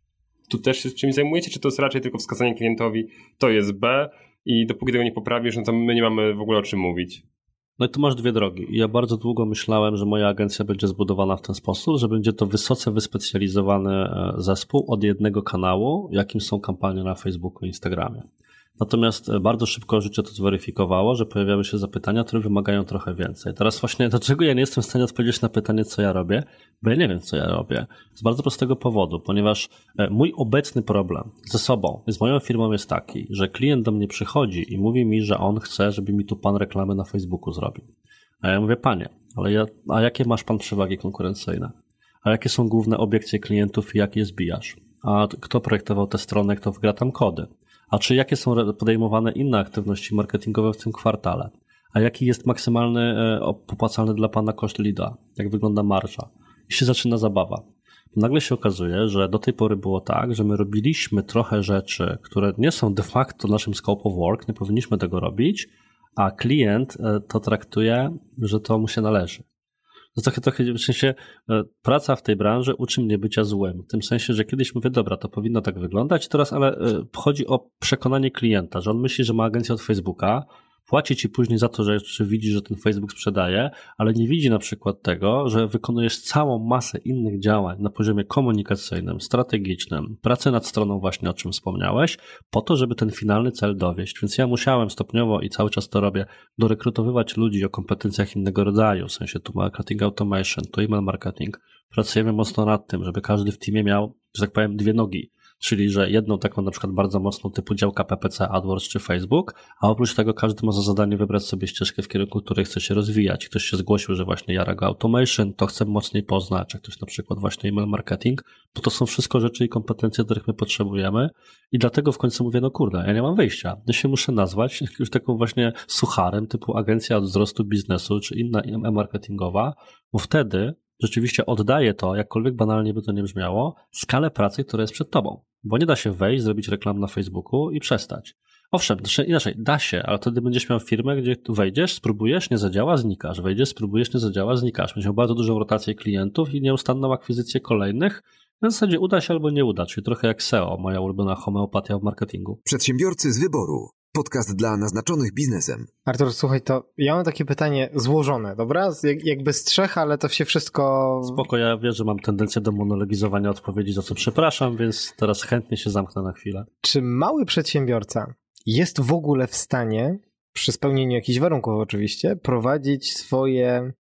tu też się czymś zajmujecie, czy to jest raczej tylko wskazanie klientowi, to jest B i dopóki tego nie poprawisz, no to my nie mamy w ogóle o czym mówić. No i tu masz dwie drogi. Ja bardzo długo myślałem, że moja agencja będzie zbudowana w ten sposób, że będzie to wysoce wyspecjalizowany zespół od jednego kanału, jakim są kampanie na Facebooku i Instagramie. Natomiast bardzo szybko życie to zweryfikowało, że pojawiały się zapytania, które wymagają trochę więcej. Teraz właśnie dlaczego ja nie jestem w stanie odpowiedzieć na pytanie, co ja robię, bo ja nie wiem, co ja robię. Z bardzo prostego powodu, ponieważ mój obecny problem ze sobą, z moją firmą jest taki, że klient do mnie przychodzi i mówi mi, że on chce, żeby mi tu pan reklamy na Facebooku zrobił. A ja mówię, panie, ale a jakie masz pan przewagi konkurencyjne? A jakie są główne obiekcje klientów i jak je zbijasz? A kto projektował tę stronę, kto wgra tam kody? A czy jakie są podejmowane inne aktywności marketingowe w tym kwartale? A jaki jest maksymalny opłacalny dla pana koszt leada? Jak wygląda marża? I się zaczyna zabawa. Nagle się okazuje, że do tej pory było tak, że my robiliśmy trochę rzeczy, które nie są de facto naszym scope of work, nie powinniśmy tego robić, a klient to traktuje, że to mu się należy. To trochę w sensie praca w tej branży uczy mnie bycia złym. W tym sensie, że kiedyś mówię, dobra, to powinno tak wyglądać teraz, ale chodzi o przekonanie klienta, że on myśli, że ma agencję od Facebooka, płaci ci później za to, że widzi, że ten Facebook sprzedaje, ale nie widzi na przykład tego, że wykonujesz całą masę innych działań na poziomie komunikacyjnym, strategicznym, pracę nad stroną właśnie, o czym wspomniałeś, po to, żeby ten finalny cel dowieść. Więc ja musiałem stopniowo i cały czas to robię, dorekrutowywać ludzi o kompetencjach innego rodzaju, w sensie tu marketing automation, tu email marketing. Pracujemy mocno nad tym, żeby każdy w teamie miał, że tak powiem, dwie nogi. Czyli, że jedną taką na przykład bardzo mocną typu działka PPC, AdWords czy Facebook, a oprócz tego każdy ma za zadanie wybrać sobie ścieżkę w kierunku, której chce się rozwijać. Ktoś się zgłosił, że właśnie jara go automation, to chce mocniej poznać, a ktoś na przykład właśnie email marketing, bo to są wszystko rzeczy i kompetencje, których my potrzebujemy i dlatego w końcu mówię, no kurde, ja nie mam wyjścia. Ja się muszę nazwać już taką właśnie sucharem typu agencja od wzrostu biznesu czy inna marketingowa, bo wtedy rzeczywiście oddaje to, jakkolwiek banalnie by to nie brzmiało, skalę pracy, która jest przed tobą. Bo nie da się wejść, zrobić reklam na Facebooku i przestać. Owszem, inaczej, da się, ale wtedy będziesz miał firmę, gdzie tu wejdziesz, spróbujesz, nie zadziała, znikasz. Wejdziesz, spróbujesz, nie zadziała, znikasz. Będziesz miał bardzo dużą rotację klientów i nieustanną akwizycję kolejnych. W zasadzie uda się albo nie uda, czyli trochę jak SEO, moja ulubiona homeopatia w marketingu. Przedsiębiorcy z wyboru. Podcast dla naznaczonych biznesem. Artur, słuchaj, to ja mam takie pytanie złożone, dobra? Jakby z trzech, ale to się wszystko... Spoko, ja wiem, że mam tendencję do monologizowania odpowiedzi, za co przepraszam, więc teraz chętnie się zamknę na chwilę. Czy mały przedsiębiorca jest w ogóle w stanie, przy spełnieniu jakichś warunków oczywiście, prowadzić swoje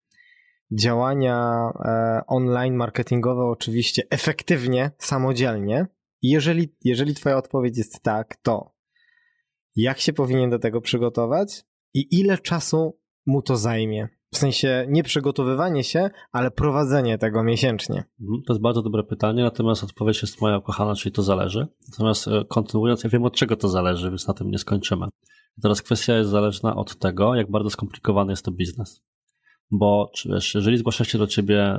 działania online, marketingowe oczywiście efektywnie, samodzielnie? Jeżeli twoja odpowiedź jest tak, to jak się powinien do tego przygotować i ile czasu mu to zajmie? W sensie nie przygotowywanie się, ale prowadzenie tego miesięcznie. To jest bardzo dobre pytanie, natomiast odpowiedź jest moja ukochana, czyli to zależy. Natomiast kontynuując, ja wiem od czego to zależy, więc na tym nie skończymy. Teraz kwestia jest zależna od tego, jak bardzo skomplikowany jest to biznes. Bo wiesz, jeżeli zgłasza się do ciebie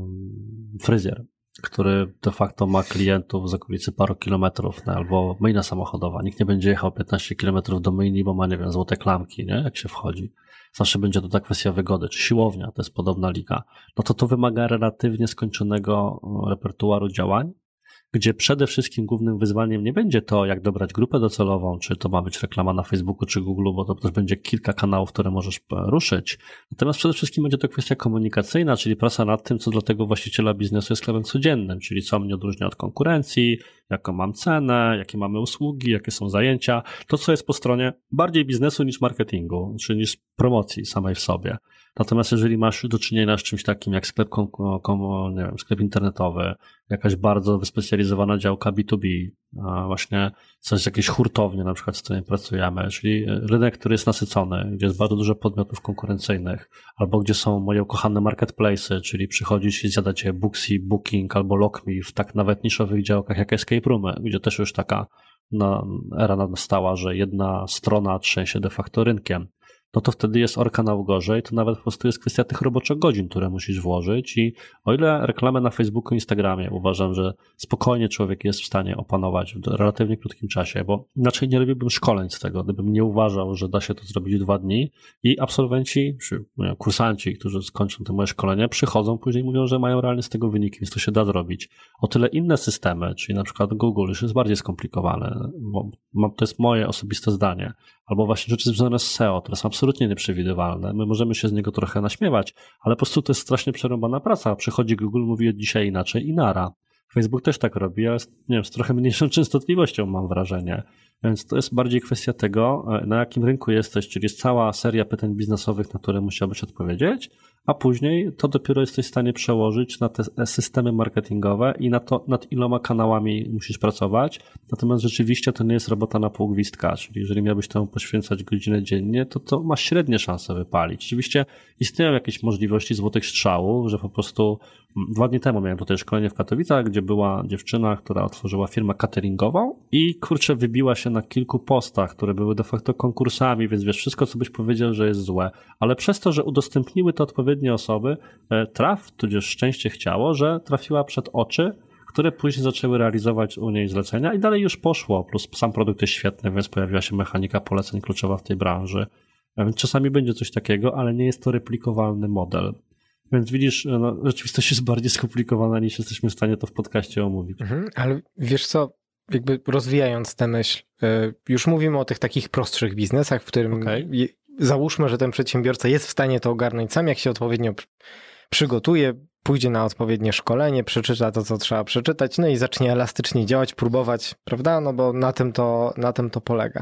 fryzjer, który de facto ma klientów z okolicy paru kilometrów, albo myjnia samochodowa. Nikt nie będzie jechał 15 kilometrów do myjni, bo ma, nie wiem, złote klamki, nie? Jak się wchodzi. Zawsze będzie to ta kwestia wygody, czy siłownia, to jest podobna liga. No to wymaga relatywnie skończonego repertuaru działań, gdzie przede wszystkim głównym wyzwaniem nie będzie to, jak dobrać grupę docelową, czy to ma być reklama na Facebooku czy Google, bo to też będzie kilka kanałów, które możesz ruszyć. Natomiast przede wszystkim będzie to kwestia komunikacyjna, czyli praca nad tym, co dla tego właściciela biznesu jest chlebem codziennym, czyli co mnie odróżnia od konkurencji, jaką mam cenę, jakie mamy usługi, jakie są zajęcia. To, co jest po stronie bardziej biznesu niż marketingu, czy niż promocji samej w sobie. Natomiast jeżeli masz do czynienia z czymś takim jak sklep, nie wiem, sklep internetowy, jakaś bardzo wyspecjalizowana działka B2B, właśnie coś, jakieś hurtownie na przykład, z którymi pracujemy, czyli rynek, który jest nasycony, gdzie jest bardzo dużo podmiotów konkurencyjnych, albo gdzie są moje ukochane marketplace'y, czyli przychodzisz i zjada cię Booksy, Booking albo LockMe w tak nawet niszowych działkach jak Escape Roomy, gdzie też już taka era nastała, że jedna strona trzęsie de facto rynkiem. No to wtedy jest orka na ugorze i to nawet po prostu jest kwestia tych roboczych godzin, które musisz włożyć i o ile reklamę na Facebooku, Instagramie uważam, że spokojnie człowiek jest w stanie opanować w relatywnie krótkim czasie, bo inaczej nie robiłbym szkoleń z tego, gdybym nie uważał, że da się to zrobić w 2 dni i absolwenci, czy kursanci, którzy skończą te moje szkolenia, przychodzą później i mówią, że mają realnie z tego wyniki, więc to się da zrobić. O tyle inne systemy, czyli na przykład Google już jest bardziej skomplikowane, bo to jest moje osobiste zdanie, albo właśnie rzeczy związane z SEO, które są absolutnie nieprzewidywalne. My możemy się z niego trochę naśmiewać, ale po prostu to jest strasznie przerąbana praca. Przychodzi Google, mówi od dzisiaj inaczej i nara. Facebook też tak robi, ale z trochę mniejszą częstotliwością, mam wrażenie. Więc to jest bardziej kwestia tego, na jakim rynku jesteś, czyli jest cała seria pytań biznesowych, na które musiałbyś odpowiedzieć, a później to dopiero jesteś w stanie przełożyć na te systemy marketingowe i na to, nad iloma kanałami musisz pracować. Natomiast rzeczywiście to nie jest robota na pół gwizdka, czyli jeżeli miałbyś temu poświęcać godzinę dziennie, to masz średnie szanse wypalić. Oczywiście istnieją jakieś możliwości złotych strzałów, że po prostu 2 dni temu miałem tutaj szkolenie w Katowicach, gdzie była dziewczyna, która otworzyła firmę cateringową i kurczę, wybiła się na kilku postach, które były de facto konkursami, więc wiesz, wszystko co byś powiedział, że jest złe, ale przez to, że udostępniły to odpowiednie osoby, tudzież szczęście chciało, że trafiła przed oczy, które później zaczęły realizować u niej zlecenia i dalej już poszło, plus sam produkt jest świetny, więc pojawiła się mechanika poleceń kluczowa w tej branży. Więc czasami będzie coś takiego, ale nie jest to replikowalny model. Więc widzisz, rzeczywistość jest bardziej skomplikowana niż jesteśmy w stanie to w podcaście omówić. Ale wiesz co, jakby rozwijając tę myśl, już mówimy o tych takich prostszych biznesach, w którym załóżmy, że ten przedsiębiorca jest w stanie to ogarnąć sam, jak się odpowiednio przygotuje, pójdzie na odpowiednie szkolenie, przeczyta to, co trzeba przeczytać, no i zacznie elastycznie działać, próbować, prawda? No bo na tym to polega.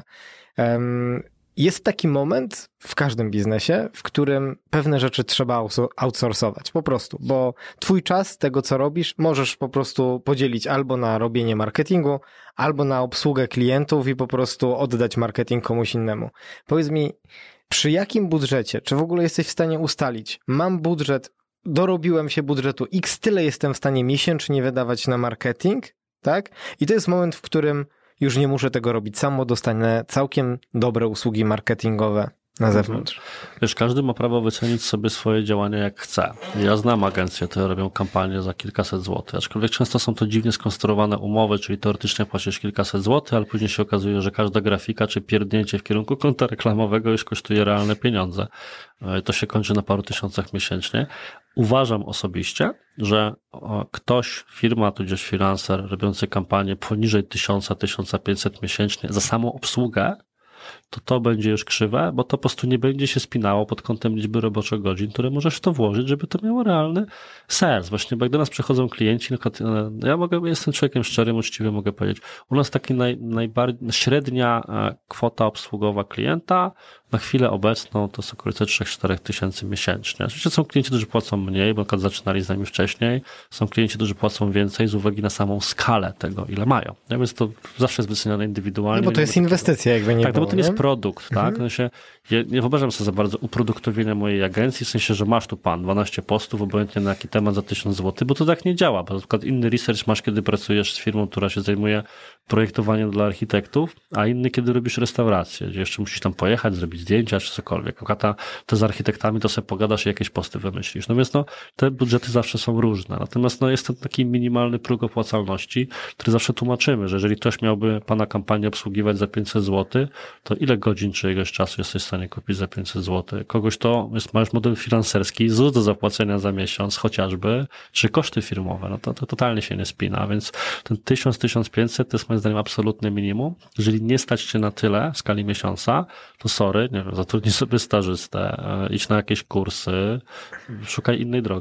Jest taki moment w każdym biznesie, w którym pewne rzeczy trzeba outsourcować, po prostu, bo twój czas tego, co robisz, możesz po prostu podzielić albo na robienie marketingu, albo na obsługę klientów i po prostu oddać marketing komuś innemu. Powiedz mi, przy jakim budżecie, czy w ogóle jesteś w stanie ustalić, mam budżet, dorobiłem się budżetu X, tyle jestem w stanie miesięcznie wydawać na marketing, tak? I to jest moment, w którym już nie muszę tego robić sam, bo dostanę całkiem dobre usługi marketingowe na zewnątrz. Wiesz, każdy ma prawo wycenić sobie swoje działania jak chce. Ja znam agencje, które robią kampanie za kilkaset złotych, aczkolwiek często są to dziwnie skonstruowane umowy, czyli teoretycznie płacisz kilkaset złotych, ale później się okazuje, że każda grafika czy pierdnięcie w kierunku konta reklamowego już kosztuje realne pieniądze. To się kończy na paru tysiącach miesięcznie. Uważam osobiście, że ktoś, firma tudzież freelancer robiący kampanię poniżej 1000-1500 miesięcznie za samą obsługę, to będzie już krzywe, bo to po prostu nie będzie się spinało pod kątem liczby roboczo godzin, które możesz w to włożyć, żeby to miało realny sens. Właśnie, bo jak do nas przychodzą klienci, jestem człowiekiem szczerym, uczciwy, mogę powiedzieć, u nas taki najbardziej średnia kwota obsługowa klienta na chwilę obecną to jest okolice 3-4 tysięcy miesięcznie. Oczywiście są klienci, którzy płacą mniej, bo na przykład zaczynali z nami wcześniej, są klienci, którzy płacą więcej z uwagi na samą skalę tego, ile mają. Ja więc to zawsze jest wyceniane indywidualnie. No bo to jest inwestycja, jakby nie tak, było. Tak, bo to nie jest produkt, tak? Nie wyobrażam sobie za bardzo uproduktowienia mojej agencji, w sensie, że masz tu 12 postów, obojętnie na jaki temat za 1000 zł, bo to tak nie działa. Bo na przykład inny research masz, kiedy pracujesz z firmą, która się zajmuje projektowaniem dla architektów, a inny, kiedy robisz restaurację, gdzie jeszcze musisz tam pojechać, zrobić zdjęcia czy cokolwiek. To z architektami to sobie pogadasz i jakieś posty wymyślisz. No więc te budżety zawsze są różne. Natomiast jest to taki minimalny próg opłacalności, który zawsze tłumaczymy, że jeżeli ktoś miałby pana kampanię obsługiwać za 500 zł, to ile godzin czyjegoś czasu jesteś w stanie kupić za 500 zł? Kogoś masz model freelancerski, ZUS do zapłacenia za miesiąc chociażby, czy koszty firmowe, to totalnie się nie spina, więc ten 1000-1500 to jest moim zdaniem absolutne minimum. Jeżeli nie stać cię na tyle w skali miesiąca, to zatrudnij sobie stażystę, idź na jakieś kursy, szukaj innej drogi.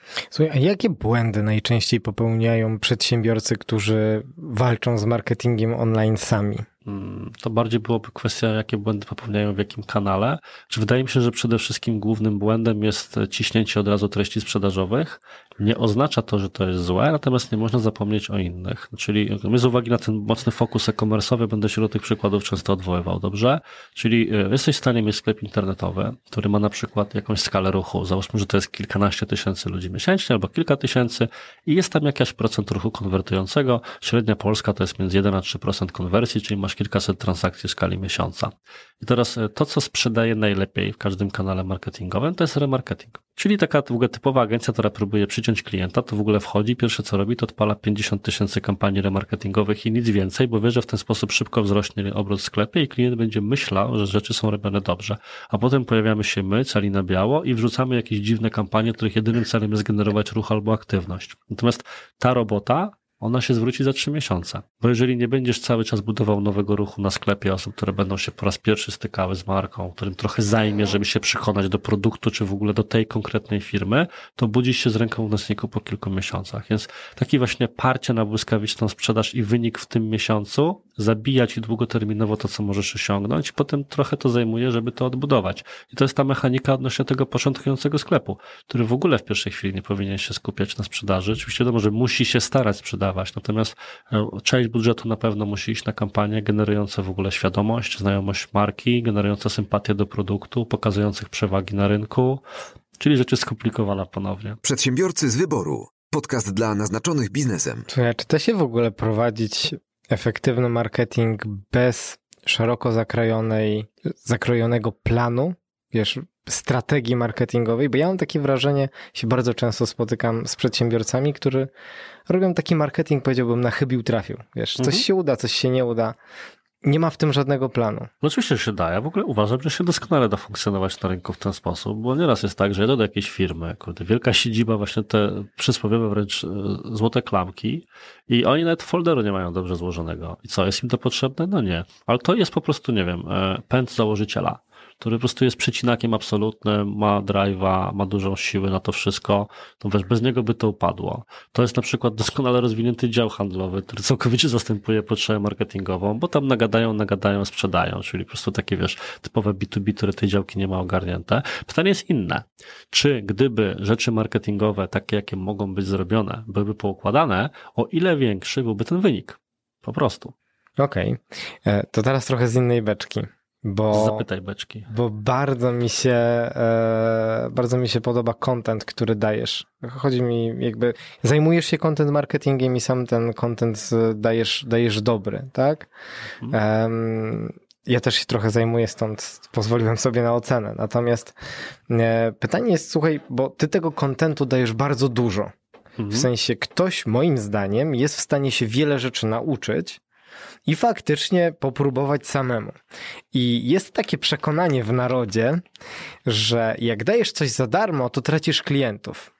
Słuchaj, a jakie błędy najczęściej popełniają przedsiębiorcy, którzy walczą z marketingiem online sami? To bardziej byłoby kwestia, jakie błędy popełniają w jakim kanale. Wydaje mi się, że przede wszystkim głównym błędem jest ciśnięcie od razu treści sprzedażowych. Nie oznacza to, że to jest złe, natomiast nie można zapomnieć o innych. Czyli my z uwagi na ten mocny fokus e-commerce'owy będę się do tych przykładów często odwoływał, dobrze? Czyli jesteś w stanie mieć sklep internetowy, który ma na przykład jakąś skalę ruchu. Załóżmy, że to jest kilkanaście tysięcy ludzi miesięcznie albo kilka tysięcy i jest tam jakiś procent ruchu konwertującego. Średnia Polska to jest między 1 a 3% konwersji, czyli masz kilkaset transakcji w skali miesiąca. I teraz to, co sprzedaje najlepiej w każdym kanale marketingowym, to jest remarketing. Czyli taka w ogóle typowa agencja, która próbuje przyciąć klienta, to w ogóle wchodzi, pierwsze co robi, to odpala 50 tysięcy kampanii remarketingowych i nic więcej, bo wie, że w ten sposób szybko wzrośnie obrót w sklepie i klient będzie myślał, że rzeczy są robione dobrze. A potem pojawiamy się my, cali na biało i wrzucamy jakieś dziwne kampanie, których jedynym celem jest generować ruch albo aktywność. Natomiast ta robota, ona się zwróci za 3 miesiące. Bo jeżeli nie będziesz cały czas budował nowego ruchu na sklepie osób, które będą się po raz pierwszy stykały z marką, którym trochę zajmie, żeby się przekonać do produktu, czy w ogóle do tej konkretnej firmy, to budzisz się z ręką w nocniku po kilku miesiącach. Więc taki właśnie parcie na błyskawiczną sprzedaż i wynik w tym miesiącu zabija ci długoterminowo to, co możesz osiągnąć i potem trochę to zajmuje, żeby to odbudować. I to jest ta mechanika odnośnie tego początkującego sklepu, który w ogóle w pierwszej chwili nie powinien się skupiać na sprzedaży. Oczywiście wiadomo, że musi się starać sprzedawać, natomiast część budżetu na pewno musi iść na kampanie generujące w ogóle świadomość, znajomość marki, generujące sympatię do produktu, pokazujących przewagi na rynku, czyli rzecz jest skomplikowana ponownie. Przedsiębiorcy z wyboru. Podcast dla naznaczonych biznesem. Słuchaj, czy da się w ogóle prowadzić efektywny marketing bez szeroko zakrojonego planu, wiesz, strategii marketingowej? Bo ja mam takie wrażenie, się bardzo często spotykam z przedsiębiorcami, którzy robią taki marketing, powiedziałbym, na chybił trafił. Wiesz, coś się uda, coś się nie uda. Nie ma w tym żadnego planu. No oczywiście się da. Ja w ogóle uważam, że się doskonale da funkcjonować na rynku w ten sposób, bo nieraz jest tak, że jedę do jakiejś firmy, wielka siedziba, właśnie te przysłowiowe wręcz złote klamki i oni nawet folderu nie mają dobrze złożonego. I co, jest im to potrzebne? No nie. Ale to jest po prostu, nie wiem, pęd założyciela, który po prostu jest przecinakiem absolutnym, ma drive'a, ma dużą siłę na to wszystko, to wiesz, bez niego by to upadło. To jest na przykład doskonale rozwinięty dział handlowy, który całkowicie zastępuje potrzebę marketingową, bo tam nagadają, sprzedają, czyli po prostu takie, wiesz, typowe B2B, które tej działki nie ma ogarnięte. Pytanie jest inne. Czy gdyby rzeczy marketingowe, takie jakie mogą być zrobione, byłyby poukładane, o ile większy byłby ten wynik? Po prostu. Okej. To teraz trochę z innej beczki. Zapytaj beczki. Bo bardzo mi się podoba content, który dajesz. Chodzi mi jakby, zajmujesz się content marketingiem i sam ten content dajesz dobry, tak? Ja też się trochę zajmuję, stąd pozwoliłem sobie na ocenę. Natomiast pytanie jest, słuchaj, bo ty tego contentu dajesz bardzo dużo. W sensie ktoś, moim zdaniem, jest w stanie się wiele rzeczy nauczyć i faktycznie popróbować samemu. I jest takie przekonanie w narodzie, że jak dajesz coś za darmo, to tracisz klientów.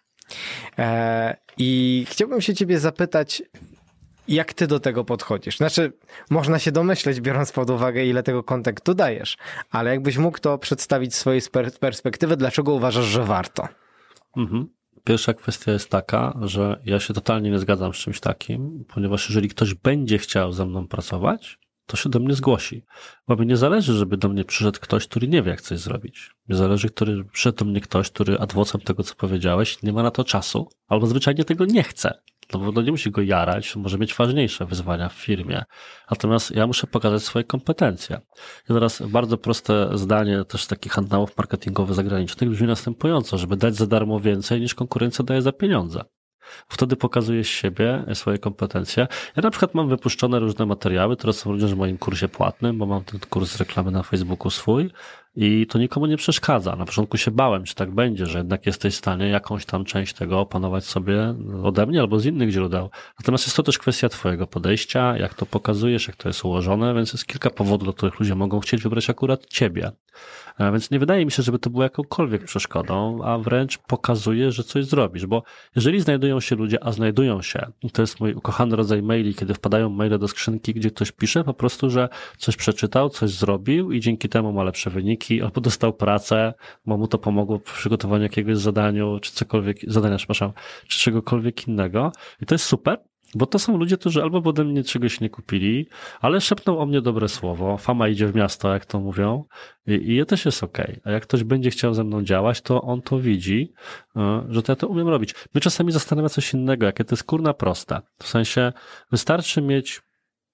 I chciałbym się ciebie zapytać, jak ty do tego podchodzisz? Znaczy, można się domyśleć, biorąc pod uwagę, ile tego kontentu dajesz, ale jakbyś mógł to przedstawić z swojej perspektywy, dlaczego uważasz, że warto? Pierwsza kwestia jest taka, że ja się totalnie nie zgadzam z czymś takim, ponieważ jeżeli ktoś będzie chciał ze mną pracować, to się do mnie zgłosi. Bo mi nie zależy, żeby do mnie przyszedł ktoś, który nie wie, jak coś zrobić. Mi zależy, żeby przyszedł do mnie ktoś, który adwocem tego, co powiedziałeś, nie ma na to czasu, albo zwyczajnie tego nie chce. No bo nie musi go jarać, może mieć ważniejsze wyzwania w firmie. Natomiast ja muszę pokazać swoje kompetencje. I teraz bardzo proste zdanie też z takich kanałów marketingowych zagranicznych brzmi następująco, żeby dać za darmo więcej niż konkurencja daje za pieniądze. Wtedy pokazujesz siebie, swoje kompetencje. Ja na przykład mam wypuszczone różne materiały, które są również w moim kursie płatnym, bo mam ten kurs reklamy na Facebooku swój i to nikomu nie przeszkadza. Na początku się bałem, czy tak będzie, że jednak jesteś w stanie jakąś tam część tego opanować sobie ode mnie albo z innych źródeł. Natomiast jest to też kwestia twojego podejścia, jak to pokazujesz, jak to jest ułożone, więc jest kilka powodów, dla których ludzie mogą chcieć wybrać akurat ciebie. Więc nie wydaje mi się, żeby to było jakąkolwiek przeszkodą, a wręcz pokazuje, że coś zrobisz, bo jeżeli znajdują się ludzie, a znajdują się, i to jest mój ukochany rodzaj maili, kiedy wpadają maile do skrzynki, gdzie ktoś pisze po prostu, że coś przeczytał, coś zrobił i dzięki temu ma lepsze wyniki, wyniki, albo dostał pracę, bo mu to pomogło w przygotowaniu jakiegoś zadania, czy czegokolwiek innego. I to jest super, bo to są ludzie, którzy albo ode mnie czegoś nie kupili, ale szepną o mnie dobre słowo, fama idzie w miasto, jak to mówią, i to też jest okej. A jak ktoś będzie chciał ze mną działać, to on to widzi, że to ja to umiem robić. My czasami zastanawiamy coś innego, jakie to jest kurna proste. W sensie wystarczy mieć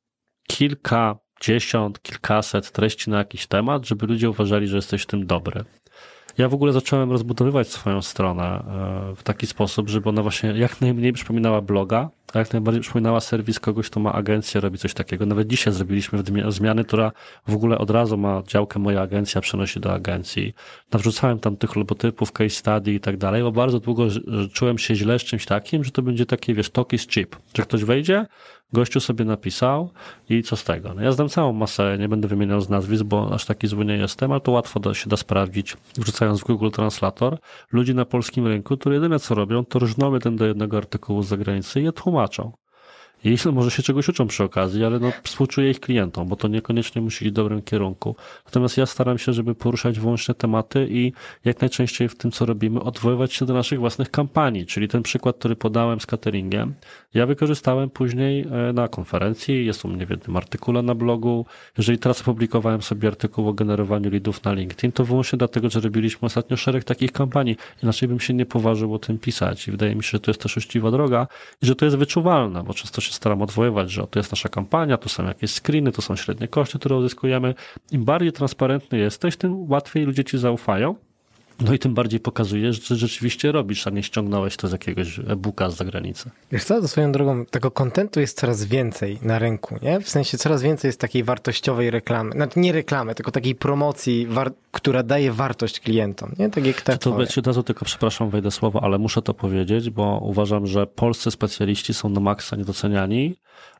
kilkadziesiąt, kilkaset treści na jakiś temat, żeby ludzie uważali, że jesteś w tym dobry. Ja w ogóle zacząłem rozbudowywać swoją stronę w taki sposób, żeby ona właśnie jak najmniej przypominała bloga, a jak najbardziej przypominała serwis kogoś, kto ma agencję, robi coś takiego. Nawet dzisiaj zrobiliśmy zmiany, która w ogóle od razu ma działkę moja agencja, przenosi do agencji. Nawrzucałem tam tych logotypów, case study i tak dalej, bo bardzo długo czułem się źle z czymś takim, że to będzie takie, talk is cheap, że ktoś wejdzie, gościu sobie napisał i co z tego? No ja znam całą masę, nie będę wymieniał z nazwisk, bo aż taki zły nie jestem, ale to łatwo się da sprawdzić, wrzucając w Google Translator ludzi na polskim rynku, którzy jedyne co robią, to rżną jeden do jednego artykułu z zagranicy i je tłumaczą. I może się czegoś uczą przy okazji, ale współczuję ich klientom, bo to niekoniecznie musi iść w dobrym kierunku. Natomiast ja staram się, żeby poruszać wyłącznie tematy i jak najczęściej w tym, co robimy, odwoływać się do naszych własnych kampanii. Czyli ten przykład, który podałem z cateringiem, ja wykorzystałem później na konferencji, jest u mnie w jednym artykule na blogu. Jeżeli teraz opublikowałem sobie artykuł o generowaniu leadów na LinkedIn, to wyłącznie dlatego, że robiliśmy ostatnio szereg takich kampanii. Inaczej bym się nie poważył o tym pisać. I wydaje mi się, że to jest też uczciwa droga i że to jest wyczuwalne, bo często się staram odwoływać, że to jest nasza kampania, tu są jakieś screeny, tu są średnie koszty, które uzyskujemy. Im bardziej transparentny jesteś, tym łatwiej ludzie ci zaufają. No i tym bardziej pokazujesz, że rzeczywiście robisz, a nie ściągnąłeś to z jakiegoś e-booka z zagranicy. Wiesz co, swoją drogą, tego kontentu jest coraz więcej na rynku, nie? W sensie coraz więcej jest takiej wartościowej reklamy. Znaczy nie reklamy, tylko takiej promocji, która daje wartość klientom, nie? Tak jak te twoje. Od razu tylko, przepraszam, wejdę słowo, ale muszę to powiedzieć, bo uważam, że polscy specjaliści są na maksa niedoceniani,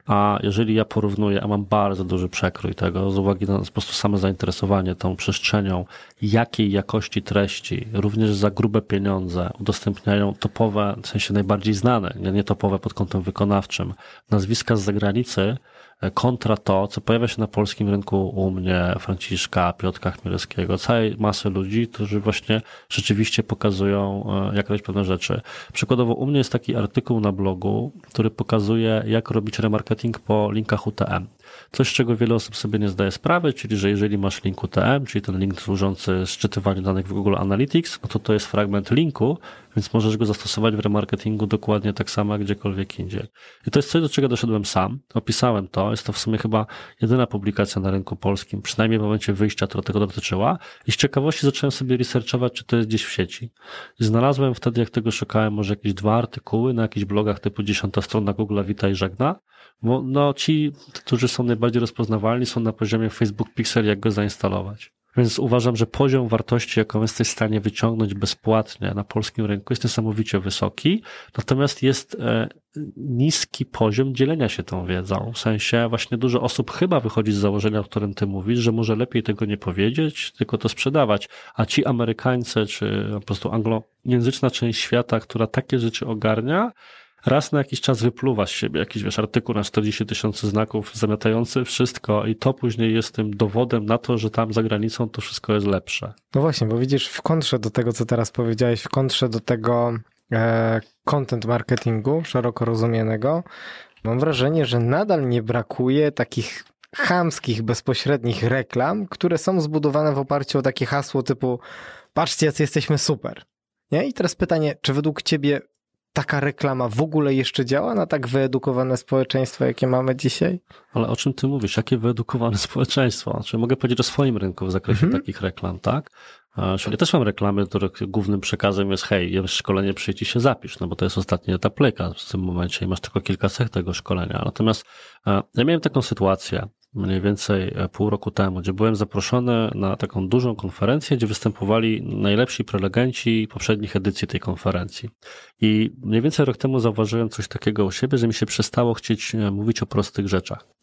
a jeżeli ja porównuję, a mam bardzo duży przekrój tego, z uwagi na po prostu same zainteresowanie tą przestrzenią, jakiej jakości treści, również za grube pieniądze udostępniają topowe, w sensie najbardziej znane, nie topowe pod kątem wykonawczym, nazwiska z zagranicy, kontra to, co pojawia się na polskim rynku u mnie, Franciszka, Piotra Chmielewskiego, całej masy ludzi, którzy właśnie rzeczywiście pokazują, jak robić pewne rzeczy. Przykładowo u mnie jest taki artykuł na blogu, który pokazuje, jak robić remarketing po linkach UTM. Coś, z czego wiele osób sobie nie zdaje sprawy, czyli że jeżeli masz link UTM, czyli ten link służący szczytywaniu danych w Google Analytics, no to jest fragment linku, więc możesz go zastosować w remarketingu dokładnie tak samo jak gdziekolwiek indziej. I to jest coś, do czego doszedłem sam. Opisałem to. Jest to w sumie chyba jedyna publikacja na rynku polskim, przynajmniej w momencie wyjścia, która tego dotyczyła. I z ciekawości zacząłem sobie researchować, czy to jest gdzieś w sieci. I znalazłem wtedy, jak tego szukałem, może jakieś 2 artykuły na jakichś blogach typu 10 strona Google Wita i żegna. Bo no ci, którzy są najbardziej rozpoznawalni, są na poziomie Facebook Pixel, jak go zainstalować. Więc uważam, że poziom wartości, jaką jesteś w stanie wyciągnąć bezpłatnie na polskim rynku, jest niesamowicie wysoki, natomiast jest niski poziom dzielenia się tą wiedzą. W sensie właśnie dużo osób chyba wychodzi z założenia, o którym ty mówisz, że może lepiej tego nie powiedzieć, tylko to sprzedawać. A ci Amerykańcy, czy po prostu anglojęzyczna część świata, która takie rzeczy ogarnia, raz na jakiś czas wypluwa z siebie jakiś, artykuł na 40 000 znaków zamiatający wszystko i to później jest tym dowodem na to, że tam za granicą to wszystko jest lepsze. No właśnie, bo widzisz, w kontrze do tego, co teraz powiedziałeś, w kontrze do tego content marketingu szeroko rozumianego, mam wrażenie, że nadal nie brakuje takich chamskich, bezpośrednich reklam, które są zbudowane w oparciu o takie hasło typu patrzcie, jacy jesteśmy super. Nie? I teraz pytanie, czy według ciebie taka reklama w ogóle jeszcze działa na tak wyedukowane społeczeństwo, jakie mamy dzisiaj? Ale o czym ty mówisz? Jakie wyedukowane społeczeństwo? Znaczy, mogę powiedzieć o swoim rynku w zakresie takich reklam, tak? Czyli ja też mam reklamy, których głównym przekazem jest hej, jest szkolenie, przyjdź i się zapisz, no bo to jest ostatni etap leka w tym momencie i masz tylko kilka cech tego szkolenia. Natomiast ja miałem taką sytuację mniej więcej pół roku temu, gdzie byłem zaproszony na taką dużą konferencję, gdzie występowali najlepsi prelegenci poprzednich edycji tej konferencji. I mniej więcej rok temu zauważyłem coś takiego u siebie, że mi się przestało chcieć mówić o prostych rzeczach.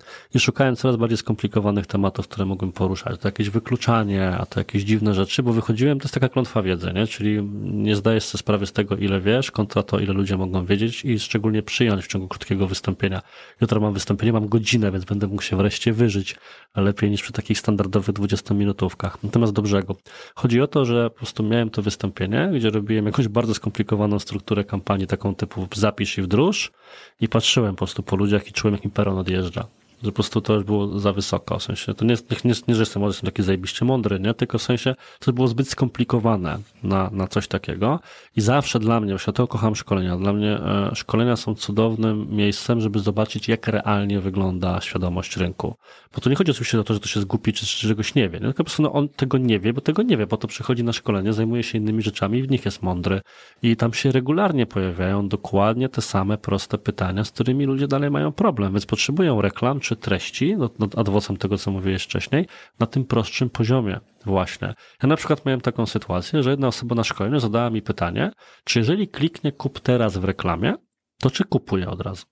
i szukałem coraz bardziej skomplikowanych tematów, które mógłbym poruszać. To jakieś wykluczanie, a to jakieś dziwne rzeczy, bo wychodziłem, to jest taka klątwa wiedzy, nie? Czyli nie zdajesz sobie sprawy z tego, ile wiesz, kontra to, ile ludzie mogą wiedzieć i szczególnie przyjąć w ciągu krótkiego wystąpienia. Jutro mam wystąpienie, mam godzinę, więc będę mógł się wreszcie wyżyć lepiej niż przy takich standardowych 20-minutówkach. Natomiast do brzegu. Chodzi o to, że po prostu miałem to wystąpienie, gdzie robiłem jakąś bardzo skomplikowaną strukturę kampanii, taką typu zapisz i wdróż i patrzyłem po prostu po ludziach i czułem, jak mi peron odjeżdża. Że po prostu to już było za wysoko, w sensie, to nie że jestem taki zajebiście mądry, nie? Tylko w sensie, to było zbyt skomplikowane na coś takiego i zawsze dla mnie, właśnie to kocham szkolenia, dla mnie szkolenia są cudownym miejscem, żeby zobaczyć, jak realnie wygląda świadomość rynku. Bo to nie chodzi oczywiście o to, że to się zgubi, czy czegoś nie wie, nie? Tylko po prostu on tego nie wie, bo to przychodzi na szkolenie, zajmuje się innymi rzeczami i w nich jest mądry i tam się regularnie pojawiają dokładnie te same proste pytania, z którymi ludzie dalej mają problem, więc potrzebują reklam czy treści, ad vocem tego, co mówiłeś wcześniej, na tym prostszym poziomie właśnie. Ja na przykład miałem taką sytuację, że jedna osoba na szkoleniu zadała mi pytanie, czy jeżeli kliknie kup teraz w reklamie, to czy kupuje od razu?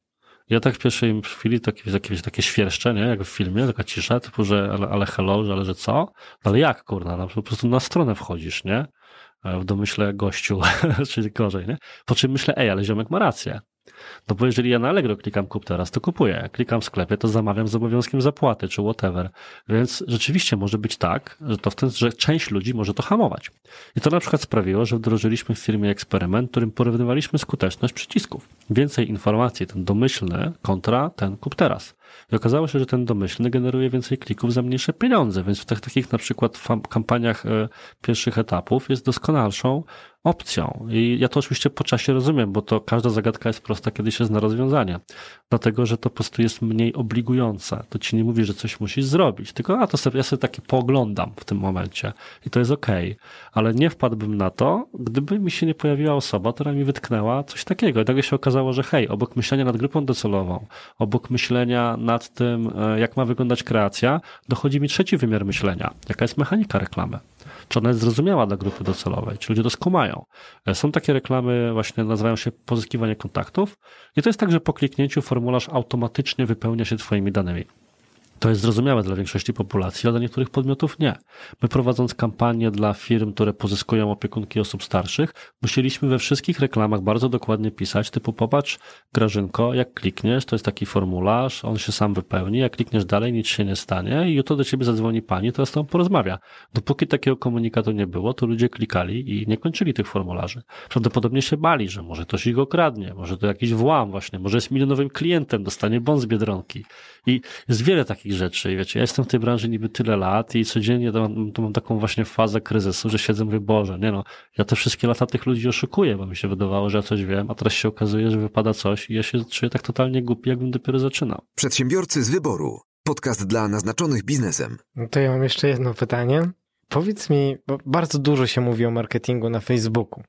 Ja tak w pierwszej chwili takie świerszczenie, jak w filmie, taka cisza, typu, że ale hello, że co? Ale jak, kurna, no, po prostu na stronę wchodzisz, nie? W domyśle gościu, czyli gorzej, nie? Po czym myślę, ale ziomek ma rację. No bo jeżeli ja na Allegro klikam kup teraz, to kupuję. Jak klikam w sklepie, to zamawiam z obowiązkiem zapłaty, czy whatever. Więc rzeczywiście może być tak, że część ludzi może to hamować. I to na przykład sprawiło, że wdrożyliśmy w firmie eksperyment, w którym porównywaliśmy skuteczność przycisków. Więcej informacji, ten domyślny kontra ten kup teraz. I okazało się, że ten domyślny generuje więcej klików za mniejsze pieniądze, więc w takich na przykład kampaniach pierwszych etapów jest doskonalszą opcją. I ja to oczywiście po czasie rozumiem, bo to każda zagadka jest prosta, kiedy się zna rozwiązanie. Dlatego, że to po prostu jest mniej obligujące. To ci nie mówi, że coś musisz zrobić, tylko ja sobie takie pooglądam w tym momencie i to jest okej. Ale nie wpadłbym na to, gdyby mi się nie pojawiła osoba, która mi wytknęła coś takiego. I nagle się okazało, że obok myślenia nad grupą docelową, obok myślenia nad tym, jak ma wyglądać kreacja, dochodzi mi trzeci wymiar myślenia. Jaka jest mechanika reklamy? Czy ona jest zrozumiała dla grupy docelowej? Czy ludzie to skumają? Są takie reklamy, właśnie nazywają się pozyskiwanie kontaktów i to jest tak, że po kliknięciu formularz automatycznie wypełnia się twoimi danymi. To jest zrozumiałe dla większości populacji, ale dla niektórych podmiotów nie. My prowadząc kampanię dla firm, które pozyskują opiekunki osób starszych, musieliśmy we wszystkich reklamach bardzo dokładnie pisać, typu popatrz Grażynko, jak klikniesz, to jest taki formularz, on się sam wypełni, jak klikniesz dalej, nic się nie stanie i jutro do ciebie zadzwoni pani, teraz z tobą porozmawia. Dopóki takiego komunikatu nie było, to ludzie klikali i nie kończyli tych formularzy. Prawdopodobnie się bali, że może ktoś ich okradnie, może to jakiś włam właśnie, może jest milionowym klientem, dostanie bon z Biedronki. I jest wiele takich rzeczy. Wiecie, ja jestem w tej branży niby tyle lat i codziennie to mam taką właśnie fazę kryzysu, że siedzę i mówię, Boże, ja te wszystkie lata tych ludzi oszukuję, bo mi się wydawało, że ja coś wiem, a teraz się okazuje, że wypada coś i ja się czuję tak totalnie głupi, jakbym dopiero zaczynał. Przedsiębiorcy z wyboru. Podcast dla naznaczonych biznesem. No to ja mam jeszcze jedno pytanie. Powiedz mi, bo bardzo dużo się mówi o marketingu na Facebooku.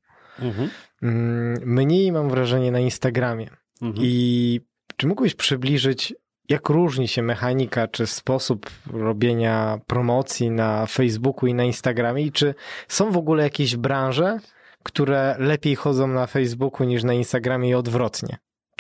Mniej mam wrażenie na Instagramie. I czy mógłbyś przybliżyć, jak różni się mechanika czy sposób robienia promocji na Facebooku i na Instagramie i czy są w ogóle jakieś branże, które lepiej chodzą na Facebooku niż na Instagramie i odwrotnie?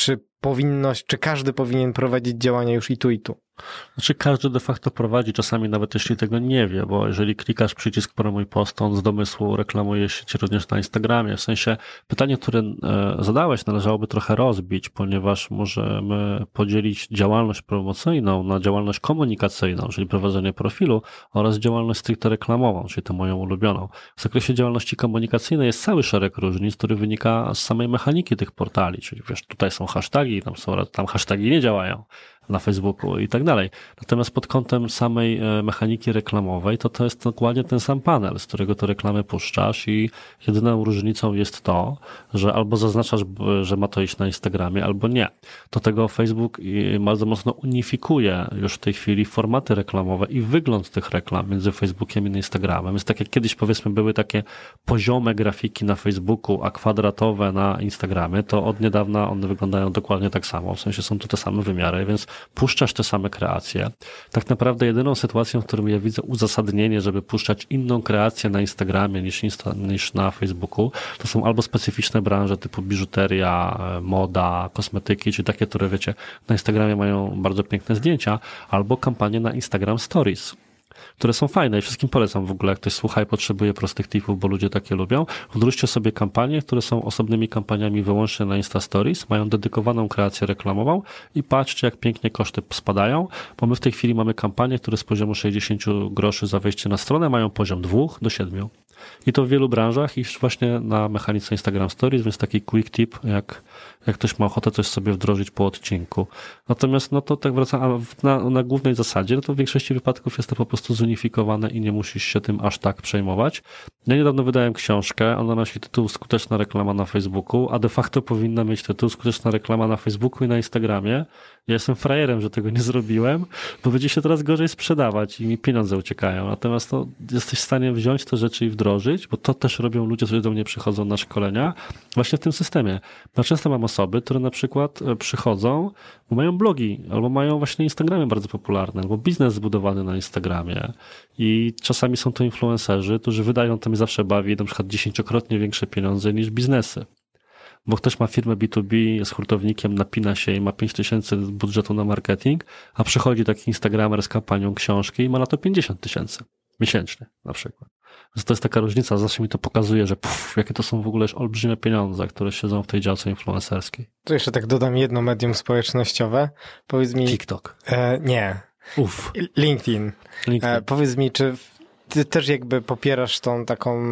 Czy każdy powinien prowadzić działania już i tu, i tu? Znaczy każdy de facto prowadzi, czasami nawet jeśli tego nie wie, bo jeżeli klikasz przycisk promuj post, on z domysłu reklamuje się ci również na Instagramie. W sensie pytanie, które zadałeś, należałoby trochę rozbić, ponieważ możemy podzielić działalność promocyjną na działalność komunikacyjną, czyli prowadzenie profilu oraz działalność stricte reklamową, czyli tę moją ulubioną. W zakresie działalności komunikacyjnej jest cały szereg różnic, który wynika z samej mechaniki tych portali, czyli wiesz, tutaj są hasztagi, tam hasztagi nie działają na Facebooku i tak dalej. Natomiast pod kątem samej mechaniki reklamowej to jest dokładnie ten sam panel, z którego te reklamy puszczasz i jedyną różnicą jest to, że albo zaznaczasz, że ma to iść na Instagramie, albo nie. Do tego Facebook bardzo mocno unifikuje już w tej chwili formaty reklamowe i wygląd tych reklam między Facebookiem i Instagramem. Jest tak jak kiedyś powiedzmy były takie poziome grafiki na Facebooku, a kwadratowe na Instagramie, to od niedawna one wyglądają dokładnie tak samo. W sensie są to te same wymiary, więc puszczasz te same kreacje. Tak naprawdę jedyną sytuacją, w którym ja widzę uzasadnienie, żeby puszczać inną kreację na Instagramie niż na Facebooku, to są albo specyficzne branże typu biżuteria, moda, kosmetyki, czy takie, które wiecie, na Instagramie mają bardzo piękne zdjęcia, albo kampanie na Instagram Stories, które są fajne i wszystkim polecam w ogóle, jak ktoś słucha i potrzebuje prostych tipów, bo ludzie takie lubią. Wdróżcie sobie kampanie, które są osobnymi kampaniami wyłącznie na Insta Stories, mają dedykowaną kreację reklamową i patrzcie, jak pięknie koszty spadają, bo my w tej chwili mamy kampanie, które z poziomu 60 groszy za wejście na stronę mają poziom 2 do 7. I to w wielu branżach i właśnie na mechanice Instagram Stories, więc taki quick tip, jak ktoś ma ochotę coś sobie wdrożyć po odcinku. Natomiast no to tak wracam, na głównej zasadzie, no to w większości wypadków jest to po prostu zunifikowane i nie musisz się tym aż tak przejmować. Ja niedawno wydałem książkę, ona nosi tytuł Skuteczna reklama na Facebooku, a de facto powinna mieć tytuł Skuteczna reklama na Facebooku i na Instagramie. Ja jestem frajerem, że tego nie zrobiłem, bo będzie się teraz gorzej sprzedawać i mi pieniądze uciekają. Natomiast no, jesteś w stanie wziąć te rzeczy i wdrożyć, bo to też robią ludzie, którzy do mnie przychodzą na szkolenia, właśnie w tym systemie. No, często mam osoby, które na przykład przychodzą, bo mają blogi, albo mają właśnie Instagramy bardzo popularne, albo biznes zbudowany na Instagramie i czasami są to influencerzy, którzy wydają, to mnie zawsze bawi, na przykład 10-krotnie większe pieniądze niż biznesy. Bo ktoś ma firmę B2B, jest hurtownikiem, napina się i ma 5000 budżetu na marketing, a przychodzi taki instagramer z kampanią książki i ma na to 50 000 miesięcznie na przykład. Więc to jest taka różnica, zawsze mi to pokazuje, że jakie to są w ogóle olbrzymie pieniądze, które siedzą w tej działce influencerskiej. To jeszcze tak dodam jedno medium społecznościowe. Powiedz mi... TikTok. Nie. LinkedIn. Powiedz mi, czy ty też jakby popierasz tą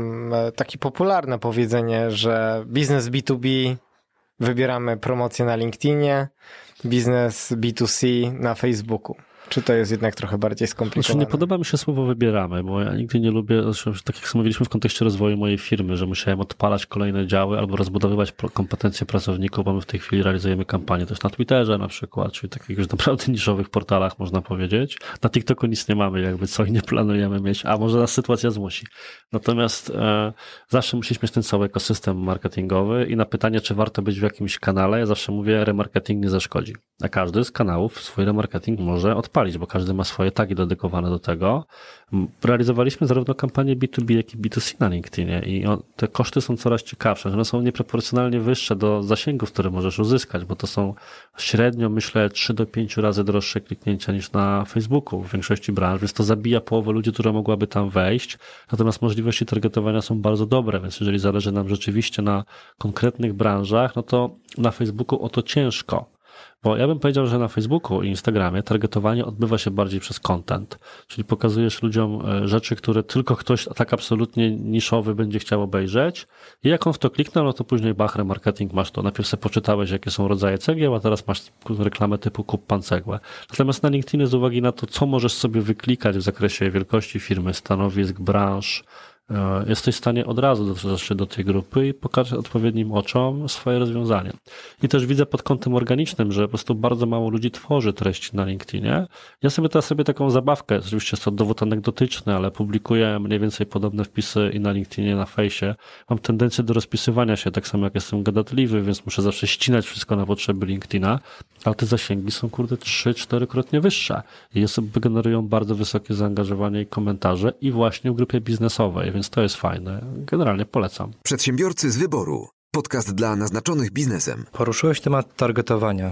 takie popularne powiedzenie, że biznes B2B wybieramy promocję na LinkedInie, biznes B2C na Facebooku. Czy to jest jednak trochę bardziej skomplikowane? Znaczy, nie podoba mi się słowo wybieramy, bo ja nigdy nie lubię, tak jak mówiliśmy w kontekście rozwoju mojej firmy, że musiałem odpalać kolejne działy albo rozbudowywać kompetencje pracowników, bo my w tej chwili realizujemy kampanię też na Twitterze na przykład, czyli takich już naprawdę niszowych portalach można powiedzieć. Na TikToku nic nie mamy jakby co i nie planujemy mieć, a może nas sytuacja zmusi. Natomiast zawsze musisz mieć ten cały ekosystem marketingowy i na pytanie, czy warto być w jakimś kanale, ja zawsze mówię, remarketing nie zaszkodzi. A każdy z kanałów swój remarketing może odpalić, bo każdy ma swoje tagi dedykowane do tego. Realizowaliśmy zarówno kampanię B2B, jak i B2C na LinkedInie i te koszty są coraz ciekawsze. One są nieproporcjonalnie wyższe do zasięgów, które możesz uzyskać, bo to są średnio, myślę, 3 do 5 razy droższe kliknięcia niż na Facebooku w większości branż, więc to zabija połowę ludzi, która mogłaby tam wejść. Natomiast możliwości targetowania są bardzo dobre, więc jeżeli zależy nam rzeczywiście na konkretnych branżach, no to na Facebooku o to ciężko. Bo ja bym powiedział, że na Facebooku i Instagramie targetowanie odbywa się bardziej przez content, czyli pokazujesz ludziom rzeczy, które tylko ktoś tak absolutnie niszowy będzie chciał obejrzeć i jak on w to kliknął, no to później remarketing masz to. Najpierw sobie poczytałeś, jakie są rodzaje cegieł, a teraz masz reklamę typu kup pan cegłę. Natomiast na LinkedInie z uwagi na to, co możesz sobie wyklikać w zakresie wielkości firmy, stanowisk, branż, jesteś w stanie od razu dotrzeć się do tej grupy i pokazać odpowiednim oczom swoje rozwiązanie. I też widzę pod kątem organicznym, że po prostu bardzo mało ludzi tworzy treści na LinkedInie. Ja sobie teraz robię taką zabawkę, oczywiście jest to dowód anegdotyczny, ale publikuję mniej więcej podobne wpisy i na LinkedInie, na fejsie. Mam tendencję do rozpisywania się, tak samo jak jestem gadatliwy, więc muszę zawsze ścinać wszystko na potrzeby LinkedIna, ale te zasięgi są 3-4-krotnie wyższe i osoby generują bardzo wysokie zaangażowanie i komentarze i właśnie w grupie biznesowej, więc to jest fajne. Generalnie polecam. Przedsiębiorcy z wyboru. Podcast dla naznaczonych biznesem. Poruszyłeś temat targetowania.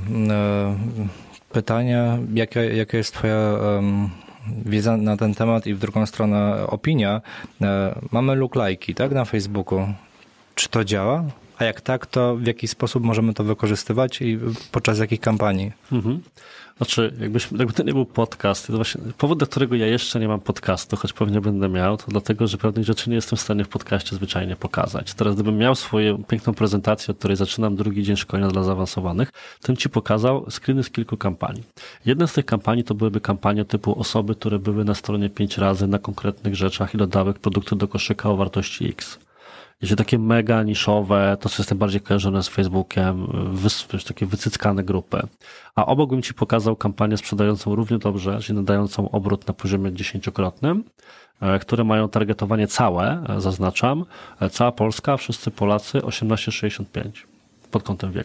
Pytanie, jaka jest twoja wiedza na ten temat i w drugą stronę opinia. Mamy lookalike'i, tak, na Facebooku. Czy to działa? A jak tak, to w jaki sposób możemy to wykorzystywać i podczas jakich kampanii? Znaczy, jakby to nie był podcast, to właśnie powód, dla którego ja jeszcze nie mam podcastu, choć pewnie będę miał, to dlatego, że pewnych rzeczy nie jestem w stanie w podcaście zwyczajnie pokazać. Teraz gdybym miał swoją piękną prezentację, od której zaczynam drugi dzień szkolenia dla zaawansowanych, to bym ci pokazał screeny z kilku kampanii. Jedna z tych kampanii to byłyby kampanie typu osoby, które były na stronie 5 razy na konkretnych rzeczach i dodały produkty do koszyka o wartości X. Jeśli takie mega niszowe, to co jest najbardziej kojarzone z Facebookiem, takie wycyckane grupy. A obok bym ci pokazał kampanię sprzedającą równie dobrze, czyli nadającą obrót na poziomie 10-krotnym, które mają targetowanie całe, zaznaczam, cała Polska, wszyscy Polacy 18-65 pod kątem wieku.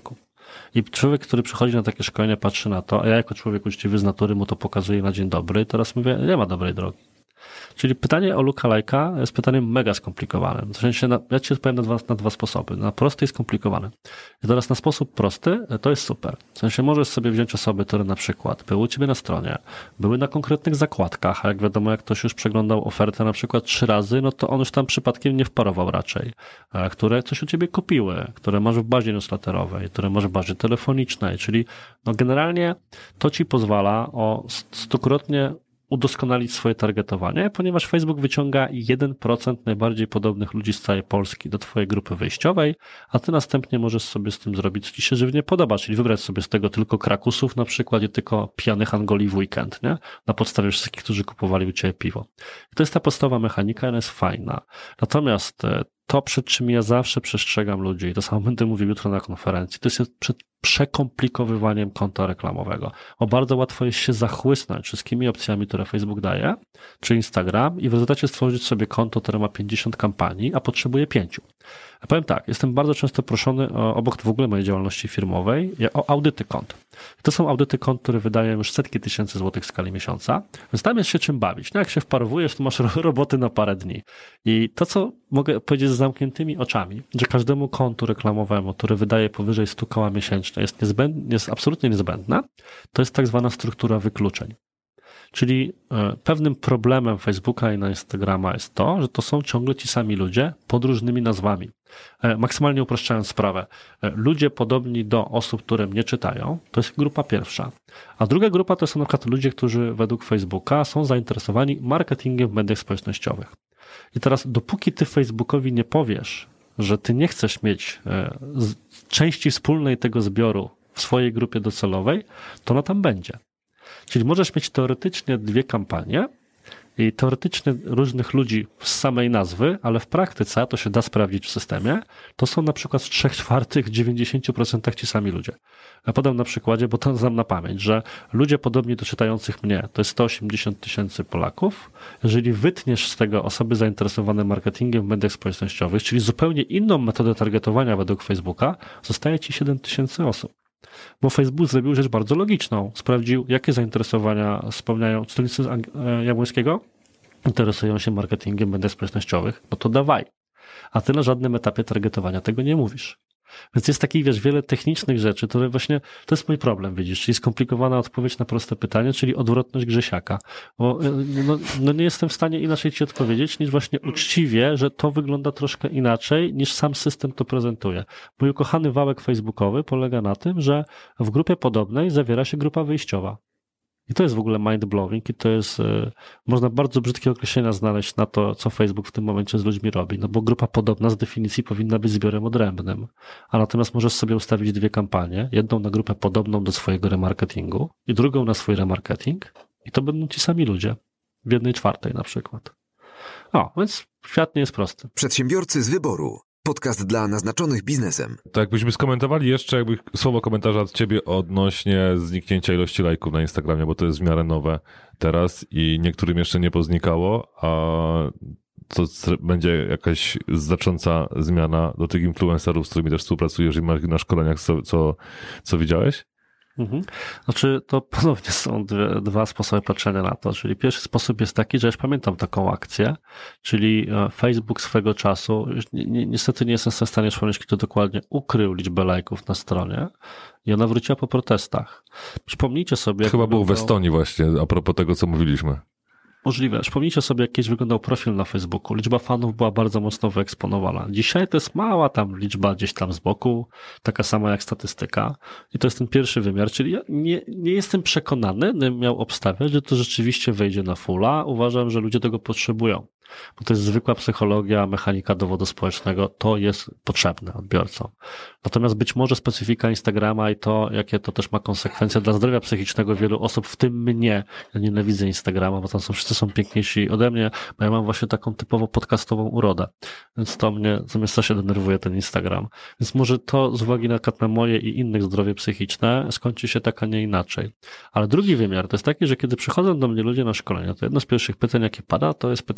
I człowiek, który przychodzi na takie szkolenie, patrzy na to, a ja jako człowiek uczciwy z natury mu to pokazuję na dzień dobry, teraz mówię, nie ma dobrej drogi. Czyli pytanie o lookalike'a jest pytaniem mega skomplikowanym. W sensie ja ci odpowiem na dwa sposoby. Na prosty i skomplikowany. I teraz na sposób prosty to jest super. W sensie możesz sobie wziąć osoby, które na przykład były u ciebie na stronie, były na konkretnych zakładkach, a jak wiadomo, jak ktoś już przeglądał ofertę na przykład 3 razy, no to on już tam przypadkiem nie wparował raczej. Które coś u ciebie kupiły, które masz w bazie newsletterowej, które masz w bazie telefonicznej, czyli no generalnie to ci pozwala o 100-krotnie udoskonalić swoje targetowanie, ponieważ Facebook wyciąga 1% najbardziej podobnych ludzi z całej Polski do twojej grupy wyjściowej, a ty następnie możesz sobie z tym zrobić, co ci się żywnie podoba, czyli wybrać sobie z tego tylko krakusów na przykład i tylko pijanych Angoli w weekend, nie? Na podstawie wszystkich, którzy kupowali u ciebie piwo. I to jest ta podstawowa mechanika, ona jest fajna. Natomiast to, przed czym ja zawsze przestrzegam ludzi, i to samo będę mówił jutro na konferencji, to jest przed przekomplikowywaniem konta reklamowego. Bo bardzo łatwo jest się zachłysnąć wszystkimi opcjami, które Facebook daje, czy Instagram, i w rezultacie stworzyć sobie konto, które ma 50 kampanii, a potrzebuje 5. Ja powiem tak, jestem bardzo często proszony obok w ogóle mojej działalności firmowej o audyty kont. To są audyty kont, które wydają już setki tysięcy złotych w skali miesiąca, więc tam jest się czym bawić. No jak się wparowujesz, to masz roboty na parę dni. I to, co mogę powiedzieć z zamkniętymi oczami, że każdemu kontu reklamowemu, który wydaje powyżej 100 koła miesięcznie, jest absolutnie niezbędne, to jest tak zwana struktura wykluczeń. Czyli pewnym problemem Facebooka i na Instagrama jest to, że to są ciągle ci sami ludzie pod różnymi nazwami. Maksymalnie upraszczając sprawę, ludzie podobni do osób, które mnie czytają, to jest grupa pierwsza. A druga grupa to są na przykład ludzie, którzy według Facebooka są zainteresowani marketingiem w mediach społecznościowych. I teraz dopóki ty Facebookowi nie powiesz, że ty nie chcesz mieć części wspólnej tego zbioru w swojej grupie docelowej, to ona tam będzie. Czyli możesz mieć teoretycznie 2 kampanie i teoretycznie różnych ludzi z samej nazwy, ale w praktyce, to się da sprawdzić w systemie, to są na przykład w 3/4, 90% ci sami ludzie. Ja podam na przykładzie, bo to znam na pamięć, że ludzie podobni do czytających mnie, to jest 180 000 Polaków. Jeżeli wytniesz z tego osoby zainteresowane marketingiem w mediach społecznościowych, czyli zupełnie inną metodę targetowania według Facebooka, zostaje ci 7 000 osób. Bo Facebook zrobił rzecz bardzo logiczną. Sprawdził, jakie zainteresowania spełniają czytelnicy Jabłońskiego. Interesują się marketingiem w mediach społecznościowych, no to dawaj. A ty na żadnym etapie targetowania tego nie mówisz. Więc jest takich, wiele technicznych rzeczy, które właśnie, to jest mój problem, widzisz, czyli skomplikowana odpowiedź na proste pytanie, czyli odwrotność Grzesiaka. Bo nie jestem w stanie inaczej ci odpowiedzieć, niż właśnie uczciwie, że to wygląda troszkę inaczej, niż sam system to prezentuje. Mój ukochany wałek facebookowy polega na tym, że w grupie podobnej zawiera się grupa wyjściowa. I to jest w ogóle mind-blowing i to jest, można bardzo brzydkie określenia znaleźć na to, co Facebook w tym momencie z ludźmi robi, no bo grupa podobna z definicji powinna być zbiorem odrębnym, a natomiast możesz sobie ustawić 2 kampanie, jedną na grupę podobną do swojego remarketingu i drugą na swój remarketing i to będą ci sami ludzie, w 1/4 na przykład. Więc świat nie jest prosty. Przedsiębiorcy z wyboru. Podcast dla naznaczonych biznesem. To jakbyśmy skomentowali jeszcze słowo komentarza od ciebie odnośnie zniknięcia ilości lajków na Instagramie, bo to jest w miarę nowe teraz i niektórym jeszcze nie poznikało, a to będzie jakaś znacząca zmiana do tych influencerów, z którymi też współpracujesz i masz na szkoleniach, co widziałeś? Znaczy, to ponownie są 2 sposoby patrzenia na to. Czyli pierwszy sposób jest taki, że już pamiętam taką akcję, czyli Facebook swego czasu, niestety nie jestem w stanie przypomnieć, kto dokładnie ukrył liczbę lajków na stronie i ona wróciła po protestach. Przypomnijcie sobie... Chyba był w Estonii właśnie, a propos tego, co mówiliśmy. Możliwe. Przypomnijcie sobie, jak kiedyś wyglądał profil na Facebooku. Liczba fanów była bardzo mocno wyeksponowana. Dzisiaj to jest mała tam liczba gdzieś tam z boku, taka sama jak statystyka. I to jest ten pierwszy wymiar, czyli ja nie jestem przekonany, gdybym miał obstawiać, że to rzeczywiście wejdzie na fulla. Uważam, że ludzie tego potrzebują. Bo to jest zwykła psychologia, mechanika dowodu społecznego, to jest potrzebne odbiorcom. Natomiast być może specyfika Instagrama i to, jakie to też ma konsekwencje dla zdrowia psychicznego wielu osób, w tym mnie. Ja nienawidzę Instagrama, bo tam wszyscy są piękniejsi ode mnie, bo ja mam właśnie taką typowo podcastową urodę. Więc to mnie strasznie denerwuje ten Instagram. Więc może to z uwagi na moje i innych zdrowie psychiczne skończy się tak, a nie inaczej. Ale drugi wymiar to jest taki, że kiedy przychodzą do mnie ludzie na szkolenia, to jedno z pierwszych pytań, jakie pada, to jest pytanie, jakie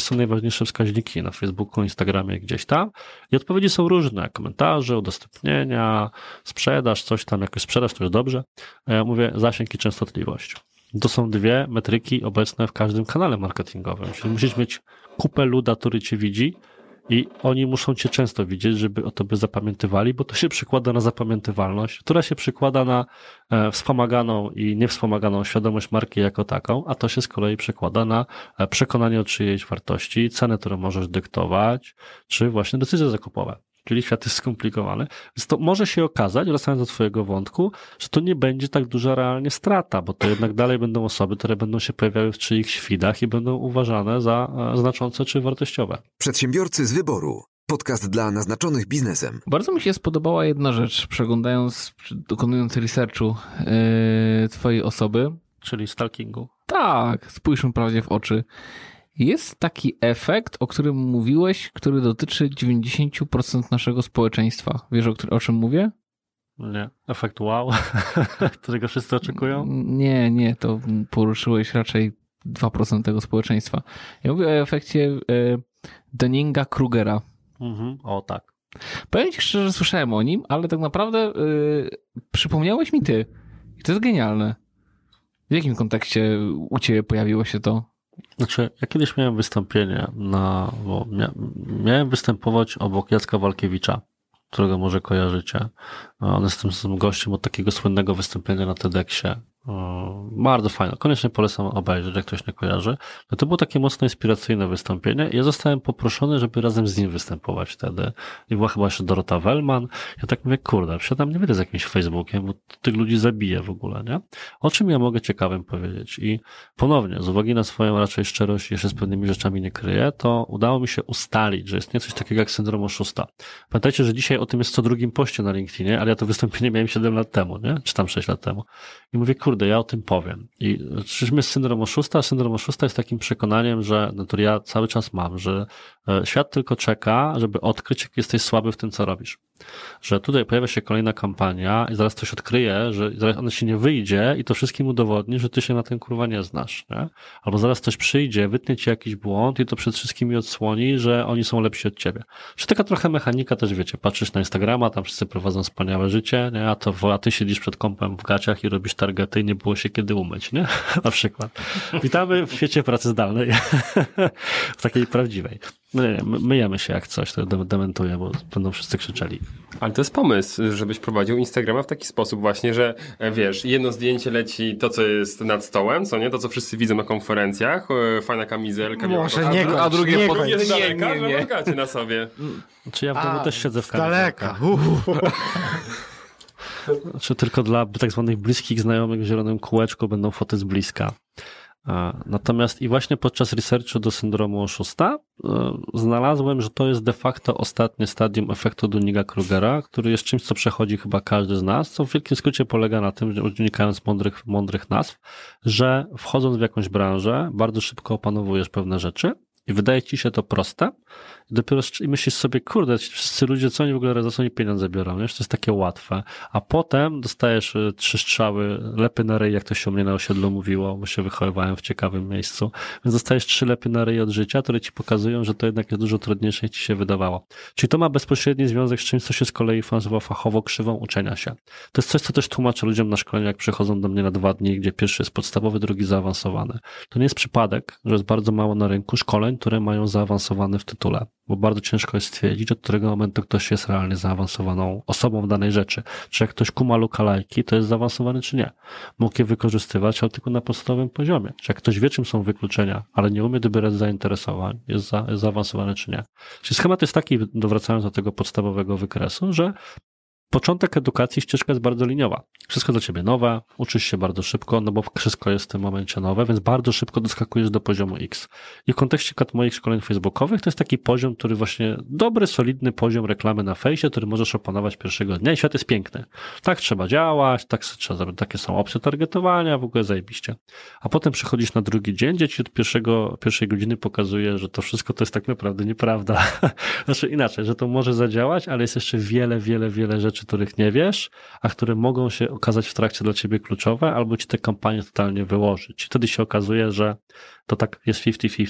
są najważniejsze wskaźniki na Facebooku, Instagramie, gdzieś tam. I odpowiedzi są różne. Komentarze, udostępnienia, sprzedaż, coś tam, jakoś sprzedaż, to już dobrze. A ja mówię zasięg i częstotliwość. To są dwie metryki obecne w każdym kanale marketingowym. Czyli musisz mieć kupę luda, który cię widzi i oni muszą cię często widzieć, żeby o tobie zapamiętywali, bo to się przekłada na zapamiętywalność, która się przekłada na wspomaganą i niewspomaganą świadomość marki jako taką, a to się z kolei przekłada na przekonanie o czyjejś wartości, cenę, którą możesz dyktować, czy właśnie decyzje zakupowe. Czyli świat jest skomplikowany. Więc to może się okazać, wracając do twojego wątku, że to nie będzie tak duża realnie strata, bo to jednak dalej będą osoby, które będą się pojawiały w czyichś feedach i będą uważane za znaczące czy wartościowe. Przedsiębiorcy z wyboru. Podcast dla naznaczonych biznesem. Bardzo mi się spodobała jedna rzecz, dokonując researchu twojej osoby. Czyli stalkingu. Tak, spójrzmy prawdzie w oczy. Jest taki efekt, o którym mówiłeś, który dotyczy 90% naszego społeczeństwa. Wiesz, o czym mówię? Nie. Efekt wow, którego wszyscy oczekują? Nie, to poruszyłeś raczej 2% tego społeczeństwa. Ja mówię o efekcie Dunninga-Krugera. O tak. Powiem ci szczerze, że słyszałem o nim, ale tak naprawdę przypomniałeś mi ty. I to jest genialne. W jakim kontekście u ciebie pojawiło się to? Znaczy, ja kiedyś miałem wystąpienie miałem występować obok Jacka Walkiewicza, którego może kojarzycie. On jest tym gościem od takiego słynnego wystąpienia na TEDxie. Bardzo fajne. Koniecznie polecam obejrzeć, jak ktoś nie kojarzy. No to było takie mocno inspiracyjne wystąpienie. Ja zostałem poproszony, żeby razem z nim występować wtedy. I była chyba jeszcze Dorota Wellman. Ja tak mówię, kurde, wsiadam, nie wyjdę z jakimś Facebookiem, bo tych ludzi zabije w ogóle, nie? O czym ja mogę ciekawym powiedzieć? I ponownie, z uwagi na swoją raczej szczerość, jeszcze z pewnymi rzeczami nie kryję, to udało mi się ustalić, że istnieje coś takiego jak syndrom oszusta. Pamiętajcie, że dzisiaj o tym jest co drugim poście na LinkedInie, ale ja to wystąpienie miałem 7 lat temu, nie? Czy tam 6 lat temu. I mówię, kurde, ja o tym powiem. I czyżby syndrom oszusta? Syndrom oszusta jest takim przekonaniem, że, który ja cały czas mam, że świat tylko czeka, żeby odkryć, jak jesteś słaby w tym, co robisz. Że tutaj pojawia się kolejna kampania i zaraz ktoś odkryje, że zaraz ona się nie wyjdzie i to wszystkim udowodni, że ty się na tym kurwa nie znasz, nie? Albo zaraz ktoś przyjdzie, wytnie ci jakiś błąd i to przed wszystkimi odsłoni, że oni są lepsi od ciebie. Czy taka trochę mechanika też, wiecie, patrzysz na Instagrama, tam wszyscy prowadzą wspaniałe życie, nie? A ty siedzisz przed kompem w gaciach i robisz targety i nie było się kiedy umyć, nie? Na przykład. Witamy w świecie pracy zdalnej. W takiej prawdziwej. Nie, myjemy się jak coś, to dementuję, bo będą wszyscy krzyczeli. Ale to jest pomysł, żebyś prowadził Instagrama w taki sposób właśnie, że wiesz, jedno zdjęcie leci to, co jest nad stołem, co nie? To, co wszyscy widzą na konferencjach, fajna kamizelka. Może nie kończ, a drugie nie po kończ. Jest daleka, że magacie na sobie. Czy ja w domu też siedzę w z daleka. kamizelkach. Czy tylko dla tak zwanych bliskich znajomych w zielonym kółeczku będą foty z bliska. Natomiast i właśnie podczas researchu do syndromu oszusta znalazłem, że to jest de facto ostatnie stadium efektu Dunninga-Krugera, który jest czymś, co przechodzi chyba każdy z nas, co w wielkim skrócie polega na tym, że unikając mądrych nazw, że wchodząc w jakąś branżę, bardzo szybko opanowujesz pewne rzeczy i wydaje ci się to proste. I dopiero myślisz sobie, kurde, wszyscy ludzie, co oni w ogóle za co oni pieniądze biorą, nie? Że to jest takie łatwe. A potem dostajesz 3 strzały, lepy na ryj, jak to się u mnie na osiedlu mówiło, bo się wychowywałem w ciekawym miejscu. Więc dostajesz 3 lepy na ryj od życia, które ci pokazują, że to jednak jest dużo trudniejsze niż ci się wydawało. Czyli to ma bezpośredni związek z czymś, co się z kolei nazywa fachowo krzywą uczenia się. To jest coś, co też tłumaczę ludziom na szkoleniu, jak przychodzą do mnie na 2 dni, gdzie pierwszy jest podstawowy, drugi zaawansowany. To nie jest przypadek, że jest bardzo mało na rynku szkoleń, które mają zaawansowany w tytule. Bo bardzo ciężko jest stwierdzić, od którego momentu ktoś jest realnie zaawansowaną osobą w danej rzeczy. Czy jak ktoś kuma lookalike'i, to jest zaawansowany, czy nie. Mógł je wykorzystywać, ale tylko na podstawowym poziomie. Czy jak ktoś wie, czym są wykluczenia, ale nie umie dobierać zainteresowań, jest zaawansowany, czy nie. Czyli schemat jest taki, wracając do tego podstawowego wykresu, że początek edukacji, ścieżka jest bardzo liniowa. Wszystko dla ciebie nowe, uczysz się bardzo szybko, no bo wszystko jest w tym momencie nowe, więc bardzo szybko doskakujesz do poziomu X. I w kontekście moich szkoleń facebookowych to jest taki poziom, który właśnie dobry, solidny poziom reklamy na fejsie, który możesz opanować pierwszego dnia i świat jest piękny. Tak trzeba działać, takie są opcje targetowania, w ogóle zajebiście. A potem przychodzisz na drugi dzień, gdzie ci od pierwszej godziny pokazuje, że to wszystko to jest tak naprawdę nieprawda. Znaczy inaczej, że to może zadziałać, ale jest jeszcze wiele rzeczy, których nie wiesz, a które mogą się okazać w trakcie dla ciebie kluczowe, albo ci te kampanie totalnie wyłożyć. I wtedy się okazuje, że to tak jest 50-50.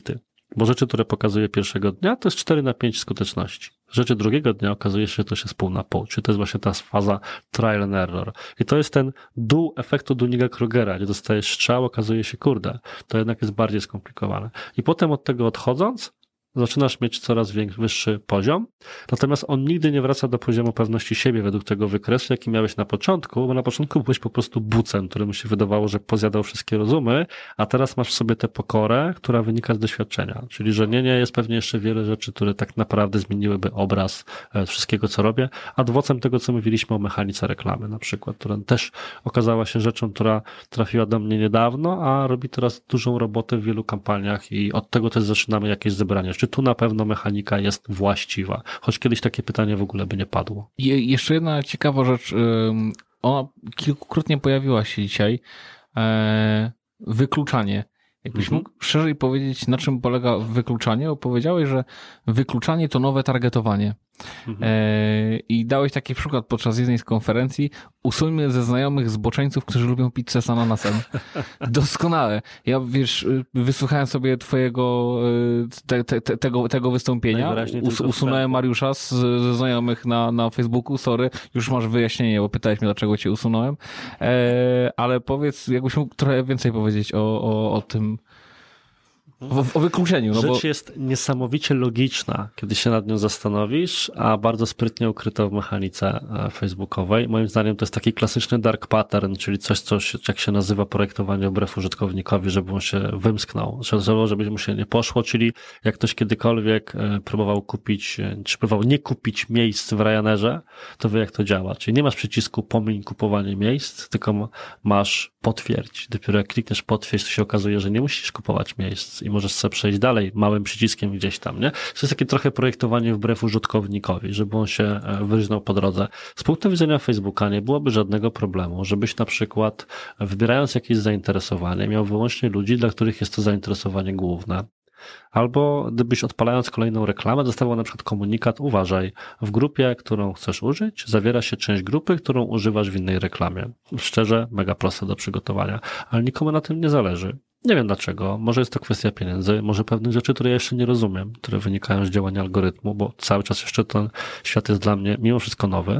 Bo rzeczy, które pokazuje pierwszego dnia, to jest 4/5 skuteczności. Rzeczy drugiego dnia okazuje się, że to się jest pół na pół. Czyli to jest właśnie ta faza trial and error. I to jest ten dół efektu Dunninga-Krugera, gdzie dostajesz strzał, okazuje się, kurde, to jednak jest bardziej skomplikowane. I potem od tego odchodząc, zaczynasz mieć coraz wyższy poziom, natomiast on nigdy nie wraca do poziomu pewności siebie według tego wykresu, jaki miałeś na początku, bo na początku byłeś po prostu bucem, któremu się wydawało, że pozjadał wszystkie rozumy, a teraz masz w sobie tę pokorę, która wynika z doświadczenia. Czyli, że nie, jest pewnie jeszcze wiele rzeczy, które tak naprawdę zmieniłyby obraz wszystkiego, co robię. Adwocem tego, co mówiliśmy o mechanice reklamy na przykład, która też okazała się rzeczą, która trafiła do mnie niedawno, a robi teraz dużą robotę w wielu kampaniach i od tego też zaczynamy jakieś zebrania. Czy tu na pewno mechanika jest właściwa? Choć kiedyś takie pytanie w ogóle by nie padło. Jeszcze jedna ciekawa rzecz, ona kilkukrotnie pojawiła się dzisiaj, wykluczanie. Jakbyś mógł szerzej powiedzieć, na czym polega wykluczanie, bo powiedziałeś, że wykluczanie to nowe targetowanie. I dałeś taki przykład podczas jednej z konferencji: usuńmy ze znajomych zboczeńców, którzy lubią pizzę z ananasem. Doskonale. Ja, wysłuchałem sobie twojego tego wystąpienia, usunąłem Mariusza ze znajomych na Facebooku, sorry, już masz wyjaśnienie, bo pytałeś mnie, dlaczego cię usunąłem, ale powiedz, jakbyś mógł trochę więcej powiedzieć o tym, o wykluczeniu. Rzecz jest niesamowicie logiczna, kiedy się nad nią zastanowisz, a bardzo sprytnie ukryta w mechanice facebookowej. Moim zdaniem to jest taki klasyczny dark pattern, czyli coś, jak się nazywa projektowanie wbrew użytkownikowi, żeby on się wymsknął, żeby mu się nie poszło, czyli jak ktoś kiedykolwiek próbował kupić, czy próbował nie kupić miejsc w Ryanerze, to wie, jak to działa. Czyli nie masz przycisku pomiń kupowanie miejsc, tylko masz potwierdź. Dopiero jak klikniesz potwierdź, to się okazuje, że nie musisz kupować miejsc i możesz sobie przejść dalej małym przyciskiem gdzieś tam, nie? To jest takie trochę projektowanie wbrew użytkownikowi, żeby on się wyżnął po drodze. Z punktu widzenia Facebooka nie byłoby żadnego problemu, żebyś na przykład, wybierając jakieś zainteresowanie, miał wyłącznie ludzi, dla których jest to zainteresowanie główne. Albo gdybyś, odpalając kolejną reklamę, dostawał na przykład komunikat: uważaj, w grupie, którą chcesz użyć, zawiera się część grupy, którą używasz w innej reklamie. Szczerze, mega proste do przygotowania, ale nikomu na tym nie zależy. Nie wiem dlaczego, może jest to kwestia pieniędzy, może pewnych rzeczy, które ja jeszcze nie rozumiem, które wynikają z działania algorytmu, bo cały czas jeszcze ten świat jest dla mnie mimo wszystko nowy.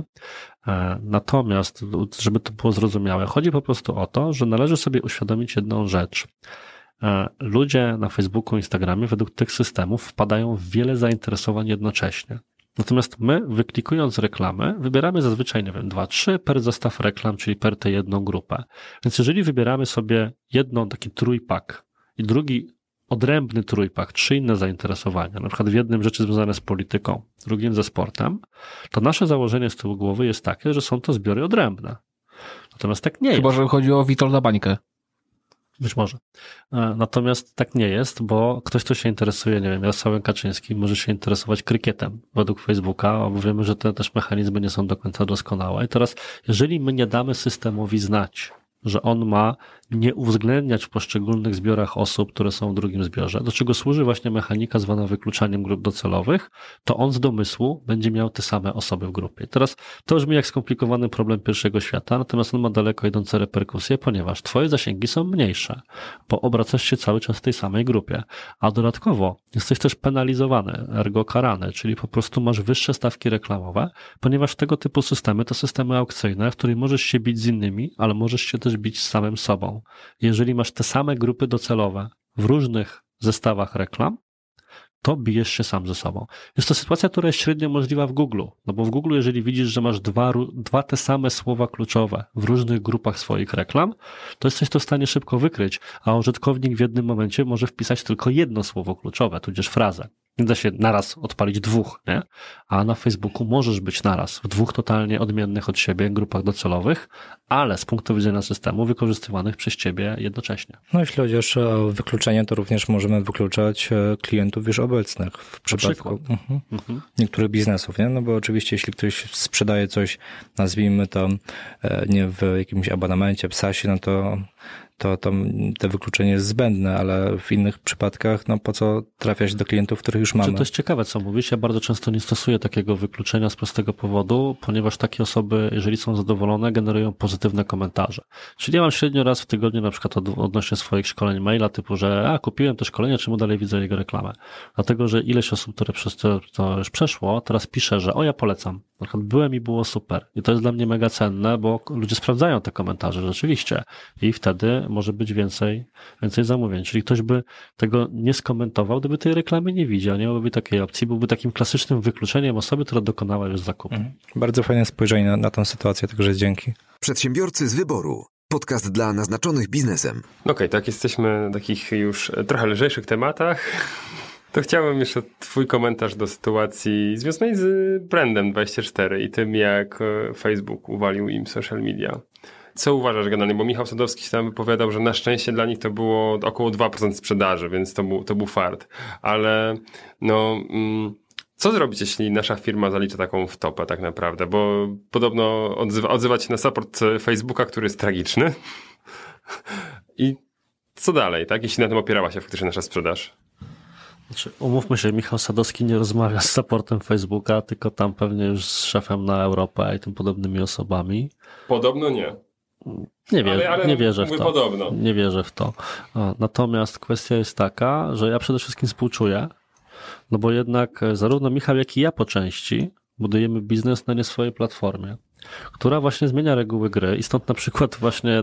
Natomiast, żeby to było zrozumiałe, chodzi po prostu o to, że należy sobie uświadomić jedną rzecz. Ludzie na Facebooku, Instagramie według tych systemów wpadają w wiele zainteresowań jednocześnie. Natomiast my, wyklikując reklamy, wybieramy zazwyczaj, 2-3 per zestaw reklam, czyli per tę jedną grupę. Więc jeżeli wybieramy sobie taki trójpak i drugi odrębny trójpak, 3 inne zainteresowania, na przykład w jednym rzeczy związane z polityką, w drugim ze sportem, to nasze założenie z tyłu głowy jest takie, że są to zbiory odrębne. Natomiast tak nie jest. Chyba że chodzi o Witolda Bańkę. Być może. Natomiast tak nie jest, bo ktoś, kto się interesuje, Jarosławem Kaczyńskim, może się interesować krykietem według Facebooka, bo wiemy, że te też mechanizmy nie są do końca doskonałe. I teraz, jeżeli my nie damy systemowi znać, że on ma nie uwzględniać w poszczególnych zbiorach osób, które są w drugim zbiorze, do czego służy właśnie mechanika zwana wykluczaniem grup docelowych, to on z domysłu będzie miał te same osoby w grupie. Teraz to brzmi jak skomplikowany problem pierwszego świata, natomiast on ma daleko idące reperkusje, ponieważ twoje zasięgi są mniejsze, bo obracasz się cały czas w tej samej grupie, a dodatkowo jesteś też penalizowany, ergo karany, czyli po prostu masz wyższe stawki reklamowe, ponieważ tego typu systemy to systemy aukcyjne, w których możesz się bić z innymi, ale możesz się też bić z samym sobą. Jeżeli masz te same grupy docelowe w różnych zestawach reklam, to bijesz się sam ze sobą. Jest to sytuacja, która jest średnio możliwa w Google, no bo w Google, jeżeli widzisz, że masz dwa te same słowa kluczowe w różnych grupach swoich reklam, to jesteś to w stanie szybko wykryć, a użytkownik w jednym momencie może wpisać tylko jedno słowo kluczowe, tudzież frazę. Nie da się naraz odpalić 2, nie? A na Facebooku możesz być naraz w 2 totalnie odmiennych od siebie grupach docelowych, ale z punktu widzenia systemu wykorzystywanych przez ciebie jednocześnie. No jeśli chodzi jeszcze o wykluczenie, to również możemy wykluczać klientów już obecnych w przypadku niektórych biznesów, nie? No bo oczywiście jeśli ktoś sprzedaje coś, nazwijmy to, nie w jakimś abonamencie, PSAS-ie, no to to te wykluczenie jest zbędne, ale w innych przypadkach, no po co trafiać do klientów, których już mamy? To jest ciekawe, co mówisz. Ja bardzo często nie stosuję takiego wykluczenia z prostego powodu, ponieważ takie osoby, jeżeli są zadowolone, generują pozytywne komentarze. Czyli ja mam średnio raz w tygodniu na przykład odnośnie swoich szkoleń maila typu, że kupiłem to szkolenie, czemu dalej widzę jego reklamę? Dlatego, że ileś osób, które przez to już przeszło, teraz pisze, że ja polecam. Na przykład byłem i było super. I to jest dla mnie mega cenne, bo ludzie sprawdzają te komentarze rzeczywiście i wtedy może być więcej zamówień. Czyli ktoś by tego nie skomentował, gdyby tej reklamy nie widział, nie byłoby takiej opcji, byłby takim klasycznym wykluczeniem osoby, która dokonała już zakupu. Bardzo fajne spojrzenie na tę sytuację, także dzięki. Przedsiębiorcy z wyboru. Podcast dla naznaczonych biznesem. Okej, tak jesteśmy na takich już trochę lżejszych tematach. To chciałem jeszcze twój komentarz do sytuacji związanej z Brandem24 i tym, jak Facebook uwalił im social media. Co uważasz generalnie? Bo Michał Sadowski się tam wypowiadał, że na szczęście dla nich to było około 2% sprzedaży, więc to był fart. Ale co zrobić, jeśli nasza firma zalicza taką wtopę tak naprawdę? Bo podobno odzywać się na support Facebooka, który jest tragiczny. I co dalej, tak? Jeśli na tym opierała się faktycznie nasza sprzedaż? Znaczy, umówmy się, Michał Sadowski nie rozmawia z supportem Facebooka, tylko tam pewnie już z szefem na Europę i tym podobnymi osobami. Podobno nie. Nie wierzę w to. Podobno. Nie wierzę w to. Natomiast kwestia jest taka, że ja przede wszystkim współczuję, no bo jednak zarówno Michał, jak i ja po części budujemy biznes na nie swojej platformie, która właśnie zmienia reguły gry i stąd na przykład właśnie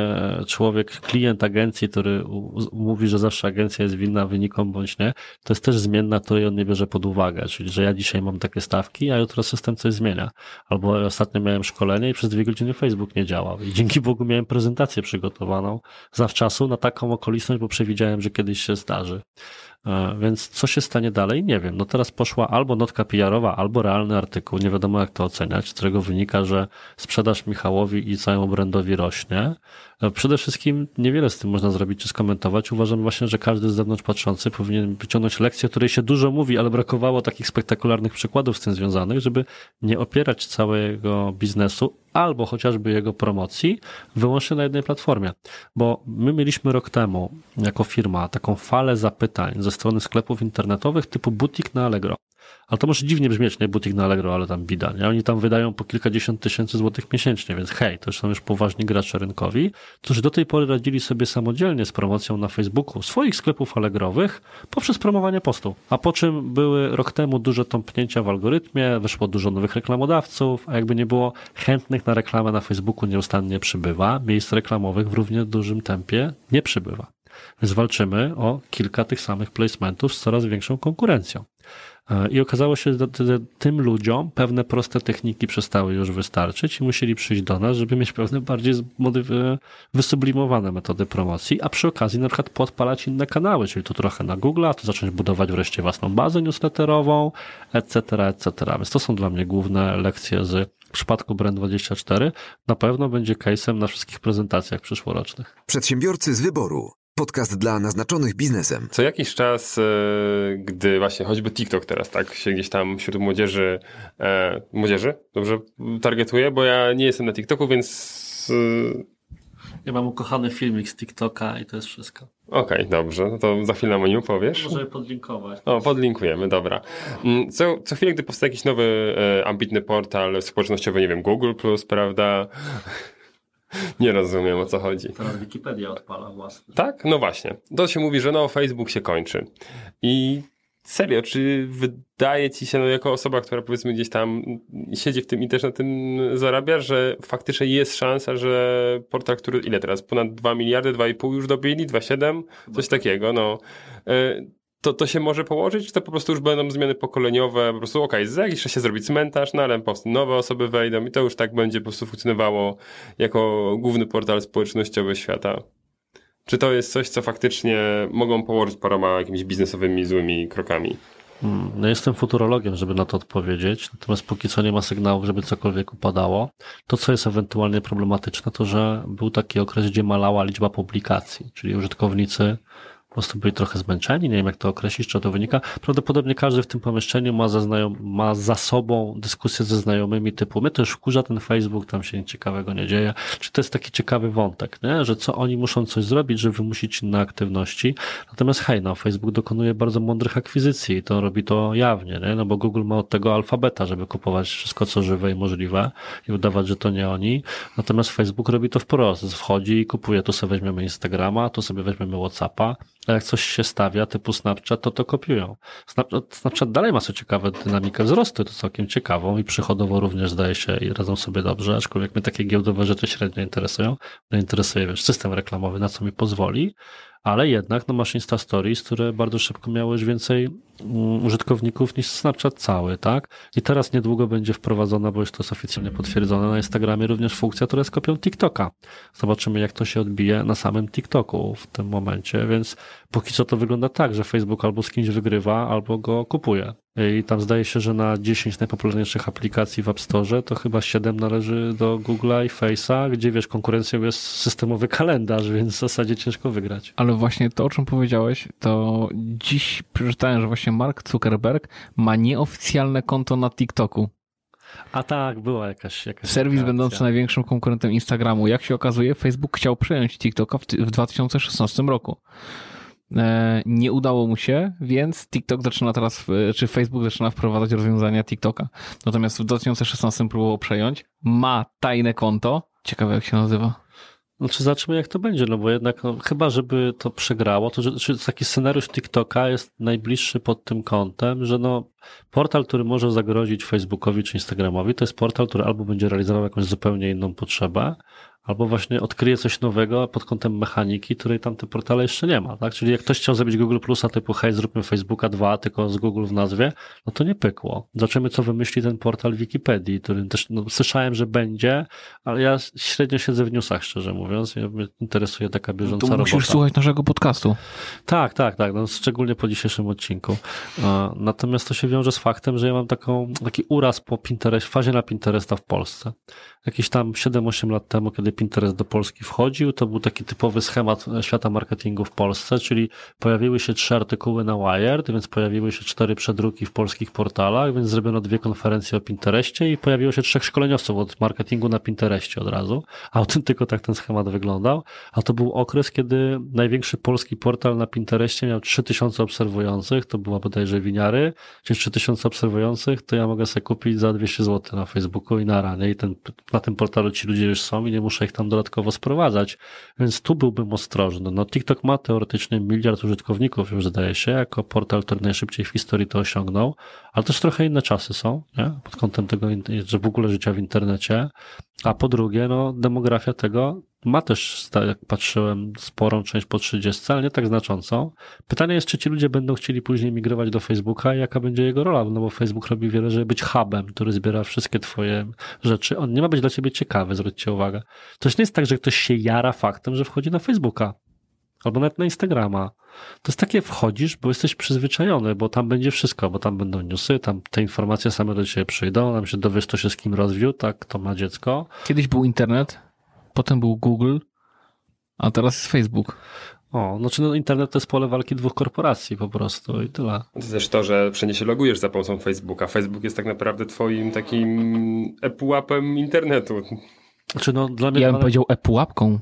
klient agencji, który mówi, że zawsze agencja jest winna wynikom bądź nie, to jest też zmienna, której on nie bierze pod uwagę, czyli że ja dzisiaj mam takie stawki, a jutro system coś zmienia. Albo ostatnio miałem szkolenie i przez 2 godziny Facebook nie działał i dzięki Bogu miałem prezentację przygotowaną zawczasu na taką okoliczność, bo przewidziałem, że kiedyś się zdarzy. Więc co się stanie dalej? Nie wiem. No teraz poszła albo notka PR-owa, albo realny artykuł, nie wiadomo jak to oceniać, z którego wynika, że sprzedaż Michałowi i całemu brandowi rośnie. Przede wszystkim niewiele z tym można zrobić czy skomentować. Uważam właśnie, że każdy z zewnątrz patrzący powinien wyciągnąć lekcję, o której się dużo mówi, ale brakowało takich spektakularnych przykładów z tym związanych, żeby nie opierać całego biznesu albo chociażby jego promocji wyłącznie na jednej platformie. Bo my mieliśmy rok temu jako firma taką falę zapytań ze strony sklepów internetowych typu butik na Allegro. Ale to może dziwnie brzmieć, nie butik na Allegro, ale tam bida, nie? Oni tam wydają po kilkadziesiąt tysięcy złotych miesięcznie, więc hej, to są już poważni gracze rynkowi, którzy do tej pory radzili sobie samodzielnie z promocją na Facebooku swoich sklepów allegrowych poprzez promowanie postu. A po czym były rok temu duże tąpnięcia w algorytmie, wyszło dużo nowych reklamodawców, a jakby nie było, chętnych na reklamę na Facebooku nieustannie przybywa, miejsc reklamowych w równie dużym tempie nie przybywa. Więc walczymy o kilka tych samych placementów z coraz większą konkurencją. I okazało się, że tym ludziom pewne proste techniki przestały już wystarczyć i musieli przyjść do nas, żeby mieć pewne bardziej wysublimowane metody promocji, a przy okazji na przykład podpalać inne kanały, czyli tu trochę na Google, tu zacząć budować wreszcie własną bazę newsletterową, etc., etc. Więc to są dla mnie główne lekcje z przypadku Brand24. Na pewno będzie case'em na wszystkich prezentacjach przyszłorocznych. Przedsiębiorcy z wyboru. Podcast dla naznaczonych biznesem. Co jakiś czas, gdy właśnie choćby TikTok teraz tak się gdzieś tam wśród młodzieży, dobrze targetuje, bo ja nie jestem na TikToku, więc... Ja mam ukochany filmik z TikToka i to jest wszystko. Okej, dobrze, no to za chwilę nam o nim powiesz. Możemy podlinkować. Podlinkujemy, dobra. Co chwilę, gdy powstaje jakiś nowy, ambitny portal społecznościowy, nie wiem, Google+, prawda... Nie rozumiem, o co chodzi. Teraz Wikipedia odpala własny. Tak? No właśnie. To się mówi, że Facebook się kończy. I serio, czy wydaje ci się, jako osoba, która powiedzmy gdzieś tam siedzi w tym i też na tym zarabia, że faktycznie jest szansa, że portal, który ile teraz? Ponad 2 miliardy, 2,5 już dobili? 2,7? Coś takiego, no. To się może położyć, czy to po prostu już będą zmiany pokoleniowe, po prostu za jakiś czas się zrobi cmentarz, ale po prostu nowe osoby wejdą i to już tak będzie po prostu funkcjonowało jako główny portal społecznościowy świata. Czy to jest coś, co faktycznie mogą położyć paroma jakimiś biznesowymi złymi krokami? No jestem futurologiem, żeby na to odpowiedzieć, natomiast póki co nie ma sygnałów, żeby cokolwiek upadało. To, co jest ewentualnie problematyczne, to że był taki okres, gdzie malała liczba publikacji, czyli użytkownicy prostu byli trochę zmęczeni, nie wiem jak to określić, czy to wynika. Prawdopodobnie każdy w tym pomieszczeniu ma za sobą dyskusję ze znajomymi typu mnie też wkurza ten Facebook, tam się nic ciekawego nie dzieje. Czy to jest taki ciekawy wątek, nie? Że co oni muszą coś zrobić, żeby wymusić inne aktywności. Natomiast hej, no Facebook dokonuje bardzo mądrych akwizycji i to robi to jawnie, nie? No bo Google ma od tego alfabeta, żeby kupować wszystko co żywe i możliwe i udawać, że to nie oni. Natomiast Facebook robi to wprost. Wchodzi i kupuje, tu sobie weźmiemy Instagrama, tu sobie weźmiemy WhatsAppa, a jak coś się stawia typu Snapchat, to kopiują. Snapchat dalej ma sobie ciekawe dynamikę wzrostu, to całkiem ciekawą i przychodowo również zdaje się i radzą sobie dobrze, aczkolwiek mnie takie giełdowe rzeczy średnio interesują. Mnie interesuje, wiesz, system reklamowy, na co mi pozwoli, ale jednak no masz Insta Stories, które bardzo szybko miały już więcej użytkowników niż Snapchat cały, tak? I teraz niedługo będzie wprowadzona, bo już to jest oficjalnie potwierdzone na Instagramie, również funkcja, która jest kopią TikToka. Zobaczymy, jak to się odbije na samym TikToku w tym momencie, więc póki co to wygląda tak, że Facebook albo z kimś wygrywa, albo go kupuje. I tam zdaje się, że na 10 najpopularniejszych aplikacji w App Store to chyba 7 należy do Google'a i Face'a, gdzie wiesz, konkurencją jest systemowy kalendarz, więc w zasadzie ciężko wygrać. Ale właśnie to, o czym powiedziałeś, to dziś przeczytałem, że właśnie Mark Zuckerberg ma nieoficjalne konto na TikToku. A tak, była jakaś serwis będący największym konkurentem Instagramu. Jak się okazuje, Facebook chciał przejąć TikToka w 2016 roku. Nie udało mu się, więc TikTok zaczyna teraz, czy Facebook zaczyna wprowadzać rozwiązania TikToka. Natomiast w 2016 próbował przejąć. Ma tajne konto. Ciekawe, jak się nazywa. Znaczy zobaczymy jak to będzie, no bo jednak no, chyba żeby to przegrało, to że taki scenariusz TikToka jest najbliższy pod tym kątem, że no portal, który może zagrozić Facebookowi czy Instagramowi, to jest portal, który albo będzie realizował jakąś zupełnie inną potrzebę, albo właśnie odkryje coś nowego pod kątem mechaniki, której tam te portale jeszcze nie ma, tak? Czyli jak ktoś chciał zrobić Google Plusa typu hej, zróbmy Facebooka 2, tylko z Google w nazwie, no to nie pykło. Zobaczymy, co wymyśli ten portal Wikipedii, który też no, słyszałem, że będzie, ale ja średnio siedzę w newsach, szczerze mówiąc, mnie interesuje taka bieżąca robota. Musisz słuchać naszego podcastu. Tak, no, szczególnie po dzisiejszym odcinku. Natomiast to się wiąże z faktem, że ja mam taki uraz po Pinterest, fazie na Pinteresta w Polsce. Jakieś tam 7-8 lat temu, kiedy Pinterest do Polski wchodził, to był taki typowy schemat świata marketingu w Polsce, czyli pojawiły się 3 artykuły na Wired, więc pojawiły się 4 przedruki w polskich portalach, więc zrobiono 2 konferencje o Pinterestie i pojawiło się 3 szkoleniowców od marketingu na Pinterestie od razu. Autentyko tak ten schemat wyglądał, a to był okres, kiedy największy polski portal na Pinterestie miał 3000 obserwujących, to była bodajże Winiary, czyli 3000 obserwujących, to ja mogę sobie kupić za 200 zł na Facebooku i na ranie i na tym portalu ci ludzie już są i nie muszę ich tam dodatkowo sprowadzać, więc tu byłbym ostrożny. No TikTok ma teoretycznie 1 miliard użytkowników już zdaje się, jako portal, który najszybciej w historii to osiągnął, ale też trochę inne czasy są, nie? Pod kątem tego, że w ogóle życia w internecie, a po drugie, no demografia tego ma też, jak patrzyłem, sporą część po 30, ale nie tak znaczącą. Pytanie jest, czy ci ludzie będą chcieli później migrować do Facebooka i jaka będzie jego rola, no bo Facebook robi wiele, żeby być hubem, który zbiera wszystkie twoje rzeczy. On nie ma być dla ciebie ciekawy, zwróćcie uwagę. To nie jest tak, że ktoś się jara faktem, że wchodzi na Facebooka albo nawet na Instagrama. To jest takie, wchodzisz, bo jesteś przyzwyczajony, bo tam będzie wszystko, bo tam będą newsy, tam te informacje same do ciebie przyjdą, tam się dowiesz, kto się z kim rozwiódł, tak, kto ma dziecko. Kiedyś był internet, potem był Google, a teraz jest Facebook. Znaczy internet to jest pole walki 2 korporacji po prostu i tyle. To jest też to, że wszędzie się logujesz za pomocą Facebooka. Facebook jest tak naprawdę twoim takim epułapem internetu. Znaczy dla mnie... Ja bym powiedział epułapką.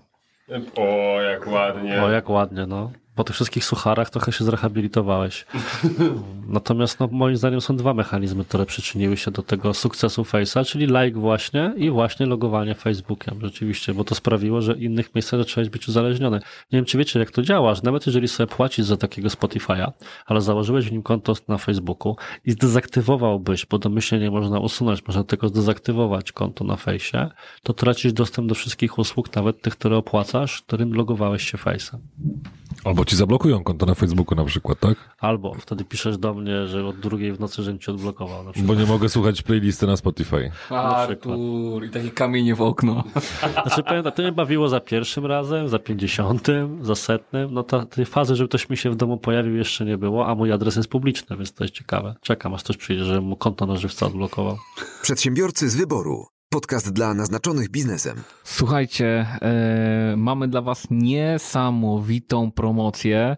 O, jak ładnie. O, jak ładnie, no. Po tych wszystkich sucharach trochę się zrehabilitowałeś. Natomiast moim zdaniem są 2 mechanizmy, które przyczyniły się do tego sukcesu Face'a, czyli like właśnie i właśnie logowanie Facebookiem. Rzeczywiście, bo to sprawiło, że innych miejscach zacząłeś być uzależniony. Nie wiem, czy wiecie, jak to działa, że nawet jeżeli sobie płacisz za takiego Spotify'a, ale założyłeś w nim konto na Facebooku i zdezaktywowałbyś, bo domyślnie nie można usunąć, można tylko zdezaktywować konto na Face'ie, to tracisz dostęp do wszystkich usług, nawet tych, które opłacasz, którym logowałeś się Face'em. Albo ci zablokują konto na Facebooku na przykład, tak? Albo wtedy piszesz do mnie, że od 2 w nocy, żebym ci odblokował. Na Bo nie mogę słuchać playlisty na Spotify. Artur, i takie kamienie w okno. Znaczy pamiętam, to mnie bawiło za pierwszym razem, za 50, za 100. No tej fazy, żeby ktoś mi się w domu pojawił jeszcze nie było, a mój adres jest publiczny, więc to jest ciekawe. Czekam, aż ktoś przyjdzie, żebym mu konto na żywca odblokował. Przedsiębiorcy z wyboru. Podcast dla naznaczonych biznesem. Słuchajcie, mamy dla was niesamowitą promocję.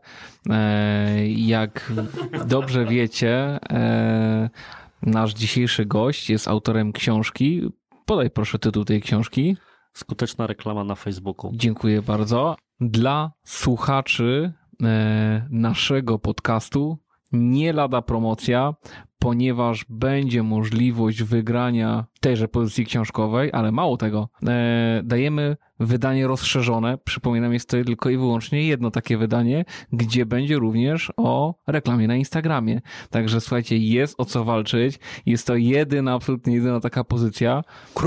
Jak dobrze wiecie, nasz dzisiejszy gość jest autorem książki. Podaj proszę tytuł tej książki. Skuteczna reklama na Facebooku. Dziękuję bardzo. Dla słuchaczy naszego podcastu nie lada promocja, ponieważ będzie możliwość wygrania tejże pozycji książkowej, ale mało tego, dajemy wydanie rozszerzone. Przypominam, jest to tylko i wyłącznie jedno takie wydanie, gdzie będzie również o reklamie na Instagramie. Także słuchajcie, jest o co walczyć. Jest to absolutnie jedyna taka pozycja.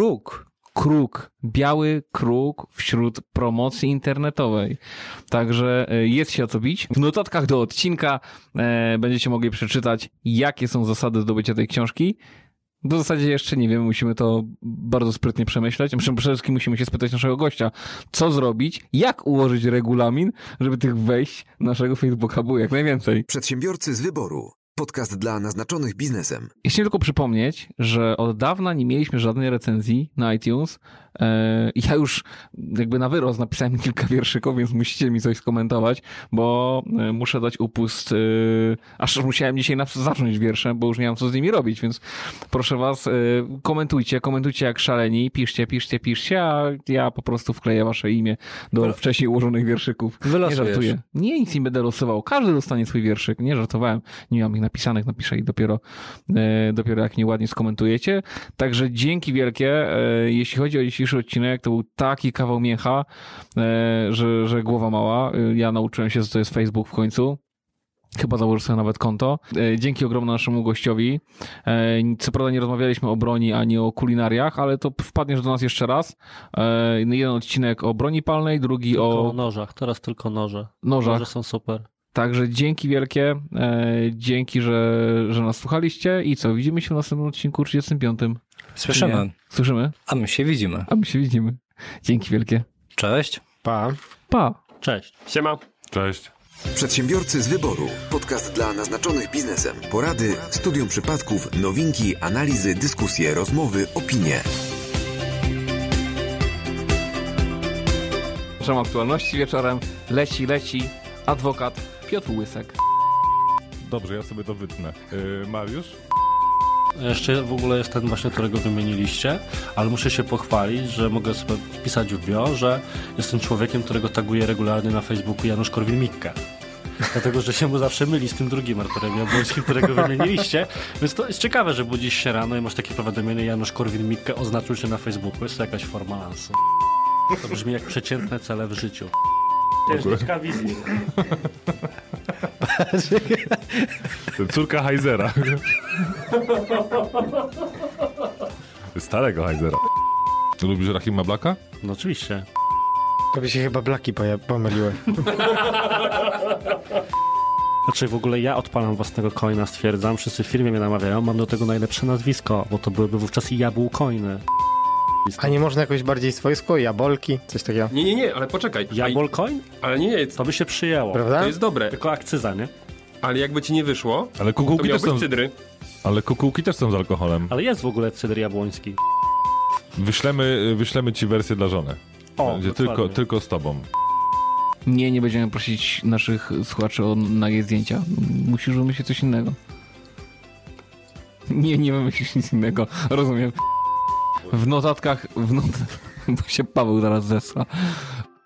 Kruk, biały kruk wśród promocji internetowej. Także jest się o co bić. W notatkach do odcinka będziecie mogli przeczytać, jakie są zasady zdobycia tej książki. W zasadzie jeszcze nie wiem, musimy to bardzo sprytnie przemyśleć. Przede wszystkim musimy się spytać naszego gościa, co zrobić, jak ułożyć regulamin, żeby tych wejść naszego Facebooka było jak najwięcej. Przedsiębiorcy z wyboru. Podcast dla naznaczonych biznesem. Chciałem tylko przypomnieć, że od dawna nie mieliśmy żadnej recenzji na iTunes. Ja już jakby na wyrost napisałem kilka wierszyków, więc musicie mi coś skomentować, bo muszę dać upust. Aż musiałem dzisiaj zacząć wierszem, bo już nie mam co z nimi robić, więc proszę was, komentujcie jak szaleni, piszcie, a ja po prostu wkleję wasze imię do wcześniej ułożonych wierszyków. Nie żartuję. Nie, nic nie będę losował. Każdy dostanie swój wierszyk. Nie żartowałem. Nie mam ich napisanych, napiszę ich dopiero jak nieładnie skomentujecie. Także dzięki wielkie. Jeśli chodzi o dzisiejszy odcinek, to był taki kawał mięcha, że głowa mała. Ja nauczyłem się, co to jest Facebook w końcu. Chyba założę sobie nawet konto. Dzięki ogromne naszemu gościowi. Co prawda nie rozmawialiśmy o broni ani o kulinariach, ale to wpadniesz do nas jeszcze raz. Jeden odcinek o broni palnej, drugi tylko o nożach. Teraz tylko noże. Noże są super. Także dzięki wielkie. Dzięki, że nas słuchaliście. I co? Widzimy się w następnym odcinku 35. Słyszymy? A my się widzimy. Dzięki wielkie. Cześć. Pa. Cześć. Siema. Cześć. Przedsiębiorcy z wyboru. Podcast dla naznaczonych biznesem. Porady, studium przypadków, nowinki, analizy, dyskusje, rozmowy, opinie. Naszą aktualności wieczorem leci adwokat Piotr Łysek. Dobrze, ja sobie to wytnę. Mariusz? Jeszcze w ogóle jest ten właśnie, którego wymieniliście, ale muszę się pochwalić, że mogę sobie wpisać w bio, że jestem człowiekiem, którego taguje regularnie na Facebooku Janusz Korwin-Mikke. Dlatego, że się mu zawsze myli z tym drugim Arturem Jabłońskim, którego wymieniliście. Więc to jest ciekawe, że budzisz się rano i masz takie powiadomienie: Janusz Korwin-Mikke oznaczył się na Facebooku. Jest to jakaś forma lansy. To brzmi jak przeciętne cele w życiu. Księżniczka wizji. Córka Heizera. Starego Heizera. Lubisz Rahima Blacka? No oczywiście. Tobie się chyba blaki pomyliły. Znaczy w ogóle ja odpalam własnego coina, stwierdzam. Wszyscy w firmie mnie namawiają, mam do tego najlepsze nazwisko, bo to byłyby wówczas i jabłcoiny. A nie można jakoś bardziej swojsko? Jabolki? Coś takiego? Nie, ale poczekaj. Jabłcoin? Ale nie, to by się przyjęło. Prawda? To jest dobre. Tylko akcyza, nie? Ale jakby ci nie wyszło, ale to kukułki miałbyś cydry. Ale kukułki też są z alkoholem. Ale jest w ogóle cydr jabłoński. Wyślemy ci wersję dla żony. Będzie tylko z tobą. Nie będziemy prosić naszych słuchaczy o nagie zdjęcia. Musisz wymyślić coś innego. Nie wymyślisz nic innego. Rozumiem. W notatkach, bo się Paweł zaraz zesła.